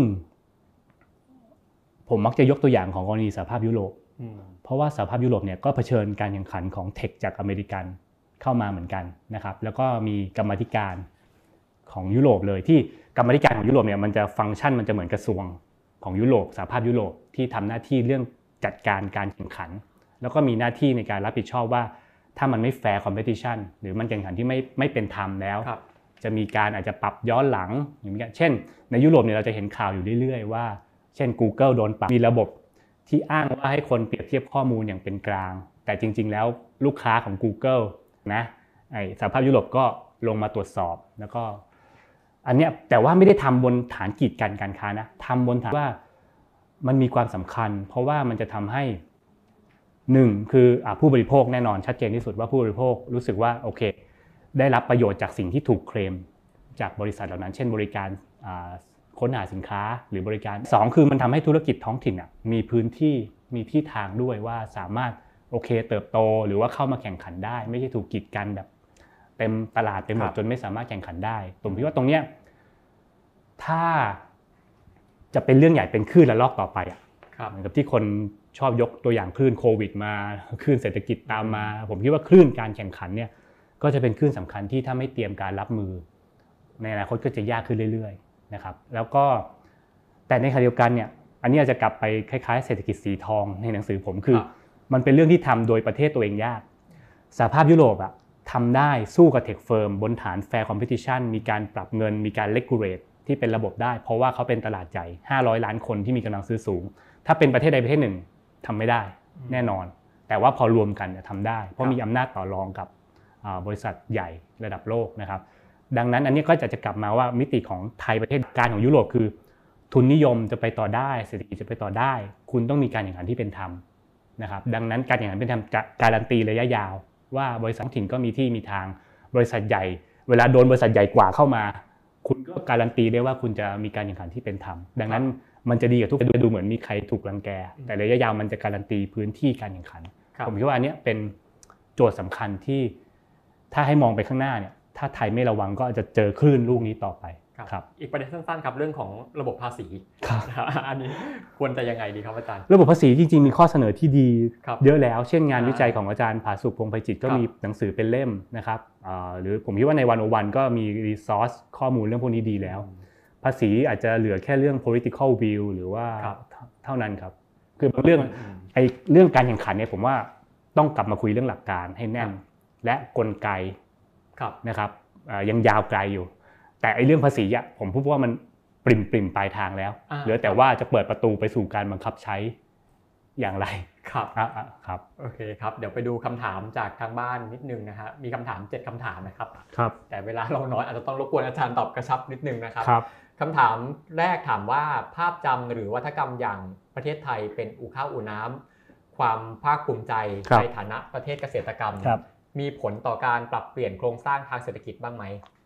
ผมมักจะยกตัวอย่างของกรณีสหภาพยุโรปเพราะว่าสหภาพยุโรปเนี่ยก็เผชิญการแข่งขันของเทคจากอเมริกันเข้ามาเหมือนกันนะครับแล้วก็มีกรรมาธิการของยุโรปเลยที่กรรมาธิการของยุโรปเนี่ยมันจะฟังก์ชันมันจะเหมือนกระทรวงของยุโรปสหภาพยุโรปที่ทำหน้าที่เรื่องจัดการการแข่งขันแล้วก็มีหน้าที่ในการรับผิดชอบว่าถ้ามันไม่แฟร์คอมเพติชันหรือมันแข่งขันที่ไม่ไม่เป็นธรรมแล้วจะมีการอาจจะปรับย้อนหลังอย่างเงี้ยเช่นในยุโรปเนี่ยเราจะเห็นข่าวอยู่เรื่อยๆว่าเช่น Google โดนปรับมีระบบที่อ้างว่าให้คนเปรียบเทียบข้อมูลอย่างเป็นกลางแต่จริงๆแล้วลูกค้าของ Google นะไอ้สหภาพยุโรปก็ลงมาตรวจสอบแล้วก็อันเนี้ยแต่ว่าไม่ได้ทำบนฐานกีดกันการค้านะทำบนฐานว่ามันมีความสำคัญเพราะว่ามันจะทำให้หนึ่งคือผู้บริโภคแน่นอนชัดเจนที่สุดว่าผู้บริโภครู้สึกว่าโอเคได้รับประโยชน์จากสิ่งที่ถูกเคลมจากบริษัทเหล่านั้นเช่นบริการค้นหาสินค้าหรือบริการสองคือมันทำให้ธุรกิจท้องถิ่นมีพื้นที่มีที่ทางด้วยว่าสามารถโอเคเติบโตหรือว่าเข้ามาแข่งขันได้ไม่ใช่ถูกกีดกันแบบเต็มตลาดเต็มหมดจนไม่สามารถแข่งขันได้ผมคิดว่าตรงเนี้ยถ้าจะเป็นเรื่องใหญ่เป็นคลื่นระลอกต่อไปอ่ะเหมือนกับที่คนชอบยกตัวอย่างคลื่นโควิดมาคลื่นเศรษฐกิจตามมาผมคิดว่าคลื่นการแข่งขันเนี่ยก็จะเป็นคลื่นสำคัญที่ถ้าไม่เตรียมการรับมือในอนาคตก็จะยากขึ้นเรื่อยๆนะครับแล้วก็แต่ในขณะเดียวกันเนี่ยอันนี้อาจจะกลับไปคล้ายๆเศรษฐกิจสีทองในหนังสือผมคือมันเป็นเรื่องที่ทำโดยประเทศตัวเองยากสหภาพยุโรปอะทำได้สู้กับเทคเฟิร์มบนฐาน Fair Competition มีการปรับเงินมีการ Regulate ที่เป็นระบบได้เพราะว่าเขาเป็นตลาดใหญ่ห้าร้อยล้านคนที่มีกำลังซื้อสูงถ้าเป็นประเทศใดประเทศหนึ่งทำไม่ได้แน่นอนแต่ว่าพอรวมกันทำได้เพราะมีอำนาจต่อรองกับบริษัทใหญ่ระดับโลกนะครับดังนั้นอันนี้ก็จะจะกลับมาว่ามิติของไทยประเทศการของยุโรปคือทุนนิยมจะไปต่อได้เศรษฐกิจจะไปต่อได้คุณต้องมีการแข่งขันที่เป็นธรรมนะครับดังนั้นการแข่งขันเป็นธรรมจะการันตีระยะยาวว่าบริษัทท้องถิ่นก็มีที่มีทางบริษัทใหญ่เวลาโดนบริษัทใหญ่กว่าเข้ามาคุณก็การันตีได้ว่าคุณจะมีการแข่งขันที่เป็นธรรมดังนั้นมันจะดีกับทุกคนดูเหมือนมีใครถูกรังแกแต่ระยะยาวมันจะการันตีพื้นที่การแข่งขันผมคิดว่าอันนี้เป็นโจทย์สำคัญที่ถ้าให้มองไปข้างหน้าเนี่ยถ้าไทยไม่ระวังก็จะเจอคลื่นลูกนี้ต่อไปครับอีกประเด็นสั้นๆครับเรื่องของระบบภาษีอันนี้ควรจะยังไงดีครับอาจารย์ระบบภาษีจริงๆมีข้อเสนอที่ดีเยอะแล้วเช่นงานวิจัยของอาจารย์ผาสุกพงษ์ไพจิตรก็มีหนังสือเป็นเล่มนะครับหรือผมคิดว่าในวันโอวันก็มีรีซอสข้อมูลเรื่องพวกนี้ดีแล้วภาษีอาจจะเหลือแค่เรื่อง political will หรือว่าเท่านั้นครับคือบางเรื่องไอ้เรื่องการแข่งขันเนี่ยผมว่าต้องกลับมาคุยเรื่องหลักการให้แน่นและกลไกนะครับยังยาวไกลอยู่แต่ไอ้เรื่องภาษีอ่ะผมพูดว่ามันปริ่มปริ่มปลายทางแล้วเหลือแต่ว่าจะเปิดประตูไปสู่การบังคับใช้อย่างไรครับครับโอเคครับเดี๋ยวไปดูคำถามจากทางบ้านนิดนึงนะฮะมีคำถามเจ็ดคำถามนะครับครับแต่เวลาเราน้อยอาจจะต้องรบกวนอาจารย์ตอบกระชับนิดนึงนะครับครับคำถามแรกถามว่าภาพจำหรือวัฒกรรมอย่างประเทศไทยเป็นอู่ข้าวอู่น้ำความภาคภูมิใจในฐานะประเทศเกษตรกรรมมีผลต่อการปรับเปลี่ยนโครงสร้างทางเศรษฐกิจบ้างไหม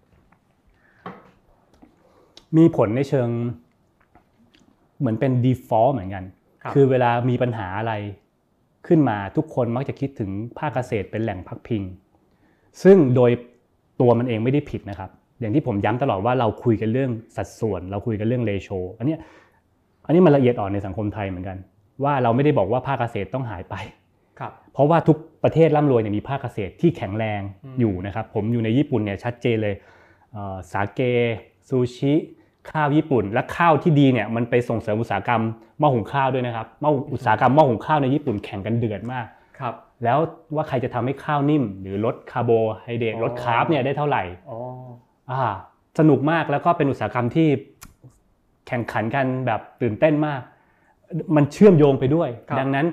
มีผลในเชิงเหมือนเป็น default เหมือนกันคือเวลามีปัญหาอะไรขึ้นมาทุกคนมักจะคิดถึงภาคเกษตรเป็นแหล่งพักพิงซึ่งโดยตัวมันเองไม่ได้ผิดนะครับอย่างที่ผมย้ำตลอดว่าเราคุยกันเรื่องสัดส่วนเราคุยกันเรื่อง ratio อันนี้อันนี้มันละเอียดอ่อนในสังคมไทยเหมือนกันว่าเราไม่ได้บอกว่าภาคเกษตรต้องหายไปครับเพราะว่าทุกประเทศร่ำรวยเนี่ยมีภาคเกษตรที่แข็งแรงอยู่นะครับผมอยู่ในญี่ปุ่นเนี่ยชัดเจนเลยสาเกซูชิข้าวญี่ปุ่นและข้าวที่ดีเนี่ยมันไปส่งเสริมอุตสาหกรรมหม้อหุงข้าวด้วยนะครับหม้ออุตสาหกรรมหม้อหุงข้าวในญี่ปุ่นแข่งกันเดือดมากครับแล้วว่าใครจะทำให้ข้าวนิ่มหรือลดคาร์โบไฮเดรตลดคาร์บเนี่ยได้เท่าไหร่อ๋ออ่าสนุกมากแล้วก็เป็นอุตสาหกรรมที่แข่งขันกันแบบตื่นเต้นมากมันเชื่อมโยงไปด้วยดังนั้น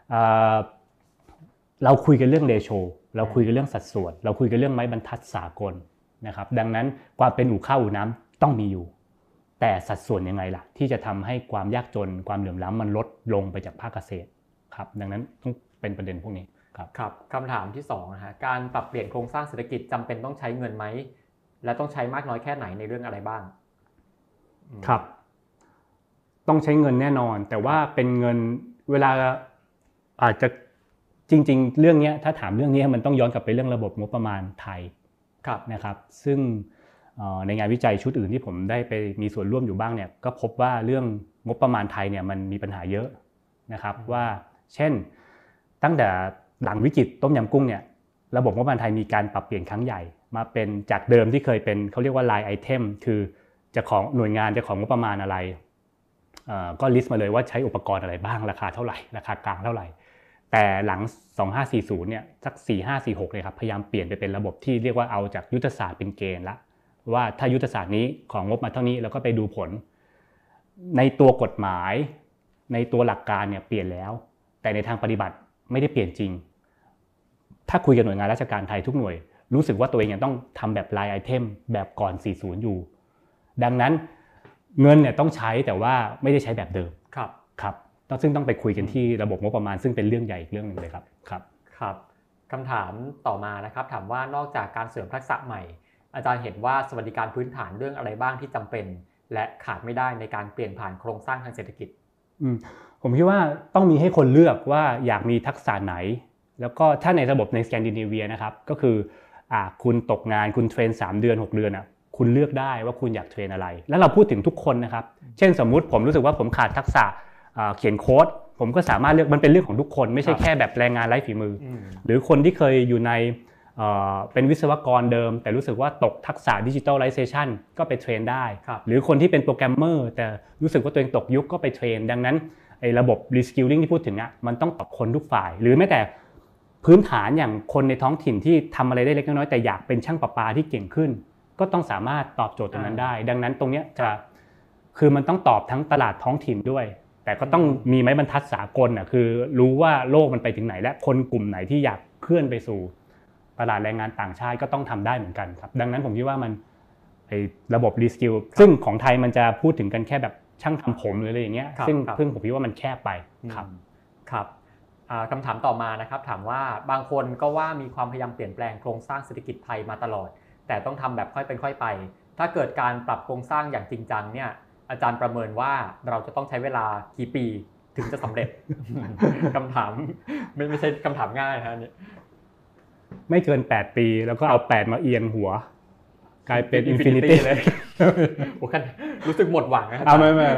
เราคุยกันเรื่องเรโชเราคุยกันเรื่องสัดส่วนเราคุยกันเรื่องไม้บรรทัดสากลนะครับดังนั้นความเป็นอู่ข้าวอู่น้ำต้องมีอยู่แต่สัดส่วนยังไงล่ะที่จะทำให้ความยากจนความเหลื่อมล้ำมันลดลงไปจากภาคเกษตรครับดังนั้นต้องเป็นประเด็นพวกนี้ครับครับคำถามที่สองนะฮะการปรับเปลี่ยนโครงสร้างเศรษฐกิจจำเป็นต้องใช้เงินไหมและต้องใช้มากน้อยแค่ไหนในเรื่องอะไรบ้างครับต้องใช้เงินแน่นอนแต่ว่าเป็นเงินเวลาอาจจะจริงๆเรื่องนี้ถ้าถามเรื่องนี้มันต้องย้อนกลับไปเรื่องระบบงบประมาณไทยนะครับซึ่งในงานวิจัยชุดอื่นที่ผมได้ไปมีส่วนร่วมอยู่บ้างเนี่ยก็พบว่าเรื่องงบประมาณไทยเนี่ยมันมีปัญหาเยอะนะครับว่าเช่นตั้งแต่หลังวิกฤตต้มยำกุ้งเนี่ยระบบงบประมาณไทยมีการปรับเปลี่ยนครั้งใหญ่มาเป็นจากเดิมที่เคยเป็นเขาเรียกว่า line item คือจะของหน่วยงานจะของงบประมาณอะไรก็ลิสต์มาเลยว่าใช้อุปกรณ์อะไรบ้างราคาเท่าไหร่ราคากลางเท่าไหร่แต่หลังสองพันห้าร้อยสี่สิบเนี่ยสักสี่พันห้าร้อยสี่สิบหกเลยครับพยายามเปลี่ยนไปเป็นระบบที่เรียกว่าเอาจากยุทธศาสตร์เป็นเกณฑ์ละว่าถ้ายุทธศาสตร์นี้ของงบมาเท่านี้แล้วก็ไปดูผลในตัวกฎหมายในตัวหลักการเนี่ยเปลี่ยนแล้วแต่ในทางปฏิบัติไม่ได้เปลี่ยนจริงถ้าคุยกับหน่วยงานราชการไทยทุกหน่วยรู้สึกว่าตัวเองยังต้องทำแบบ line item แบบก่อนสี่สิบอยู่ดังนั้นเงินเนี่ยต้องใช้แต่ว่าไม่ได้ใช้แบบเดิมครับครับซึ่งต้องไปคุยกันที่ระบบงบประมาณซึ่งเป็นเรื่องใหญ่อีกเรื่องนึงเลยครับครับครับคำถามต่อมานะครับถามว่านอกจากการเสริมทักษะใหม่อาจารย์เห็นว่าสวัสดิการพื้นฐานเรื่องอะไรบ้างที่จำเป็นและขาดไม่ได้ในการเปลี่ยนผ่านโครงสร้างทางเศรษฐกิจอืมผมคิดว่าต้องมีให้คนเลือกว่าอยากมีทักษะไหนแล้วก็ถ้าในระบบในสแกนดิเนเวียนะครับก็คืออ่าคุณตกงานคุณเทรนสามเดือนหกเดือนอ่ะคุณเลือกได้ว่าคุณอยากเทรนอะไรแล้วเราพูดถึงทุกคนนะครับเช่นสมมุติผมรู้สึกว่าผมขาดทักษะเขียนโค้ดผมก็สามารถเลือกมันเป็นเรื่องของทุกคนไม่ใช่แค่แบบแรงงานไร้ฝีมือหรือคนที่เคยอยู่ในเป็นวิศวกรเดิมแต่รู้สึกว่าตกทักษะดิจิทัลไลเซชันก็ไปเทรนได้หรือคนที่เป็นโปรแกรมเมอร์แต่รู้สึกว่าตัวเองตกยุคก็ไปเทรนดังนั้นไอ้ระบบรีสกิลลิ่งที่พูดถึงอ่ะมันต้องตอบคนทุกฝ่ายหรือแม้แต่พื้นฐานอย่างคนในท้องถิ่นที่ทำอะไรได้เล็กน้อยแต่อยากเป็นช่างประปาที่เก่งขึ้นก็ต้องสามารถตอบโจทย์ตรงนั้นได้ดังนั้นตรงนี้จะคือมันต้องตอบทั้งตลาดท้องถิ่นด้วยแต่ก็ต้องมีไม้บรรทัดสากลอ่ะคือรู้ว่าโลกมันไปถึงไหนและคนกลุ่มไหนที่อยากเคลื่อนไปสู่ตลาดแรงงานต่างชาติก็ต้องทำได้เหมือนกันครับดังนั้นผมคิดว่ามันไอ้ระบบรีสกิลซึ่งของไทยมันจะพูดถึงกันแค่แบบช่างทำผมหรืออะไรอย่างเงี้ยซึ่งเพิ่งผมคิดว่ามันแคบไปครับครับคำถามต่อมานะครับถามว่าบางคนก็ว่ามีความพยายามเปลี่ยนแปลงโครงสร้างเศรษฐกิจไทยมาตลอดแต่ต้องทำแบบค่อยเป็นค่อยไปถ้าเกิดการปรับโครงสร้างอย่างจริงจังเนี่ยอาจารย์ประเมินว่าเราจะต้องใช้เวลากี่ปีถึงจะสำเร็จ คำถามไม่ไม่ใช่คำถามง่ายนะนี่ไม่เกินแปดปีแล้วก็เอาแปดมาเอียงหัวกลายเป็นอินฟินิตี้เลยโอ้คันรู้สึกหมดหวังนะเอาไม่ไม่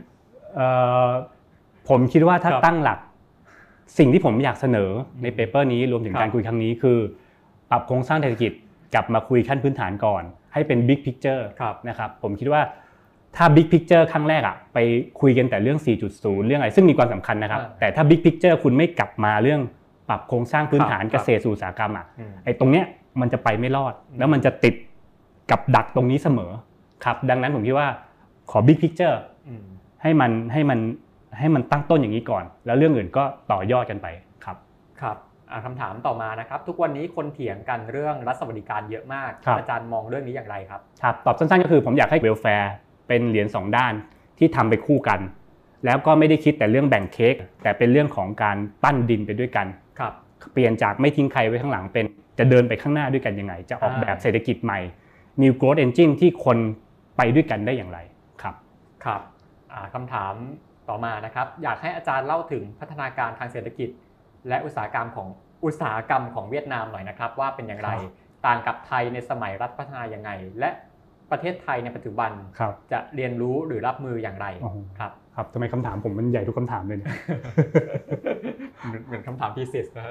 ผมคิดว่าถ้าตั้งหลักสิ่งที่ผมอยากเสนอในเปเปอร์นี้รวมถึงการคุยครั้งนี้คือปรับโครงสร้างเศรษฐกิจกลับมาคุยขั้นพื้นฐานก่อนให้เป็น Big Picture นะครับผมคิดว่าถ้า Big Picture ครั้งแรกอ่ะไปคุยกันแต่เรื่อง สี่จุดศูนย์ เรื่องอะไรซึ่งมีความสำคัญนะครับแต่ถ้า Big Picture คุณไม่กลับมาเรื่องปรับโครงสร้างพื้นฐานเกษตรสู่อุตสาหกรรมอ่ะไอ้ตรงเนี้ยมันจะไปไม่รอดแล้วมันจะติดกับดักตรงนี้เสมอครับดังนั้นผมคิดว่าขอ Big Picture ให้มันให้มันให้มันตั้งต้นอย่างนี้ก่อนแล้วเรื่องอื่นก็ต่อยอดกันไปครับครับคำถามต่อมานะครับทุกวันนี้คนเถียงกันเรื่องรัฐสวัสดิการเยอะมากอาจารย์มองเรื่องนี้อย่างไรครับครับตอบสั้นๆก็คือผมอยากให้เวลแฟร์เป็นเหรียญสองด้านที่ทำไปคู่กันแล้วก็ไม่ได้คิดแต่เรื่องแบ่งเค้กแต่เป็นเรื่องของการปั้นดินไปด้วยกันครับเปลี่ยนจากไม่ทิ้งใครไว้ข้างหลังเป็นจะเดินไปข้างหน้าด้วยกันยังไงจะออกแบบเศรษฐกิจใหม่ New Growth Engine ที่คนไปด้วยกันได้อย่างไรครับครับคำถามต่อมานะครับอยากให้อาจารย์เล่าถึงพัฒนาการทางเศรษฐกิจและอุตสาหกรรมของอุตสาหกรรมของเวียดนามหน่อยนะครับว่าเป็นอย่างไรต่างกับไทยในสมัยรัฐพัฒนาอย่างไงและประเทศไทยในปัจจุบันจะเรียนรู้หรือรับมืออย่างไรครับครับทำไมคำถามผมมันใหญ่ทุกคำถามเลยเนี่ยเหมือนคำถามที่สิสนะ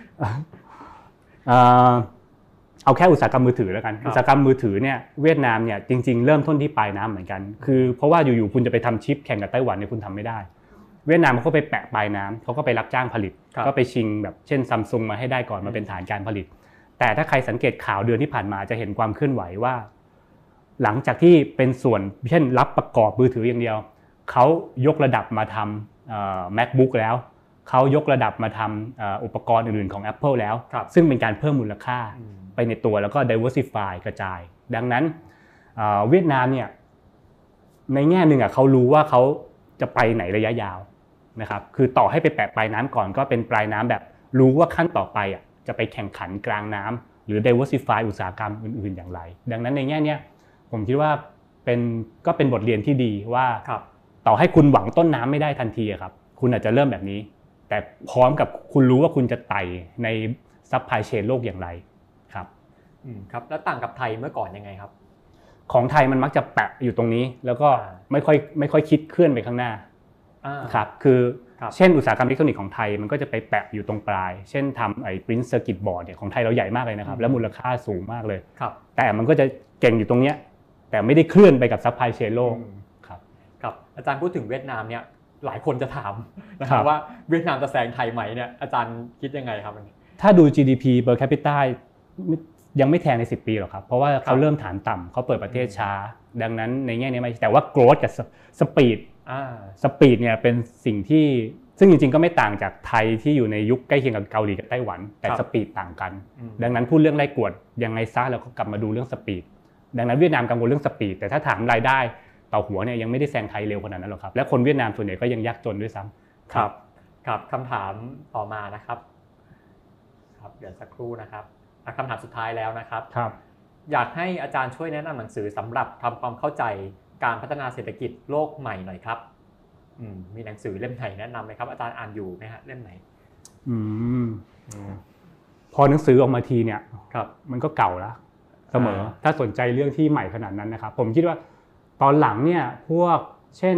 เอาแค่อุตสาหกรรมมือถือแล้วกันอุตสาหกรรมมือถือเนี่ยเวียดนามเนี่ยจริงๆเริ่มต้นที่ปลายน้ำเหมือนกันคือเพราะว่าอยู่ๆคุณจะไปทำชิปแข่งกับไต้หวันเนี่ยคุณทำไม่ได้เวียดนามเขาไปแปะปลายน้ำเขาก็ไปรับจ้างผลิตก็ไปชิงแบบเช่นซัมซุงมาให้ได้ก่อนมาเป็นฐานการผลิตแต่ถ้าใครสังเกตข่าวเดือนที่ผ่านมาจะเห็นความเคลื่อนไหวว่าหลังจากที่เป็นส่วนเช่นรับประกอบมือถืออย่างเดียวเขายกระดับมาทำ MacBook แล้วเขายกระดับมาทำอุปกรณ์อื่นๆของ Apple แล้วซึ่งเป็นการเพิ่มมูลค่าไปในตัวแล้วก็ diversify กระจายดังนั้นเวียดนามเนี่ยในแง่หนึ่งอ่ะเขารู้ว่าเขาจะไปไหนระยะยาวนะครับคือต่อให้ไปแปะปลายน้ำก่อนก็เป็นปลายน้ำแบบรู้ว่าขั้นต่อไปอ่ะจะไปแข่งขันกลางน้ำหรือ diversify อุตสาหกรรมอื่นๆอย่างไรดังนั้นในแง่เนี้ยผมคิดว่าเป็นก็เป็นบทเรียนที่ดีว่าต่อให้คุณหวังต้นน้ำไม่ได้ทันทีครับคุณอาจจะเริ่มแบบนี้แต่พร้อมกับคุณรู้ว่าคุณจะไต่ในซัพพลายเชนโลกอย่างไรครับอืมครับแล้วต่างกับไทยเมื่อก่อนยังไงครับของไทยมันมักจะแปะอยู่ตรงนี้แล้วก็ไม่ค่อยไม่ค่อยคิดเคลื่อนไปข้างหน้าครับคือเช่นอุตสาหกรรมอิเล็กทรอนิกส์ของไทยมันก็จะไปแปะอยู่ตรงปลายเช่นทำไอ้ print circuit board เนี่ยของไทยเราใหญ่มากเลยนะครับแล้วมูลค่าสูงมากเลยแต่มันก็จะเก่งอยู่ตรงเนี้ยแต่ไม่ได้เคลื่อนไปกับซัพพลายเชนโลกครับครับอาจารย์พูดถึงเวียดนามเนี่ยหลายคนจะถามนะครับว่าเวียดนามจะแซงไทยไหมเนี่ยอาจารย์คิดยังไงครับถ้าดู จี ดี พี per capita ยังไม่แทงในสิบปีหรอกครับเพราะว่าเขาเริ่มฐานต่ำเขาเปิดประเทศช้าดังนั้นในแง่นี้ไม่แต่ว่า growth กับ speed speed เนี่ยเป็นสิ่งที่ซึ่งจริงๆก็ไม่ต่างจากไทยที่อยู่ในยุคใกล้เคียงกับเกาหลีกับไต้หวันแต่ speed ต่างกันดังนั้นพูดเรื่องไล่กวดยังไงซะเราก็กลับมาดูเรื่อง speed ดังนั้นเวียดนามกังวลเรื่อง speed แต่ถ้าถามรายได้ต่อหัวเนี่ยยังไม่ได้แซงไทยเร็วขนาดนั้นหรอกครับและคนเวียดนามส่วนใหญ่ก็ยังยากจนด้วยซ้ำครับครับคำถามต่อมานะครับครับเดี๋ยวสักครู่นะครับคำถามสุดท้ายแล้วนะครับครับอยากให้อาจารย์ช่วยแนะนำหนังสือสำหรับทำความเข้าใจการพัฒนาเศรษฐกิจโลกใหม่หน่อยครับมีหนังสือเล่มไหนแนะนำไหมครับอาจารย์อ่านอยู่ไหมฮะเล่มไหนอืมพอหนังสือออกมาทีเนี่ยมันก็เก่าแล้วเสมอถ้าสนใจเรื่องที่ใหม่ขนาดนั้นนะครับผมคิดว่าตอนหลังเนี่ยพวกเช่น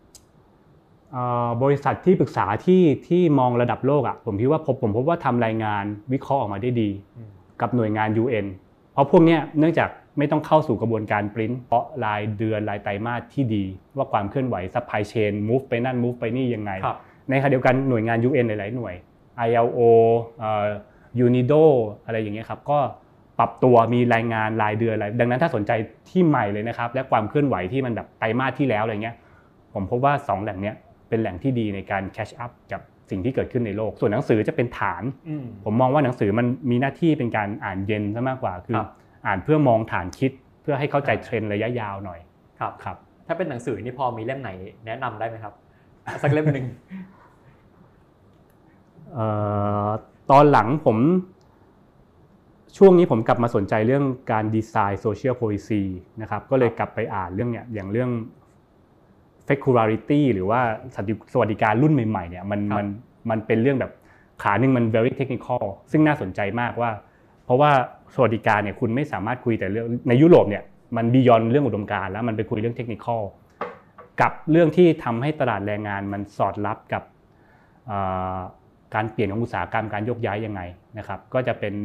บริษัทที่ปรึกษาที่ที่มองระดับโลกอ่ะผมคิดว่าพบผมพบว่าทำรายงานวิเคราะห์ออกมาได้ดีกับหน่วยงาน ยู เอ็น เพราะพวกนี้เนื่องจากไม่ต้องเข้าสู่กระบวนการปริ้นเพราะรายเดือนรายไตรมาสที่ดีว่าความเคลื่อนไหวซัพพลายเชน move ไปนั่น move ไปนี่ยังไงในขณะเดียวกันหน่วยงาน ยู เอ็น หลายๆหน่วย ไอ แอล โอ เอ่อ ยู เอ็น ไอ ดี โอ อะไรอย่างเงี้ยครับก็ปรับตัวมีรายงานรายเดือนอะไรดังนั้นถ้าสนใจที่ใหม่เลยนะครับและความเคลื่อนไหวที่มันแบบไตรมาสที่แล้วอะไรเงี้ยผมพบว่าสองแหล่งเนี้ยเป็นแหล่งที่ดีในการ catch up กับสิ่งที่เกิดขึ้นในโลกส่วนหนังสือจะเป็นฐานผมมองว่าหนังสือมันมีหน้าที่เป็นการอ่านเย็นซะมากกว่าคืออ่านเพื่อมองฐานคิดเพื่อให้เข้าใจเทรนด์ระยะยาวหน่อยครับครับถ้าเป็นหนังสือนี่พอมีเล่มไหนแนะนำได้ไหมครับสักเล่มนึงเอ่อตอนหลังผมช่วงนี้ผมกลับมาสนใจเรื่องการดีไซน์โซเชียลโพลิซีนะครับก็เลยกลับไปอ่านเรื่องเนี้ยอย่างเรื่องSecularity หรือว่าสวัสดิการรุ่นใหม่ๆเนี่ยมันมันมันเป็นเรื่องแบบขาหนึ่งมัน very technical ซึ่งน่าสนใจมากว่าเพราะว่าสวัสดิการเนี่ยคุณไม่สามารถคุยแต่เรื่องในยุโรปเนี่ยมัน beyond เรื่องอุดมการณ์แล้วมันไปคุยเรื่อง technical กับเรื่องที่ทำให้ตลาดแรงงานมันสอดรับกับการเปลี่ยนของอุตสาหกรรมการยกย้ายยังไงนะครับก็จะเป็น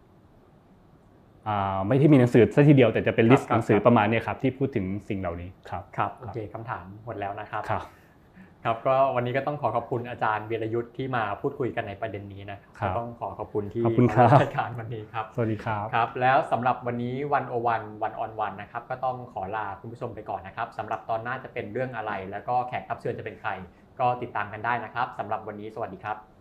ไม่ที่มีหนังสือซะทีเดียวแต่จะเป็นลิสต์หนังสือประมาณนี้ครับที่พูดถึงสิ่งเหล่านี้ครับครับโอเคคำถามหมดแล้วนะครับครับก็วันนี้ก็ต้องขอขอบคุณอาจารย์วีรยุทธ์ที่มาพูดคุยกันในประเด็นนี้นะครับต้องขอขอบคุณที่มารายการวันนี้ครับสวัสดีครับครับแล้วสำหรับวันนี้วันโอวันวันออนวันนะครับก็ต้องขอลาคุณผู้ชมไปก่อนนะครับสำหรับตอนหน้าจะเป็นเรื่องอะไรแล้วก็แขกรับเชิญจะเป็นใครก็ติดตามกันได้นะครับสำหรับวันนี้สวัสดีครับ